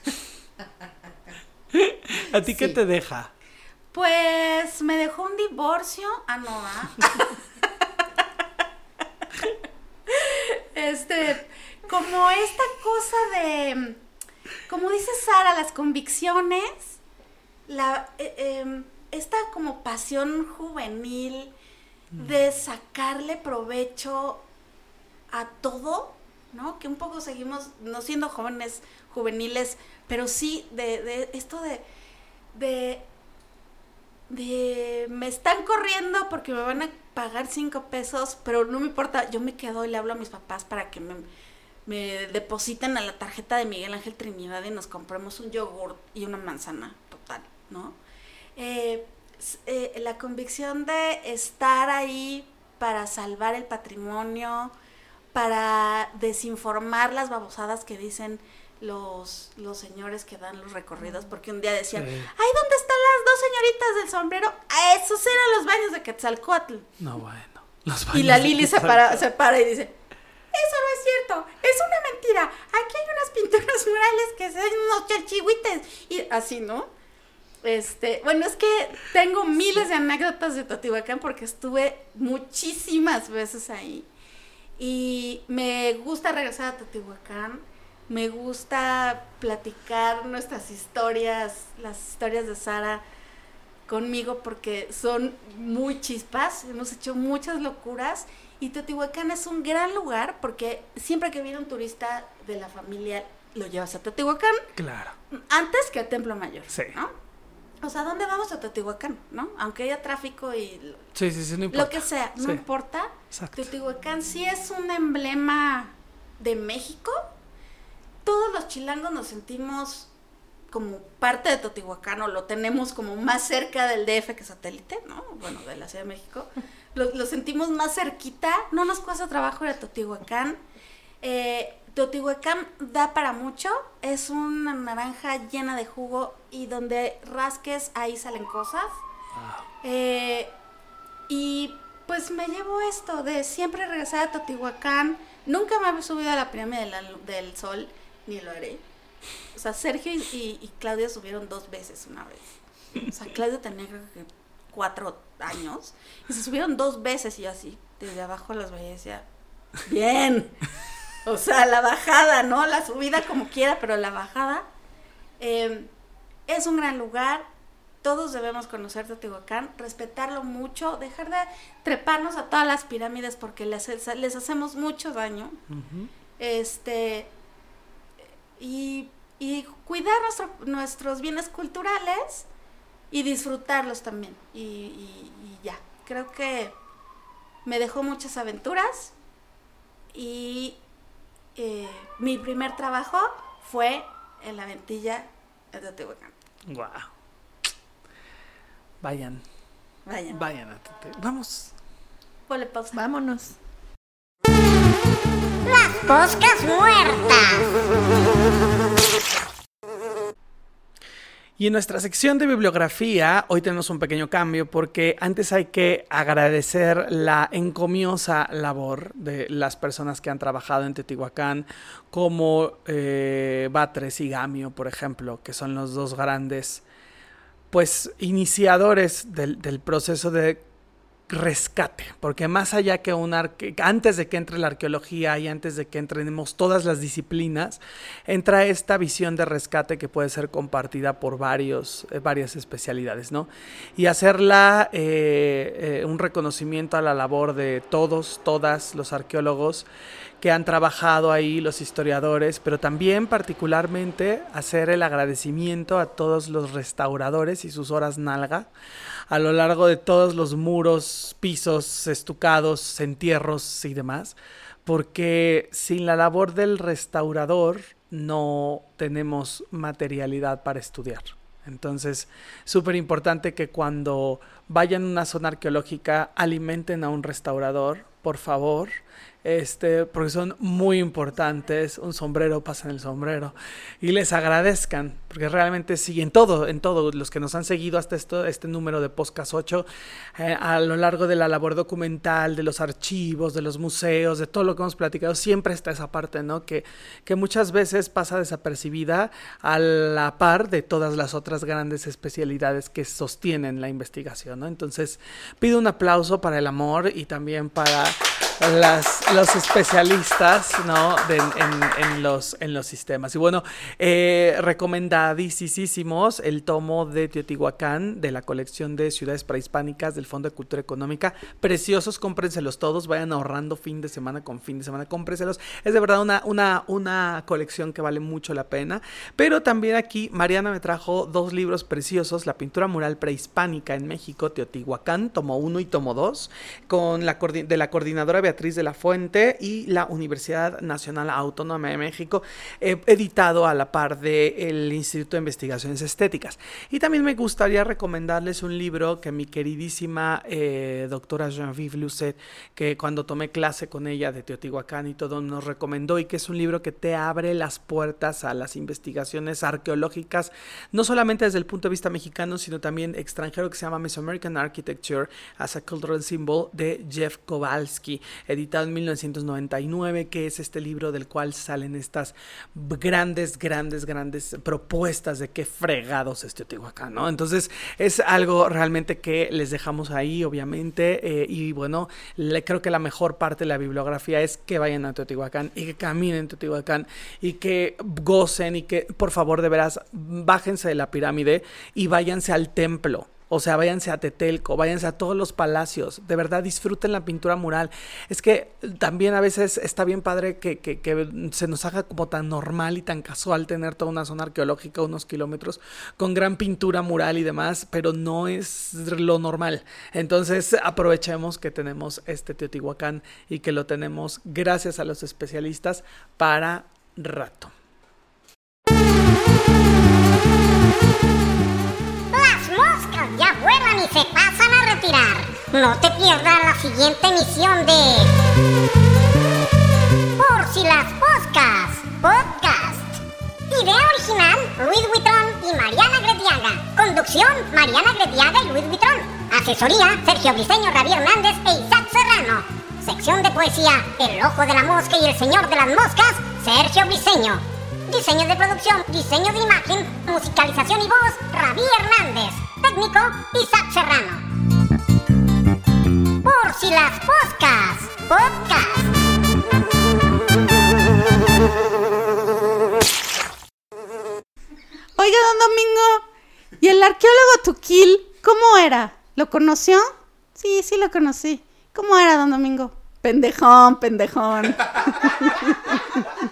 ¿A ti qué Sí. te deja? Pues me dejó un divorcio. Ah, no, ¿ah? Este, como esta cosa de, como dice Sara, las convicciones, la, eh, eh, esta como pasión juvenil de sacarle provecho a todo, ¿no? Que un poco seguimos, no siendo jóvenes juveniles, pero sí de, de esto de, de, de, me están corriendo porque me van a pagar cinco pesos, pero no me importa, yo me quedo y le hablo a mis papás para que me, me depositen a la tarjeta de Miguel Ángel Trinidad y nos compremos un yogur y una manzana, total, ¿no? Eh, eh, la convicción de estar ahí para salvar el patrimonio, para desinformar las babosadas que dicen los, los señores que dan los recorridos, porque un día decían, Sí. ay, ¿dónde están las dos señoritas del sombrero? Ah, esos eran los baños de Quetzalcóatl. No, bueno. Los Y baños la de Lili se Quetzalcóatl. para, se para y dice, eso no es cierto, es una mentira, aquí hay unas pinturas murales que son unos chalchihuites, y así, ¿no? Este, bueno, es que tengo miles de anécdotas de Teotihuacán porque estuve muchísimas veces ahí. Y me gusta regresar a Teotihuacán, me gusta platicar nuestras historias, las historias de Sara conmigo porque son muy chispas, hemos hecho muchas locuras y Teotihuacán es un gran lugar porque siempre que viene un turista de la familia lo llevas a Teotihuacán Claro. antes que a Templo Mayor, Sí. ¿no? O sea, ¿dónde vamos a Teotihuacán, no? Aunque haya tráfico y Sí, sí, sí, no importa. lo que sea, no Sí. importa. Exacto. Teotihuacán sí es un emblema de México. Todos los chilangos nos sentimos como parte de Teotihuacán o lo tenemos como más cerca del D F que satélite, ¿no? Bueno, de la Ciudad de México. Lo, lo sentimos más cerquita, no nos cuesta trabajo ir a Teotihuacán. Eh, Teotihuacán da para mucho, es una naranja llena de jugo y donde rasques ahí salen cosas. Eh, y pues me llevo esto de siempre regresar a Teotihuacán. Nunca me he subido a la pirámide de la- del Sol, ni lo haré. O sea, Sergio y, y, y Claudia subieron dos veces una vez. O sea, Claudia tenía creo que cuatro años y se subieron dos veces y yo así, desde abajo las veía y decía, bien. O sea, la bajada, ¿no? La subida como quiera, pero la bajada. Eh, es un gran lugar. Todos debemos conocer Teotihuacán, respetarlo mucho, dejar de treparnos a todas las pirámides porque les, les hacemos mucho daño. Ujú. Este y, y cuidar nuestro, nuestros bienes culturales y disfrutarlos también. Y, y, y ya, creo que me dejó muchas aventuras y eh, mi primer trabajo fue en la Ventilla de Teotihuacán. Guau. Vayan, Vayan, vayan a Teotihuacán. Vamos. ponle pausa. Vámonos. Las Poscas Muertas. Y en nuestra sección de bibliografía, hoy tenemos un pequeño cambio porque antes hay que agradecer la encomiosa labor de las personas que han trabajado en Teotihuacán, como eh, Batres y Gamio, por ejemplo, que son los dos grandes pues iniciadores del, del proceso de rescate, porque más allá que un arque- antes de que entre la arqueología y antes de que entremos todas las disciplinas, entra esta visión de rescate que puede ser compartida por varios, eh, varias especialidades, ¿no? Y hacerla eh, eh, un reconocimiento a la labor de todos, todas los arqueólogos que han trabajado ahí, los historiadores, pero también particularmente hacer el agradecimiento a todos los restauradores y sus horas nalga a lo largo de todos los muros, pisos, estucados, entierros y demás, porque sin la labor del restaurador no tenemos materialidad para estudiar. Entonces, súper importante que cuando vayan a una zona arqueológica alimenten a un restaurador, por favor, este, porque son muy importantes. Un sombrero pasa en el sombrero y les agradezcan, porque realmente sí, en todo, en todo, los que nos han seguido hasta esto, este número de Podcast ocho, eh, a lo largo de la labor documental, de los archivos, de los museos, de todo lo que hemos platicado, siempre está esa parte, ¿no? Que, que muchas veces pasa desapercibida a la par de todas las otras grandes especialidades que sostienen la investigación, ¿no? Entonces, pido un aplauso para el amor y también para las, los especialistas, ¿no? De, en, en, los, en los sistemas. Y bueno, eh, recomendadísimos el tomo de Teotihuacán de la colección de ciudades prehispánicas del Fondo de Cultura Económica. Preciosos, cómprenselos todos, vayan ahorrando fin de semana con fin de semana, cómprenselos. Es de verdad una, una, una colección que vale mucho la pena. Pero también aquí Mariana me trajo dos libros preciosos: La pintura mural prehispánica en México, Teotihuacán, tomo uno y tomo dos, con la de la coordinadora Beatriz de la Fuente y la Universidad Nacional Autónoma de México, eh, editado a la par del Instituto de Investigaciones Estéticas. Y también me gustaría recomendarles un libro que mi queridísima eh, doctora Geneviève Lucet, que cuando tomé clase con ella de Teotihuacán y todo, nos recomendó, y que es un libro que te abre las puertas a las investigaciones arqueológicas, no solamente desde el punto de vista mexicano, sino también extranjero, que se llama Mesoamerican Architecture as a Cultural Symbol, de Jeff Kowalski, editado en mil novecientos noventa y nueve, que es este libro del cual salen estas grandes, grandes, grandes propuestas de qué fregados es Teotihuacán, ¿no? Entonces, es algo realmente que les dejamos ahí, obviamente, eh, y bueno, le, creo que la mejor parte de la bibliografía es que vayan a Teotihuacán y que caminen en Teotihuacán y que gocen y que, por favor, de veras, bájense de la pirámide y váyanse al templo. O sea, váyanse a Tetelco, váyanse a todos los palacios, de verdad disfruten la pintura mural. Es que también a veces está bien padre que, que, que se nos haga como tan normal y tan casual tener toda una zona arqueológica, unos kilómetros, con gran pintura mural y demás, pero no es lo normal. Entonces aprovechemos que tenemos este Teotihuacán y que lo tenemos gracias a los especialistas para rato. Ya vuelan y se pasan a retirar. No te pierdas la siguiente emisión de Por si las Poscas Podcast. Idea original, Luis Buitrón y Mariana Grediaga. Conducción, Mariana Grediaga y Luis Buitrón. Asesoría, Sergio Briceño, Javier Hernández e Isaac Serrano. Sección de poesía, El Ojo de la Mosca y El Señor de las Moscas, Sergio Briceño. Diseño de producción, diseño de imagen, musicalización y voz, Javier Hernández. Técnico, Isaac Serrano. Por si las Poscas Podcast. Oiga, don Domingo, ¿y el arqueólogo Tuquil cómo era? ¿Lo conoció? Sí, sí lo conocí. ¿Cómo era, don Domingo? Pendejón, pendejón.